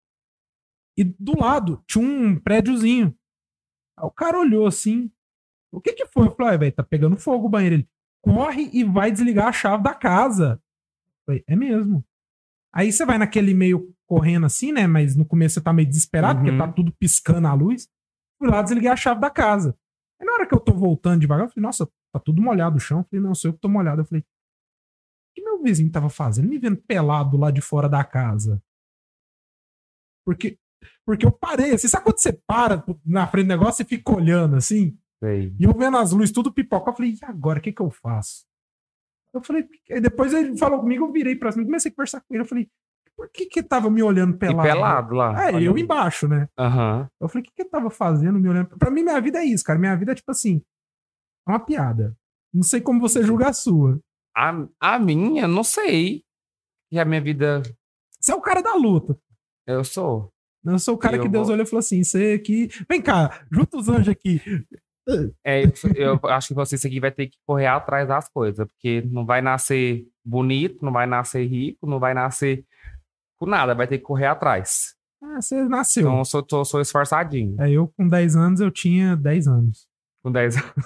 E do lado tinha um prédiozinho. Aí o cara olhou assim. O que que foi? Eu falei, velho, tá pegando fogo o banheiro. Ele, corre e vai desligar a chave da casa. Eu falei, é mesmo. Aí você vai naquele meio correndo assim, né? Mas no começo você tá meio desesperado, Uhum. porque tá tudo piscando a luz. Fui lá, desliguei a chave da casa. Aí na hora que eu tô voltando devagar, eu falei, nossa, tá tudo molhado o chão. Eu falei, não, sou eu que tô molhado. Eu falei, o que meu vizinho tava fazendo? Me vendo pelado lá de fora da casa. Porque, porque eu parei, assim, sabe quando você para na frente do negócio e fica olhando, assim? Sei. E eu vendo as luzes tudo pipoca, eu falei, e agora, o que que eu faço? Eu falei, aí depois ele falou comigo, eu virei pra cima, comecei a conversar com ele, eu falei, por que que tava me olhando E pelado? pelado lá. É, Olha eu aí. embaixo, né? Aham. Eu falei, o que que eu tava fazendo me olhando? Pra mim, minha vida é isso, cara. Minha vida é tipo assim, é uma piada. Não sei como você julga a sua. A, a minha, não sei. E a minha vida, Você é o cara da luta. eu sou. Eu sou o cara Eu que Deus vou- olhou e falou assim, você aqui... Vem cá, junta os anjos aqui. É, eu, sou- eu acho que você aqui vai ter que correr atrás das coisas, porque não vai nascer bonito, não vai nascer rico, não vai nascer com nada, vai ter que correr atrás. Ah, você nasceu. Então eu sou, tô- sou esforçadinho. É, eu com dez anos, eu tinha dez anos. Com dez anos.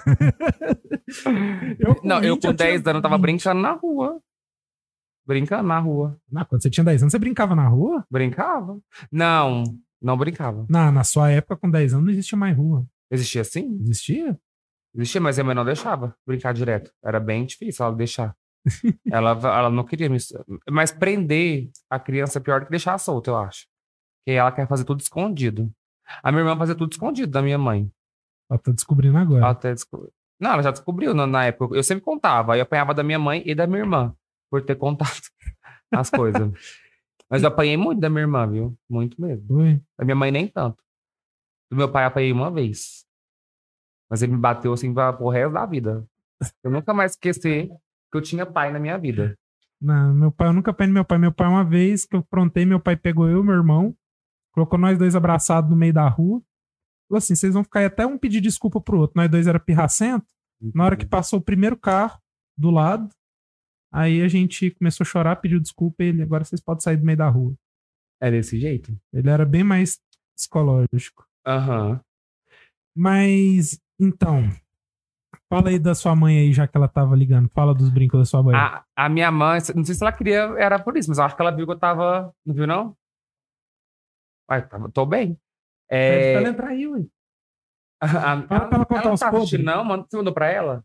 Eu com Não, eu vinte, com dez tinha anos tava vinte. brincando na rua. Brincando na rua. Não, quando você tinha dez anos, você brincava na rua? Brincava? Não, não brincava. Na, na sua época, com dez anos, não existia mais rua. Existia assim? Existia? Existia, mas a minha mãe não deixava brincar direto. Era bem difícil ela deixar. ela, ela não queria me... Mas prender a criança é pior do que deixar solta, eu acho. Porque ela quer fazer tudo escondido. A minha irmã fazia tudo escondido da minha mãe. Ela tá descobrindo agora. Ela até descobriu. Não, ela já descobriu na, na época. Eu sempre contava. Aí eu apanhava da minha mãe e da minha irmã por ter contado as coisas. Mas eu apanhei muito da minha irmã, viu? Muito mesmo. Foi? Da minha mãe nem tanto. Do meu pai eu apanhei uma vez. Mas ele me bateu assim pra, pro resto da vida. Eu nunca mais esqueci que eu tinha pai na minha vida. Não, meu pai, eu nunca apanhei meu pai. Meu pai, uma vez que eu aprontei, meu pai pegou eu e meu irmão, colocou nós dois abraçados no meio da rua. Falou assim, vocês vão ficar aí até um pedir desculpa pro outro. Nós dois era pirracento. Na hora que passou o primeiro carro do lado, aí a gente começou a chorar, pediu desculpa e ele, agora vocês podem sair do meio da rua. É desse jeito? Ele era bem mais psicológico. Aham. Mas, então, fala aí da sua mãe aí, já que ela tava ligando. Fala dos brincos da sua mãe. A, a minha mãe, não sei se ela queria, era por isso, mas eu acho que ela viu que eu tava. Não viu, não? Ué, tava- tô bem. Pede É, pra ela entrar aí, ué. a- a- Fala pra ela contar não uns tá assistindo, podres. não? Manda, você mandou pra ela?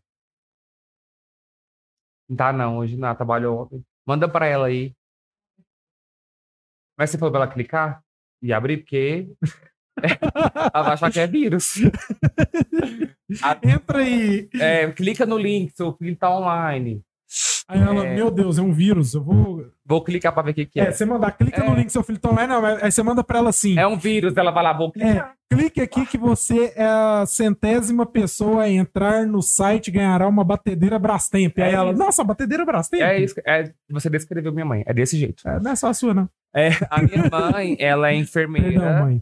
Não tá, não. Hoje não. Ela trabalhou ontem. Manda pra ela aí. Mas você falou pra ela clicar e abrir, porque ela vai achar que é vírus. A- Entra aí. é, clica no link, seu filho tá online. Aí ela, É. meu Deus, é um vírus. Eu vou. Vou clicar pra ver o que, que É, é. você mandar, clica no É. link, seu filho tá online. Não, aí você manda pra ela assim. É um vírus, ela vai lá, vou clicar. É, clique aqui que você é a centésima pessoa a entrar no site e ganhará uma batedeira Brastemp. Aí É ela, isso. nossa, batedeira Brastemp? É, isso. É, você descreveu minha mãe. É desse jeito. É, não é só a sua, não. É, a minha mãe, ela é enfermeira. Perdão, mãe.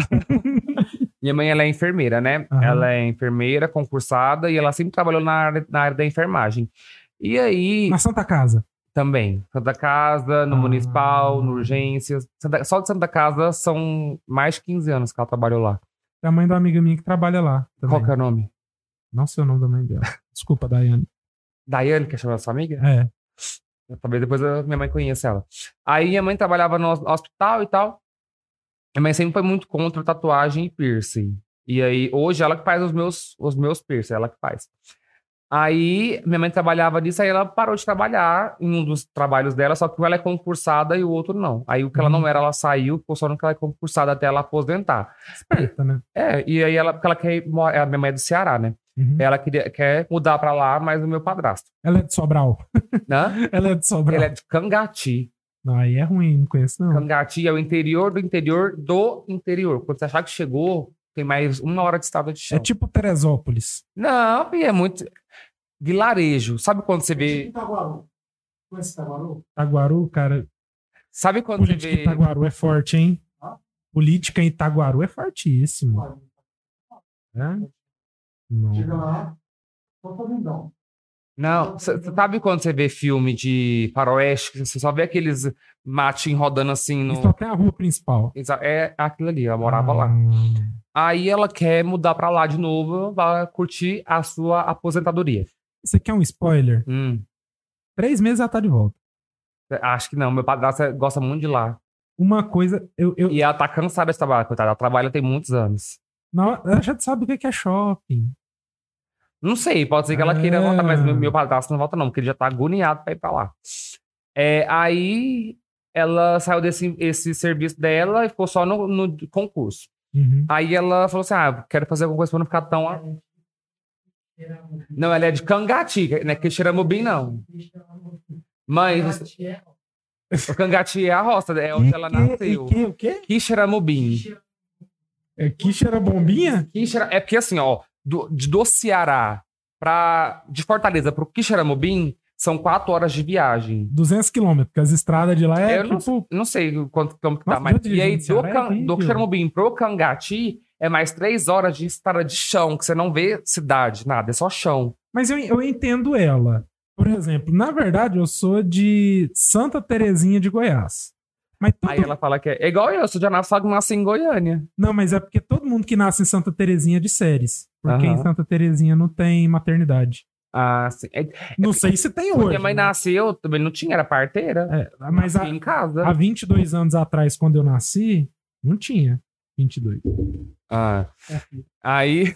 Minha mãe, ela é enfermeira, né? Aham. Ela é enfermeira, concursada, e ela sempre trabalhou na área, na área da enfermagem. E aí, Na Santa Casa. também, Santa Casa, no Ah. Municipal, no Urgências. Santa- só de Santa Casa são mais de quinze anos que ela trabalhou lá. É a mãe da amiga minha que trabalha lá. Também. Qual que é o nome? Não sei o nome da mãe dela. Desculpa, Daiane. Daiane, que é chamada sua amiga? É. Talvez depois a minha mãe conheça ela. Aí minha mãe trabalhava no hos- hospital e tal. Minha mãe sempre foi muito contra tatuagem e piercing. E aí, hoje, ela que faz os meus, os meus piercing, ela que faz. Aí, minha mãe trabalhava nisso, aí ela parou de trabalhar em um dos trabalhos dela, só que um ela é concursada e o outro não. Aí, o que ela Uhum. não era, ela saiu, ficou só no que ela é concursada até ela aposentar. Esperta, né? É, e aí, ela, porque ela quer ir, mo- a minha mãe é do Ceará, né? Uhum. Ela queria, quer mudar pra lá, mas o meu padrasto, Ela é de Sobral. né? Ela é de Sobral. Ele é de Cangati. Não, aí é ruim, não conheço, não. Cangati é o interior do interior do interior. Quando você achar que chegou, tem mais uma hora de estrada de chão. É tipo Teresópolis. Não, e é muito... Vilarejo. Sabe quando você vê... Itaguaru. Conhece Itaguaru? Itaguaru, cara. Sabe quando Política você em vê... Itaguaru é forte, hein? Hã? Política em Itaguaru é fortíssimo. É? Não. Chega lá, só pra lindão. Não, você sabe quando você vê filme de faroeste, que você só vê aqueles matinhos rodando assim no... E só tem a rua principal. Exa- É aquilo ali, ela morava Ah, lá. Aí ela quer mudar pra lá de novo, vai curtir a sua aposentadoria. Você quer um spoiler? Hum. Três meses ela tá de volta. Acho que não. Meu padrasto gosta muito de lá. Uma coisa, eu... eu... E ela tá cansada de trabalhar, coitada. Ela trabalha tem muitos anos. Não, ela já sabe o que é shopping. Não sei, pode ser que ela queira Ah. voltar, mas meu, meu padrasto não volta não, porque ele já tá agoniado pra ir pra lá. É, aí ela saiu desse esse serviço dela e ficou só no, no concurso. Uhum. Aí ela falou assim, ah, quero fazer alguma coisa pra não ficar tão... Não, ela é de Cangati, não é Quixeramobim, não. Mas o Cangati é a roça, é onde E ela que- nasceu. E que, o quê? Quixeramobim. É Quiche era bombinha? Quixera- É porque assim, ó, do, de- do Ceará pra, de Fortaleza pro Quixeramobim são quatro horas de viagem. duzentos quilômetros, porque as estradas de lá é Eu não, tipo... não sei quanto quilômetro que Nossa, tá, mas... eu dirigi E aí, no do, Ceará, é Can- do horrível. Quixeramobim pro Cangati é mais três horas de estrada de chão, que você não vê cidade, nada, é só chão. Mas eu, eu entendo ela. Por exemplo, na verdade, eu sou de Santa Terezinha de Goiás. Mas todo... Aí ela fala que é, é igual eu, sou de Anápolis, só que nasci em Goiânia. Não, mas é porque todo mundo que nasce em Santa Terezinha é de séries. Porque Aham. em Santa Terezinha não tem maternidade. Ah, sim. É, Não sei se tem hoje. minha mãe né? nasceu, também não tinha, era parteira. É, mas Nasci há, em casa. há vinte e dois anos atrás, quando eu nasci, não tinha vinte e dois. Ah. Aí.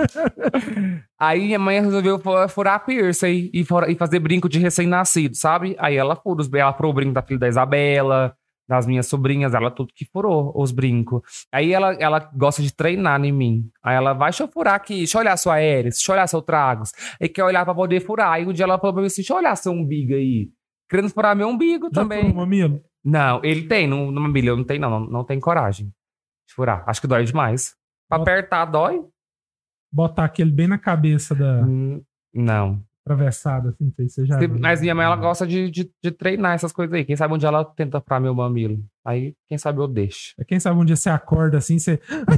Aí minha mãe resolveu fu- furar a piercing e, fura- e fazer brinco de recém-nascido, sabe? Aí ela fura os ela furou o brinco da filha da Isabela, das minhas sobrinhas, ela tudo que furou os brincos. Aí ela, ela gosta de treinar em mim. Aí ela vai, deixa eu furar aqui, deixa eu olhar sua hélice, deixa eu olhar seu tragos. Aí quer olhar pra poder furar. Aí um dia ela falou pra mim assim: deixa eu olhar seu umbigo aí. Querendo furar meu umbigo Já também. furou o mamilo? Não, ele tem, no, no mamilo, eu não tenho, não, não, não tem coragem de furar. Acho que dói demais. Pra Bota- apertar, dói? Botar aquele bem na cabeça da Hum, não. atravessada, assim, não sei se você já Se- viu. Mas minha mãe, ela gosta de, de, de treinar essas coisas aí. Quem sabe um dia ela tenta furar meu mamilo. Aí, quem sabe eu deixo. Quem sabe um dia você acorda assim, você...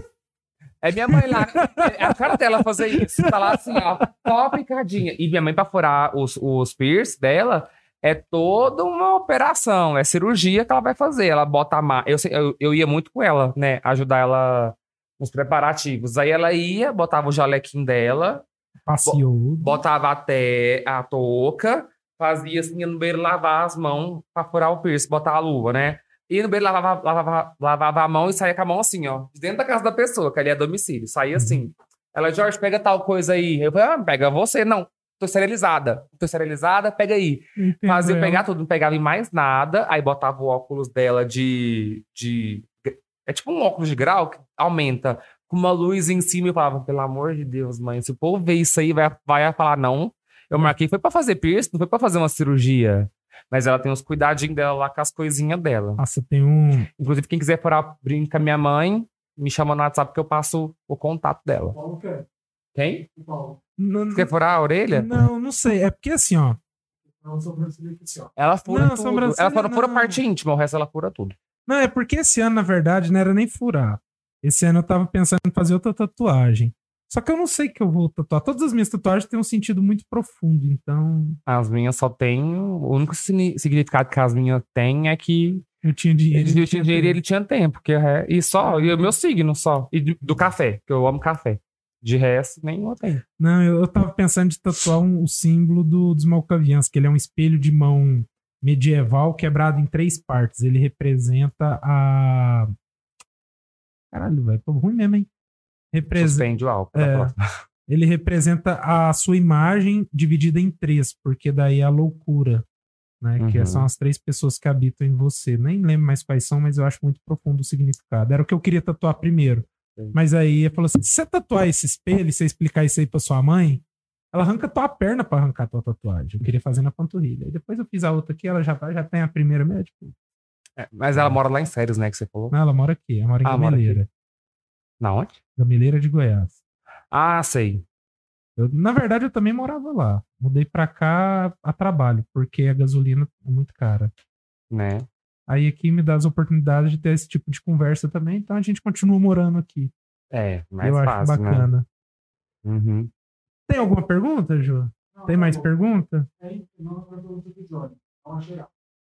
É minha mãe lá, é a cara dela fazer isso. Falar assim, ó, só picadinha. E minha mãe, pra furar os, os piercing dela, é toda uma operação. É cirurgia que ela vai fazer. Ela bota a ma... eu, sei- eu, eu ia muito com ela, né? Ajudar ela nos preparativos. Aí ela ia, botava o jalequinho dela, Passeou. botava até a touca, fazia assim, ia no banheiro lavar as mãos pra furar o piercing, botar a luva, né? Ia no banheiro, lavava, lavava, lavava a mão e saía com a mão assim, ó, de dentro da casa da pessoa, que ali é domicílio. Saía assim. Ela, Jorge, pega tal coisa aí. Eu falei, ah, pega você. Não, tô esterilizada. Tô esterilizada, pega aí. Entendo Fazia ela. pegar tudo, não pegava em mais nada. Aí botava o óculos dela de, de... É tipo um óculos de grau que aumenta com uma luz em cima. Eu falava, pelo amor de Deus, mãe, se o povo ver isso aí, vai, vai falar, não. Eu marquei, foi pra fazer piercing, não foi pra fazer uma cirurgia. Mas ela tem os cuidadinhos dela lá com as coisinhas dela. Nossa, tem um... Inclusive, quem quiser furar brinco com a minha mãe, me chama no WhatsApp que eu passo o contato dela. Paulo quer. Quem? O Paulo. Não, Você quer furar a orelha? não, não sei. É porque assim, ó. Não, sobrancelha aqui, assim, ó. Ela fura Não, tudo. sobrancelha Ela fura, fura a não. parte íntima, o resto ela fura tudo. Não, é porque esse ano, na verdade, não era nem furar. Esse ano eu tava pensando em fazer outra tatuagem. Só que eu não sei que eu vou tatuar. Todas as minhas tatuagens têm um sentido muito profundo, então As minhas só tem... O único signi- significado que as minhas têm é que eu tinha dinheiro. ele tinha dinheiro e ele tinha tempo. Que é, e só, e o meu signo só. E do, do café, que eu amo café. De resto, nenhum tem. Não, eu, eu tava pensando de tatuar um, o símbolo do, dos Malkavians, que ele é um espelho de mão medieval quebrado em três partes. Ele representa a... Caralho, velho, tô ruim mesmo, hein? Representa... Suspende o álcool. É. da próxima. Ele representa a sua imagem dividida em três, porque daí é a loucura, né? Que Uhum. são as três pessoas que habitam em você. Nem lembro mais quais são, mas eu acho muito profundo o significado. Era o que eu queria tatuar primeiro. Sim. Mas aí ele falou assim: se você tatuar esse espelho e você explicar isso aí pra sua mãe, ela arranca tua perna pra arrancar tua tatuagem. Eu queria fazer na panturrilha. Aí depois eu fiz a outra aqui, ela já, vai, já tem a primeira mesmo. Tipo, É, mas ela mora lá em Séries, né? Que você falou. não, ela mora aqui, ela mora em Ah, mora aqui. Gameleira. Na onde? Gameleira de Goiás. Ah, sei. Eu, na verdade, eu também morava lá. Mudei pra cá a trabalho, porque a gasolina é muito cara. Né? Aí aqui me dá as oportunidades de ter esse tipo de conversa também, então a gente continua morando aqui. É, mais eu acho fácil, né? bacana. Uhum. Tem alguma pergunta, Ju? Não, Tem mais não, pergunta? Tem, não vai perguntar do episódio. Vamos chegar.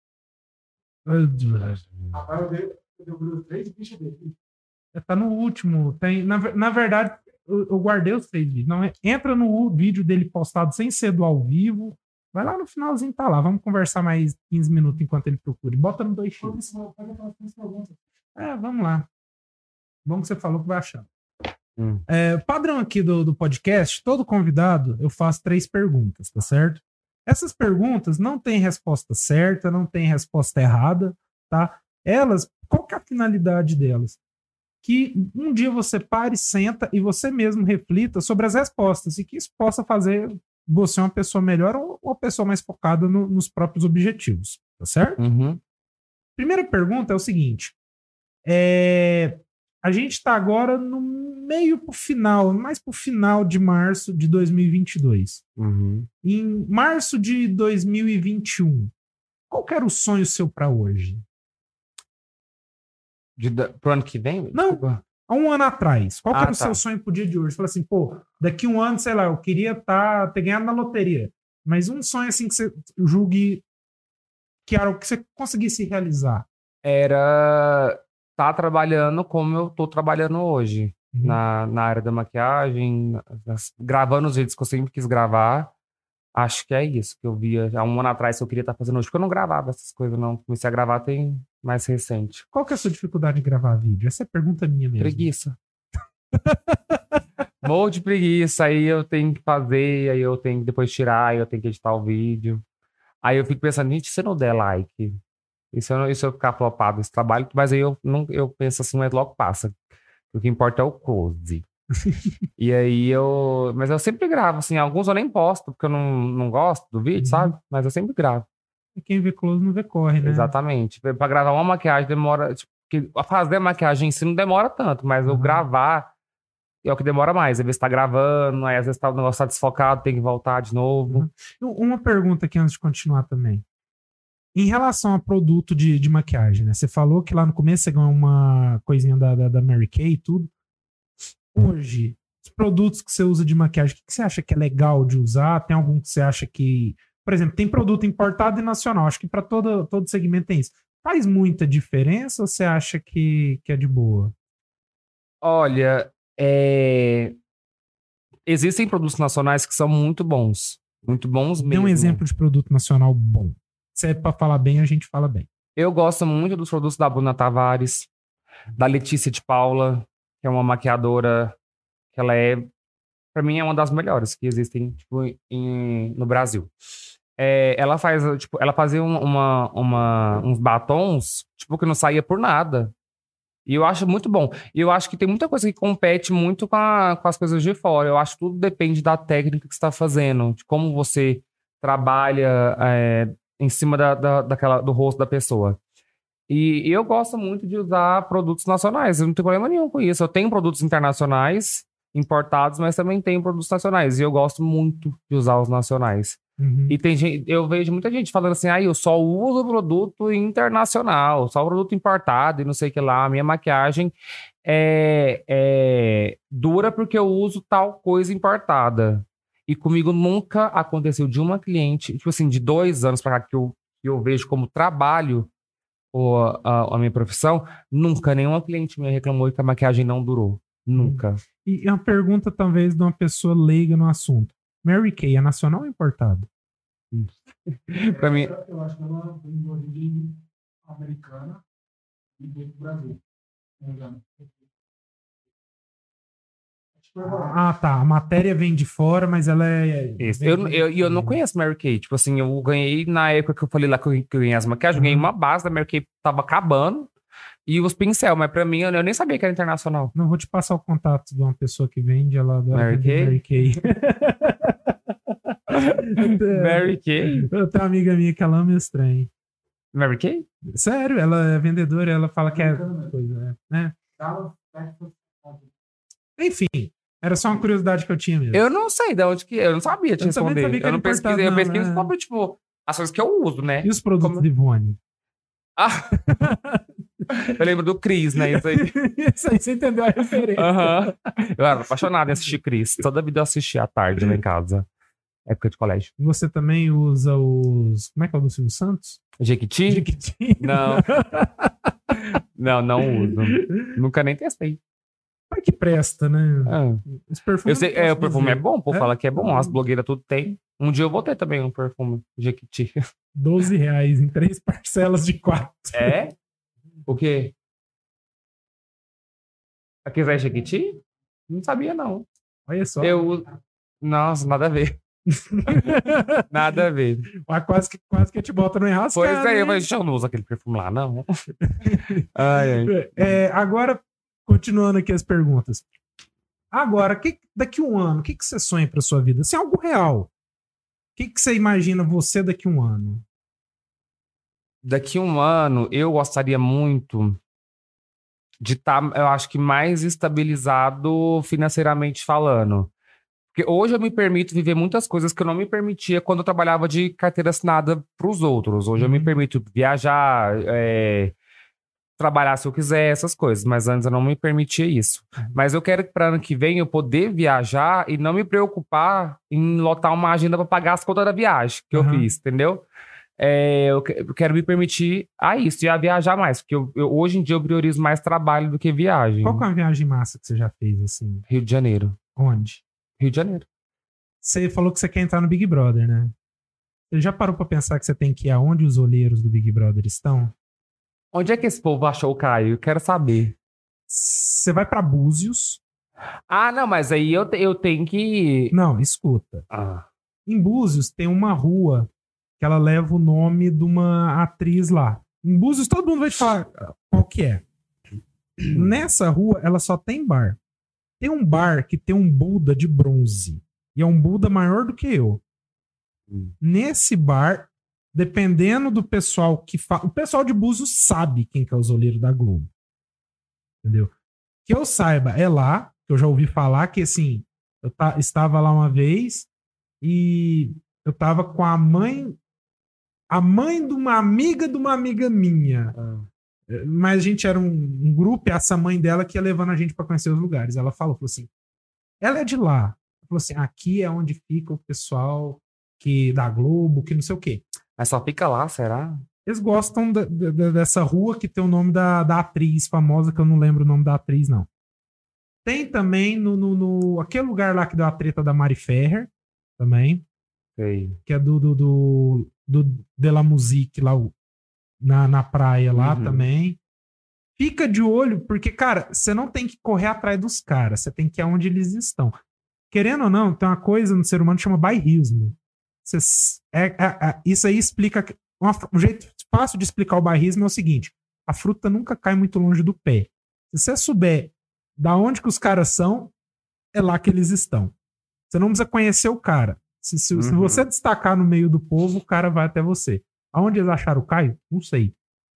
Ah, Rapaz, eu dei, eu dei os três bichos dele. Tá no último. Tem, na, ver- na verdade, eu, eu guardei os três vídeos. Não, é- entra no vídeo dele postado sem ser do ao vivo Vai lá no finalzinho, tá lá. Vamos conversar mais quinze minutos enquanto ele procura. Bota no dois x. É, vamos lá. Bom que você falou que vai achar. Hum. É, padrão aqui do, do podcast, todo convidado, eu faço três perguntas, tá certo? Essas perguntas não têm resposta certa, não tem resposta errada, tá? Elas, qual que é a finalidade delas? Que um dia você pare, senta e você mesmo reflita sobre as respostas e que isso possa fazer você uma pessoa melhor ou uma pessoa mais focada no, nos próprios objetivos, tá certo? Uhum. Primeira pergunta é o seguinte, é, a gente está agora no meio pro final, mais pro final de março de dois mil e vinte e dois. Uhum. Em março de dois mil e vinte e um, qual que era o sonho seu para hoje? De, da, pro ano que vem? Não, Desculpa. há um ano atrás. Qual que Ah, era o tá. seu sonho pro dia de hoje? Você fala assim, pô, daqui um ano, sei lá, eu queria tá, ter ganhado na loteria. Mas um sonho assim que você julgue que era o que você conseguisse realizar. Era estar trabalhando como eu tô trabalhando hoje. Uhum. Na, na área da maquiagem, nas- gravando os vídeos que eu sempre quis gravar. Acho que é isso que eu via há um ano atrás que eu queria estar fazendo hoje, porque eu não gravava essas coisas, não. Comecei a gravar tem mais recente. Qual que é a sua dificuldade de gravar vídeo? Essa é a pergunta minha mesmo. Preguiça. Morro de preguiça, aí eu tenho que fazer, aí eu tenho que depois tirar, aí eu tenho que editar o vídeo. Aí eu fico pensando, gente, se eu não der like, e se eu, não, e se eu ficar flopado esse trabalho, mas aí eu, não, eu penso assim, mas logo passa. O que importa é o close. E aí eu... Mas eu sempre gravo, assim, alguns eu nem posto, porque eu não, não gosto do vídeo, Uhum. sabe? Mas eu sempre gravo. E quem vê close não vê corre, né? Exatamente. Pra gravar uma maquiagem demora... Tipo, que a fazer a maquiagem em si não demora tanto, mas Uhum. eu gravar é o que demora mais. Às vezes tá gravando, aí às vezes tá, o negócio tá desfocado, tem que voltar de novo. Uhum. Uma pergunta aqui antes de continuar também. Em relação a produto de, de maquiagem, né? Você falou que lá no começo você ganhou uma coisinha da, da, da Mary Kay e tudo. Hoje, os produtos que você usa de maquiagem, o que você acha que é legal de usar? Tem algum que você acha que... Por exemplo, tem produto importado e nacional. Acho que para todo, todo segmento tem isso. Faz muita diferença ou você acha que, que é de boa? Olha, é... existem produtos nacionais que são muito bons. Muito bons Dê mesmo. um exemplo de produto nacional bom. Se é para falar bem, a gente fala bem. Eu gosto muito dos produtos da Bruna Tavares, da Letícia de Paula, que é uma maquiadora que ela é, pra mim, é uma das melhores que existem, tipo, em, no Brasil. É, ela faz, tipo, ela fazia um- uma, uma, uns batons, tipo, que não saía por nada. E eu acho muito bom. E eu acho que tem muita coisa que compete muito com, a- com as coisas de fora. Eu acho que tudo depende da técnica que você está fazendo, de como você trabalha é, em cima da, da, daquela, do rosto da pessoa. E, e eu gosto muito de usar produtos nacionais. Eu não tenho problema nenhum com isso. Eu tenho produtos internacionais importados, mas também tenho produtos nacionais. E eu gosto muito de usar os nacionais. Uhum. E tem gente, eu vejo muita gente falando assim, ah, eu só uso produto internacional, só produto importado e não sei o que lá. A minha maquiagem é, é dura porque eu uso tal coisa importada. E comigo nunca aconteceu de uma cliente, tipo assim, de dois anos pra cá que eu, que eu vejo como trabalho ou a, a minha profissão, nunca nenhuma cliente minha reclamou que a maquiagem não durou. Nunca. E uma pergunta, talvez, de uma pessoa leiga no assunto. Mary Kay é nacional ou importado? Pra mim, Eu acho que ela vem de origem americana e veio do Brasil. Se não me engano. Ah, tá. A matéria vem de fora, mas ela é... isso. Eu, eu, e eu não conheço Mary Kay. Tipo assim, eu ganhei na época que eu falei lá que eu, que eu ganhei as maquiagens, eu ganhei Uhum. uma base da Mary Kay, tava acabando, e os pincel, mas pra mim eu, eu nem sabia que era internacional. Não vou te passar o contato de uma pessoa que vende, ela adora Mary vender Kay? Mary Kay. Mary Kay? Eu tenho uma amiga minha que ela ama esse trem. Mary Kay? Sério, ela é vendedora, ela fala que é coisa, né? Enfim, era só uma curiosidade que eu tinha mesmo. Eu não sei de onde que... Eu não sabia te Eu também responder. sabia que eu era não pesquisei. importado, Eu não, pesquiso né? sobre, tipo, as coisas que eu uso, né? E os produtos Como- de Ivone? Ah! Eu lembro do Chris, né? Isso aí. Isso aí, você entendeu a referência. Aham. Eu era apaixonado em assistir Chris. Toda vida eu assistia à tarde lá em casa. Época de colégio. E você também usa os... Como é que é o do Silvio Santos? Jequiti? Jequiti? Não. Não, não uso. Nunca nem testei. Mas que presta, né? Ah. Esse perfume Eu sei, não posso é, o perfume dizer. é bom, pô, É? fala que é bom. As blogueiras tudo tem. Um dia eu vou ter também um perfume Jequiti. doze reais em três parcelas de quatro. É? O quê? Aqui vai Jequiti? Não sabia, não. Olha só. Eu... Nossa, nada a ver. Nada a ver. Mas quase que, quase que te bota no enrascado. Pois é, eu hein? falei, eu não uso aquele perfume lá, não. Ai, ai. É, agora, continuando aqui as perguntas. Agora, que, daqui a um ano, o que, que você sonha pra sua vida? Assim, algo real. O que, que você imagina você daqui a um ano? Daqui a um ano, eu gostaria muito de estar, eu acho que mais estabilizado financeiramente falando. Porque hoje eu me permito viver muitas coisas que eu não me permitia quando eu trabalhava de carteira assinada para os outros. Hoje eu me permito viajar, é, trabalhar se eu quiser, essas coisas. Mas antes eu não me permitia isso. Mas eu quero que para ano que vem eu poder viajar e não me preocupar em lotar uma agenda para pagar as contas da viagem que eu Uhum. fiz, entendeu? É, eu, que- eu quero me permitir a isso, e a viajar mais. Porque eu, eu- hoje em dia eu priorizo mais trabalho do que viagem. Qual que é uma viagem massa que você já fez, assim? Rio de Janeiro. Onde? Rio de Janeiro. Você falou que você quer entrar no Big Brother, né? Você já parou pra pensar que você tem que ir aonde os olheiros do Big Brother estão? Onde é que esse povo achou o Caio? Eu quero saber. Você vai pra Búzios. Ah, não, mas aí eu, te- eu tenho que... Não, escuta. Ah, Em Búzios tem uma rua que ela leva o nome de uma atriz lá. Em Búzios todo mundo vai te falar qual que é. Nessa rua ela só tem bar. Tem um bar que tem um Buda de bronze. E é um Buda maior do que eu. Hum. Nesse bar, dependendo do pessoal que fala... O pessoal de Búzios sabe quem que é os olheiros da Globo. Entendeu? Que eu saiba, é lá, que eu já ouvi falar que, assim, eu ta- estava lá uma vez e eu tava com a mãe, a mãe de uma amiga de uma amiga minha. ah. Mas a gente era um, um grupo e essa mãe dela que ia levando a gente pra conhecer os lugares. Ela falou, falou assim, ela é de lá. Ela falou assim, aqui é onde fica o pessoal que da Globo, que não sei o quê. Mas só fica lá, será? Eles gostam da- da- dessa rua que tem o nome da, da atriz famosa, que eu não lembro o nome da atriz, não. Tem também no, no, no- aquele lugar lá que deu a treta da Mari Ferrer, também, Sei. que é do, do, do, do De La Musique, lá o- na, na praia lá Uhum. também. Fica de olho, porque, cara, você não tem que correr atrás dos caras, você tem que ir aonde eles estão. Querendo ou não, tem uma coisa no ser humano que chama bairrismo. Você s- é- é- é- isso aí explica. uma fr- um jeito fácil de explicar o bairrismo é o seguinte: a fruta nunca cai muito longe do pé. Se você souber da onde que os caras são, é lá que eles estão. Você não precisa conhecer o cara. Se, se- se Uhum. você destacar no meio do povo, o cara vai até você. Aonde eles acharam o Caio? Não sei.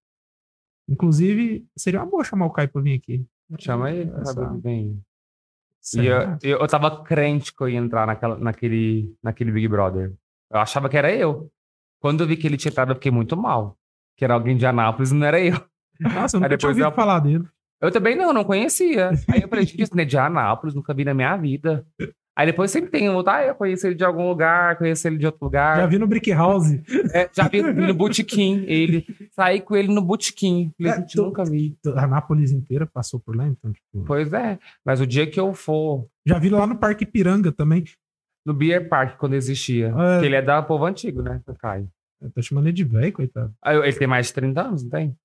Inclusive, seria uma boa chamar o Caio pra vir aqui. Chama ele pra Essa- saber o que vem. E Será? eu, eu, eu tava crente que eu ia entrar naquela, naquele, naquele Big Brother. Eu achava que era eu. Quando eu vi que ele tinha entrado, eu fiquei muito mal. Que era alguém de Anápolis, não era eu. Nossa, eu Aí nunca tinha depois ouvido eu- falar dele. Eu também não, não conhecia. Aí eu falei, gente, isso não é de Anápolis, nunca vi na minha vida. Aí depois sempre tem um, tá? Eu conheci ele de algum lugar, conheci ele de outro lugar. Já vi no Brick House. É, já vi vi no Botequim, ele. Saí com ele no Botequim. Falei, É, gente, tô- nunca vi. A Nápoles inteira passou por lá, então, tipo... Pois é. Mas o dia que eu for Já vi lá no Parque Piranga também. no Beer Park, quando existia. É. Que ele é da povo antigo, né? O Caio. Eu tô chamando ele de velho, coitado. Aí, ele tem mais de trinta anos, não tem?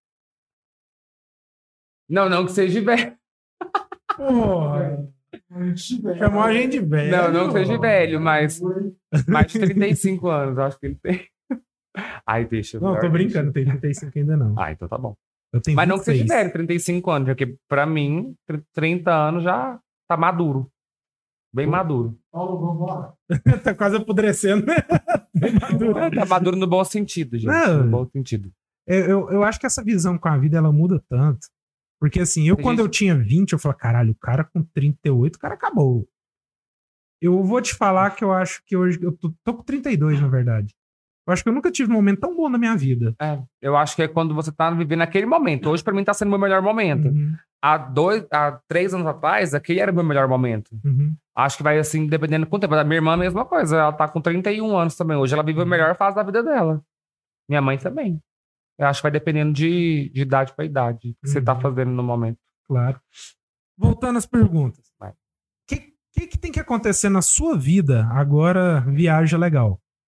Não, não que seja velho. Porra. Chamou a gente de velho. Não, não que seja velho, mas mais de trinta e cinco anos, eu acho que ele tem. Ai, deixa. Não, melhor tô brincando, deixa. tem trinta e cinco ainda não. Ah, então tá bom. Eu tenho Mas não que seja vinte e seis. velho, trinta e cinco anos, porque pra mim, tr- trinta anos já tá maduro. Bem maduro. Paulo, vamos lá. Tá quase apodrecendo, né? Bem maduro. Tá maduro no bom sentido, gente. Não. No bom sentido. Eu, eu, eu acho que essa visão com a vida, ela muda tanto. Porque assim, eu Tem quando gente- eu tinha vinte, eu falei, caralho, o cara com trinta e oito, o cara acabou. Eu vou te falar que eu acho que hoje, eu tô, tô com trinta e dois, na verdade. Eu acho que eu nunca tive um momento tão bom na minha vida. É, eu acho que é quando você tá vivendo aquele momento. Hoje, pra mim, tá sendo o meu melhor momento. Uhum, Há dois, há três anos atrás, aquele era o meu melhor momento. uhum. Acho que vai assim, dependendo com o tempo. A minha irmã, a mesma coisa. Ela tá com trinta e um anos também. Hoje ela vive a melhor fase da vida dela. Minha mãe também. Eu acho que vai dependendo de, de idade pra idade. O que você tá Uhum. fazendo no momento. Claro. Voltando às perguntas. Vai. O que, que, que tem que acontecer na sua vida agora, viaja legal?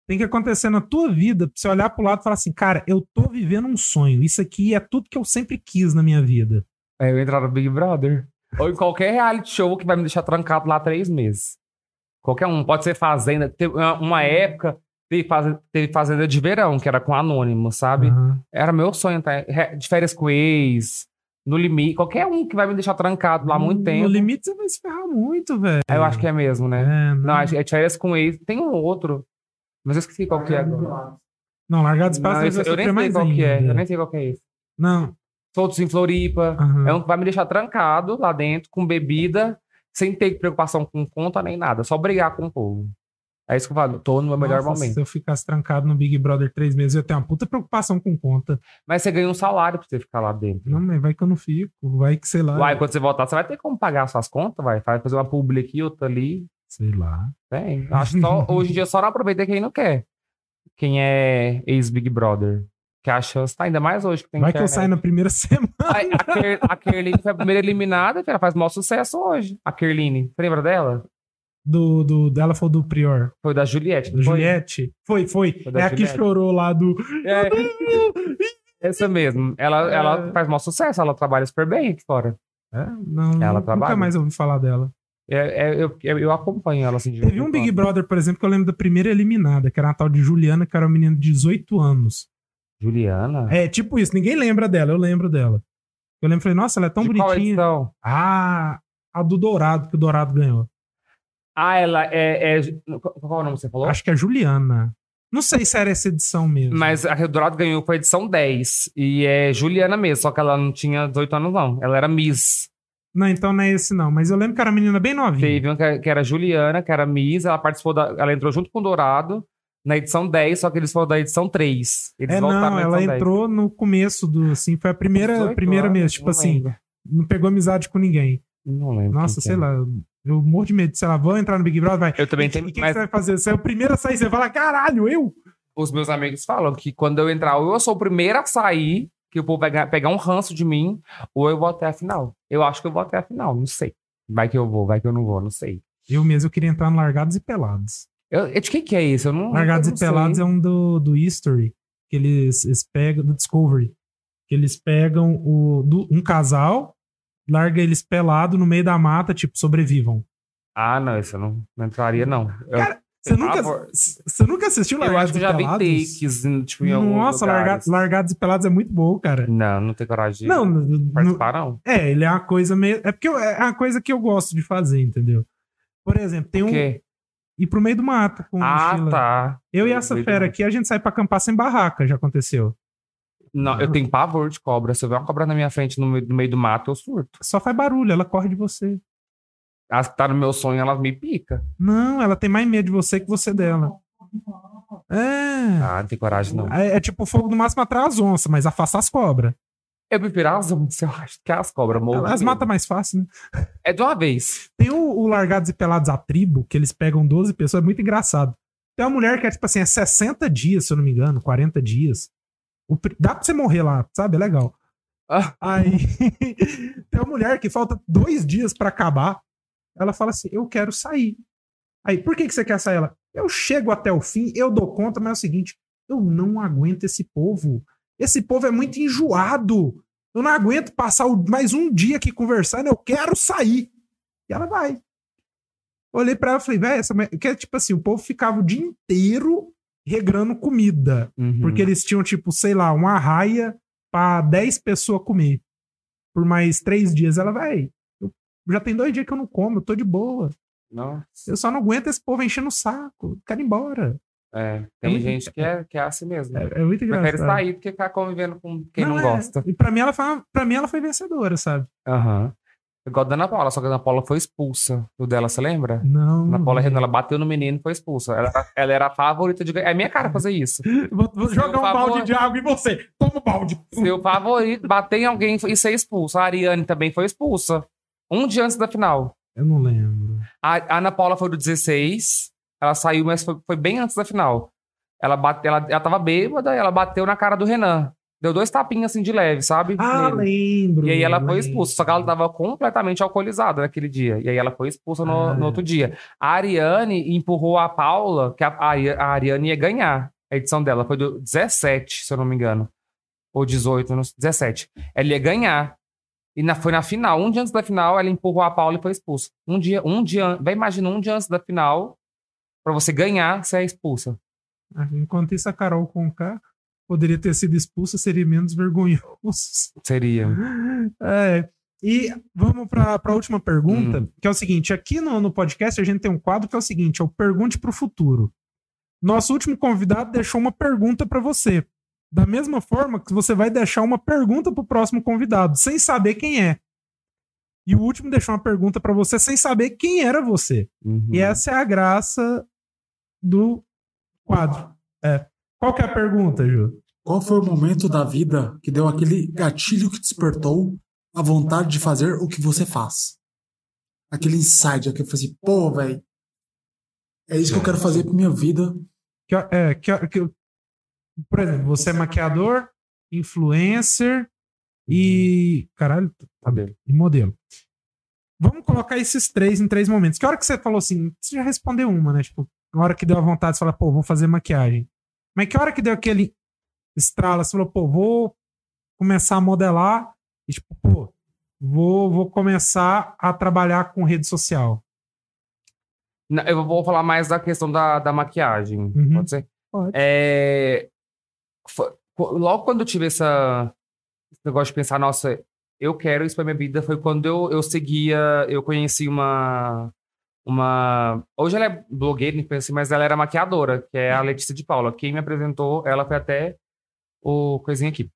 tem que acontecer na tua vida pra você olhar pro lado e falar assim, cara, eu tô vivendo um sonho. Isso aqui é tudo que eu sempre quis na minha vida. É eu entrar no Big Brother. Ou em qualquer reality show que vai me deixar trancado lá três meses. Qualquer um. Pode ser Fazenda. Teve uma, uma época, teve fazenda, teve fazenda de Verão, que era com Anônimo, sabe? Uhum. Era meu sonho, tá? De Férias com Ex, No Limite. Qualquer um que vai me deixar trancado lá há muito no tempo. No limite você vai se ferrar muito, velho. Eu acho que é mesmo, né? É, não. Não, acho que é de Férias com Ex. Tem um outro. Mas eu esqueci qual que é agora. Não, Largados e Não, Pelados esse- vai eu nem sofrer sei mais qual que é. ainda. Eu nem sei qual que é esse. Não. Soltos em Floripa. Aham. É um que vai me deixar trancado lá dentro, com bebida, sem ter preocupação com conta nem nada. Só brigar com o povo. É isso que eu falo. Tô no meu melhor Nossa, momento. se eu ficasse trancado no Big Brother três meses, eu ia ter uma puta preocupação com conta. Mas você ganha um salário pra você ficar lá dentro. Não, mas vai que eu não fico. Vai que, sei lá. Uai, quando você voltar, você vai ter como pagar suas contas, vai. Vai fazer uma publi aqui, outra ali. Sei lá. Tem. Acho que só, hoje em dia só não aproveita quem não quer. Quem é ex-Big Brother. Que a chance tá ainda mais hoje que tem Vai que eu internet. saio na primeira semana. Ai, A, Ker, a Kerline foi a primeira eliminada, ela faz maior sucesso hoje. A Kerline. Você lembra dela? Do, do, dela foi do Prior. Foi da Juliette. Do não foi? Juliette. Foi, foi. Foi da É a que Juliette. chorou lá do. É. Essa mesmo. Ela, É. ela faz maior sucesso, ela trabalha super bem aqui fora. É, não, Ela nunca trabalha? mais ouvi falar dela. É, é, eu, eu, eu acompanho ela assim de vez Teve em um Big quando. Brother, por exemplo, que eu lembro da primeira eliminada, que era a tal de Juliana, que era uma menina de dezoito anos. Juliana? É, tipo isso, ninguém lembra dela, eu lembro dela. Eu lembro, falei, nossa, ela é tão De qual bonitinha. edição? Ah, a do Dourado, que o Dourado ganhou. Ah, ela é, é. Qual é o nome que você falou? Acho que é Juliana. Não sei se era essa edição mesmo. Mas a Rio Dourado ganhou com a edição dez. E é Juliana mesmo, só que ela não tinha dezoito anos, não. Ela era Miss. Não, então não é esse não. Mas eu lembro que era uma menina bem novinha. Teve uma que que era Juliana, que era Miss. Ela participou da. Ela entrou junto com o Dourado na edição dez, só que eles foram da edição três. Eles É, voltaram não, na ela edição dez. entrou no começo do, assim, foi a primeira, dezoito primeira anos, mesmo, tipo não assim, lembro. não pegou amizade com ninguém. Não lembro. Nossa, quem sei que é. lá, eu morro de medo, sei lá, vou entrar no Big Brother, vai. Eu também E tenho. o que, mas que você vai fazer? Você é o primeiro a sair, você fala, caralho, eu? os meus amigos falam que quando eu entrar, ou eu sou o primeiro a sair, que o povo vai ganhar- pegar um ranço de mim, ou eu vou até a final. Eu acho que eu vou até a final, não sei. Vai que eu vou, vai que eu não vou, não sei. Eu mesmo eu queria entrar no Largados e Pelados. Eu, eu- de quem que é isso? Eu não. Largados eu e não Pelados sei. é um do, do History, que eles, eles pegam, do Discovery, que eles pegam o, do- um casal, larga eles pelado no meio da mata, tipo, sobrevivam. Ah, não, isso eu não, não entraria, não. Eu, Cara, Você Por nunca, favor. você nunca assistiu eu Largados acho que e eu já vi Pelados? takes, em, tipo, em alguns Nossa, lugares. Largados, Largados e Pelados é muito bom, cara. Não, não tenho coragem de Não, no- no- participar, não. é, ele é uma coisa meio. É porque eu- é uma coisa que eu gosto de fazer, entendeu? Por exemplo, tem O um. quê? Ir pro meio do mato com Ah, mochila. tá. Eu e essa Meio do fera mato. aqui, a gente sai pra acampar sem barraca, já aconteceu. Não, eu tenho pavor de cobra. Se eu ver uma cobra na minha frente no meio, no meio do mato, eu surto. Só faz barulho, ela corre de você. As que tá no meu sonho, elas me picam. Não, ela tem mais medo de você que você dela. É. Ah, não tenho coragem, não. É, é tipo fogo no máximo atrás as onças, mas afasta as cobras. Eu prefiro as onças, eu acho que as cobras morram. Elas matam mais fácil, né? É de uma vez. Tem o, o Largados e Pelados a Tribo, que eles pegam doze pessoas, é muito engraçado. Tem uma mulher que é tipo assim, é sessenta dias, se eu não me engano, quarenta dias. O pri- dá pra você morrer lá, sabe? É legal. Ah. Aí tem uma mulher que falta dois dias pra acabar. Ela fala assim: eu quero sair. Aí, por que, que você quer sair? Ela, eu chego até o fim, eu dou conta, mas é o seguinte: eu não aguento esse povo. Esse povo é muito enjoado. Eu não aguento passar o- mais um dia aqui conversando, eu quero sair. E ela vai. Olhei pra ela e falei, velho, essa mulher... que é tipo assim, o povo ficava o dia inteiro regrando comida. Uhum. Porque eles tinham, tipo, sei lá, uma arraia pra dez pessoas comer. Por mais três dias. Ela, vai, eu já tem dois dias que eu não como, eu tô de boa. Não. Eu só não aguento esse povo enchendo o saco. Eu quero ir embora. É, tem muito- gente que é, que é assim mesmo. É, é muito engraçado. Prefere sair do que ficar convivendo com quem não, é. gosta. E pra mim, ela foi, uma- pra mim, ela foi vencedora, sabe? Aham. Igual da Ana Paula, só que a Ana Paula foi expulsa. O dela, você lembra? Não. Ana Paula não. Renan, ela bateu no menino e foi expulsa. Ela, ela era a favorita de ganhar. É minha cara fazer isso. Vou, vou Seu jogar um favor. balde de água em você. Toma o balde. Seu favorito, bater em alguém e ser expulso. A Ariane também foi expulsa. Um dia antes da final. Eu não lembro. A, a Ana Paula foi do dezesseis. Ela saiu, mas foi, foi bem antes da final. Ela, bate, ela, ela tava bêbada e ela bateu na cara do Renan. deu dois tapinhas assim de leve, sabe? Ah, Nele. lembro. E aí ela foi lembro. expulsa, só que ela tava completamente alcoolizada naquele dia. E aí ela foi expulsa no, Ah. no outro dia. A Ariane empurrou a Paula, que a, a, a Ariane ia ganhar a edição dela. Foi do dezessete, se eu não me engano. Ou dezoito, não sei, dezessete. Ela ia ganhar. E na, foi na final. Um dia antes da final, ela empurrou a Paula e foi expulsa. Um dia, um dia, vai imaginar um dia antes da final, pra você ganhar, você é expulsa. Enquanto isso, a Carol Conká poderia ter sido expulsa, seria menos vergonhoso. Seria. É, e vamos para a última pergunta, Hum. que é o seguinte: aqui no, no podcast a gente tem um quadro que é o seguinte: é o Pergunte para o Futuro. Nosso último convidado deixou uma pergunta para você. Da mesma forma que você vai deixar uma pergunta para o próximo convidado, sem saber quem é. E o último deixou uma pergunta para você sem saber quem era você. Uhum. E essa é a graça do quadro. É. Qual que é a pergunta, Ju? Qual foi o momento da vida que deu aquele gatilho que despertou a vontade de fazer o que você faz? Aquele insight, aquele que assim, pô, velho, é isso que eu quero fazer pra minha vida. Que, é, que, que, por exemplo, você é maquiador, influencer e... Caralho, tá bem. E modelo. Vamos colocar esses três em três momentos. Que hora que você falou assim... Você já respondeu uma, né? Tipo, a hora que deu a vontade de falar, pô, vou fazer maquiagem. Mas que hora que deu aquele estralo? Você falou, pô, vou começar a modelar e tipo, pô, vou, vou começar a trabalhar com rede social. Não, eu vou falar mais da questão da, da maquiagem. Uhum. Pode ser? Pode. É, foi- logo quando eu tive essa, esse negócio de pensar, nossa, eu quero isso pra minha vida, foi quando eu, eu seguia, eu conheci uma, uma... Hoje ela é blogueira, assim, mas ela era maquiadora, que é a Letícia de Paula. Quem me apresentou, ela foi até o coisinha aqui.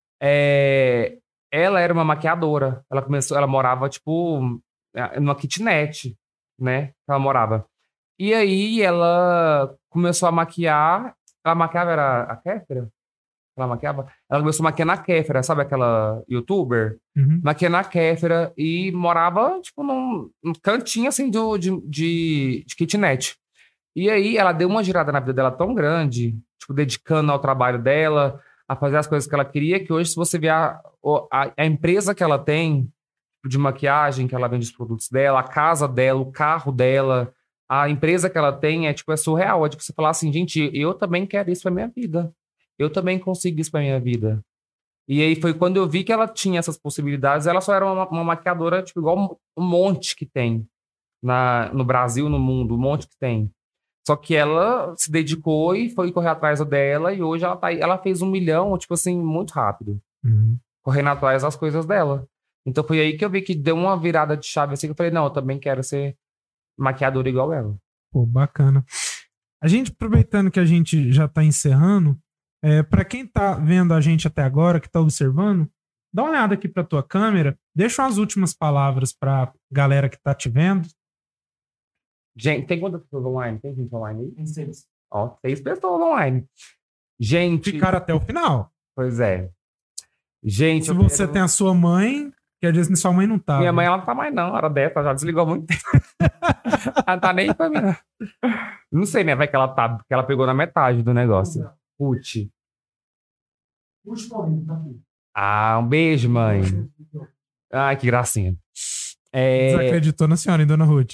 É, ela era uma maquiadora. Ela começou, ela morava, tipo, numa kitnet, né? Ela morava. E aí ela começou a maquiar. Ela maquiava, era a Kéfera? Ela maquiava? Ela começou a maquiar na Kéfera, sabe aquela youtuber? Uhum. Maquiando na Kéfera e morava, tipo, num, num cantinho, assim, do, de, de, de kitnet. E aí ela deu uma girada na vida dela tão grande, tipo, dedicando ao trabalho dela, a fazer as coisas que ela queria, que hoje, se você ver a, a, a empresa que ela tem, de maquiagem, que ela vende os produtos dela, a casa dela, o carro dela, a empresa que ela tem, é, tipo, é surreal. É tipo, você falar assim, gente, eu também quero isso pra minha vida. Eu também consigo isso pra minha vida. E aí foi quando eu vi que ela tinha essas possibilidades. Ela só era uma, uma maquiadora, tipo, igual um monte que tem na, no Brasil, no mundo, um monte que tem. Só que ela se dedicou e foi correr atrás dela, e hoje ela, tá, aí- ela fez um milhão, tipo assim, muito rápido. Uhum. Correndo atrás das coisas dela. Então foi aí que eu vi que deu uma virada de chave assim, que eu falei, não, eu também quero ser maquiadora igual ela. Pô, bacana. A gente, aproveitando que a gente já tá encerrando, é, para quem tá vendo a gente até agora, que tá observando, dá uma olhada aqui pra tua câmera, deixa umas últimas palavras pra galera que tá te vendo. Gente, tem quantas pessoas online? Tem gente online aí? Tem seis. Ó, seis pessoas online. Gente, Ficar até o final. pois é. Gente, Se eu você quero- tem a sua mãe, quer dizer que sua mãe não tá. Minha né? mãe, ela não tá mais não, hora dessa, ela já desligou há muito tempo. Ela não tá nem pra mim. Não sei, né? Vai que ela tá, porque ela pegou na metade do negócio. Putz. Ah, um beijo, mãe. Ai, que gracinha. É... Desacreditou na senhora, hein, dona Ruth?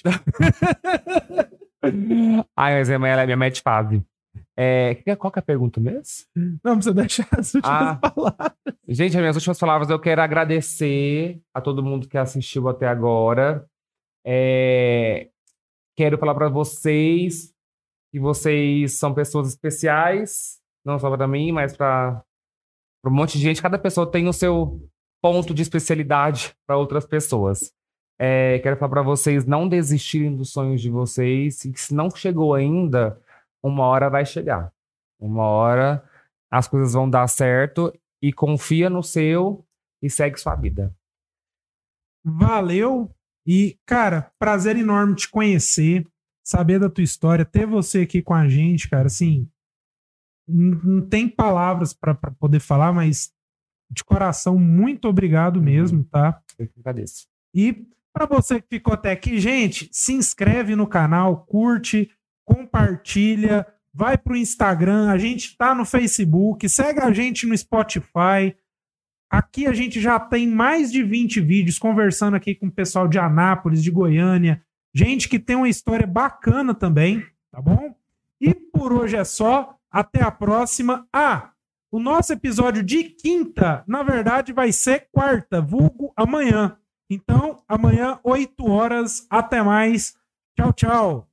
Ai, mas minha mãe, ela é minha mãe de fase. É... Qual que é a pergunta mesmo? Não, precisa deixar as últimas Ah. palavras. Gente, as minhas últimas palavras, eu quero agradecer a todo mundo que assistiu até agora. É, Quero falar para vocês que vocês são pessoas especiais, não só para mim, mas para um monte de gente. Cada pessoa tem o seu ponto de especialidade para outras pessoas. É, Quero falar para vocês não desistirem dos sonhos de vocês, e que se não chegou ainda, uma hora vai chegar. Uma hora as coisas vão dar certo. E confia no seu e segue sua vida. Valeu. E, cara, prazer enorme te conhecer, saber da tua história, ter você aqui com a gente, cara, assim, não, não tem palavras pra pra poder falar, mas de coração, muito obrigado mesmo, tá? Eu que agradeço. E pra você que ficou até aqui, gente, se inscreve no canal, curte, compartilha, vai pro Instagram, a gente tá no Facebook, segue a gente no Spotify. Aqui a gente já tem mais de vinte vídeos conversando aqui com o pessoal de Anápolis, de Goiânia, gente que tem uma história bacana também, tá bom? E por hoje é só, até a próxima. Ah, o nosso episódio de quinta, na verdade, vai ser quarta, vulgo amanhã. Então, amanhã, oito horas, até mais. Tchau, tchau.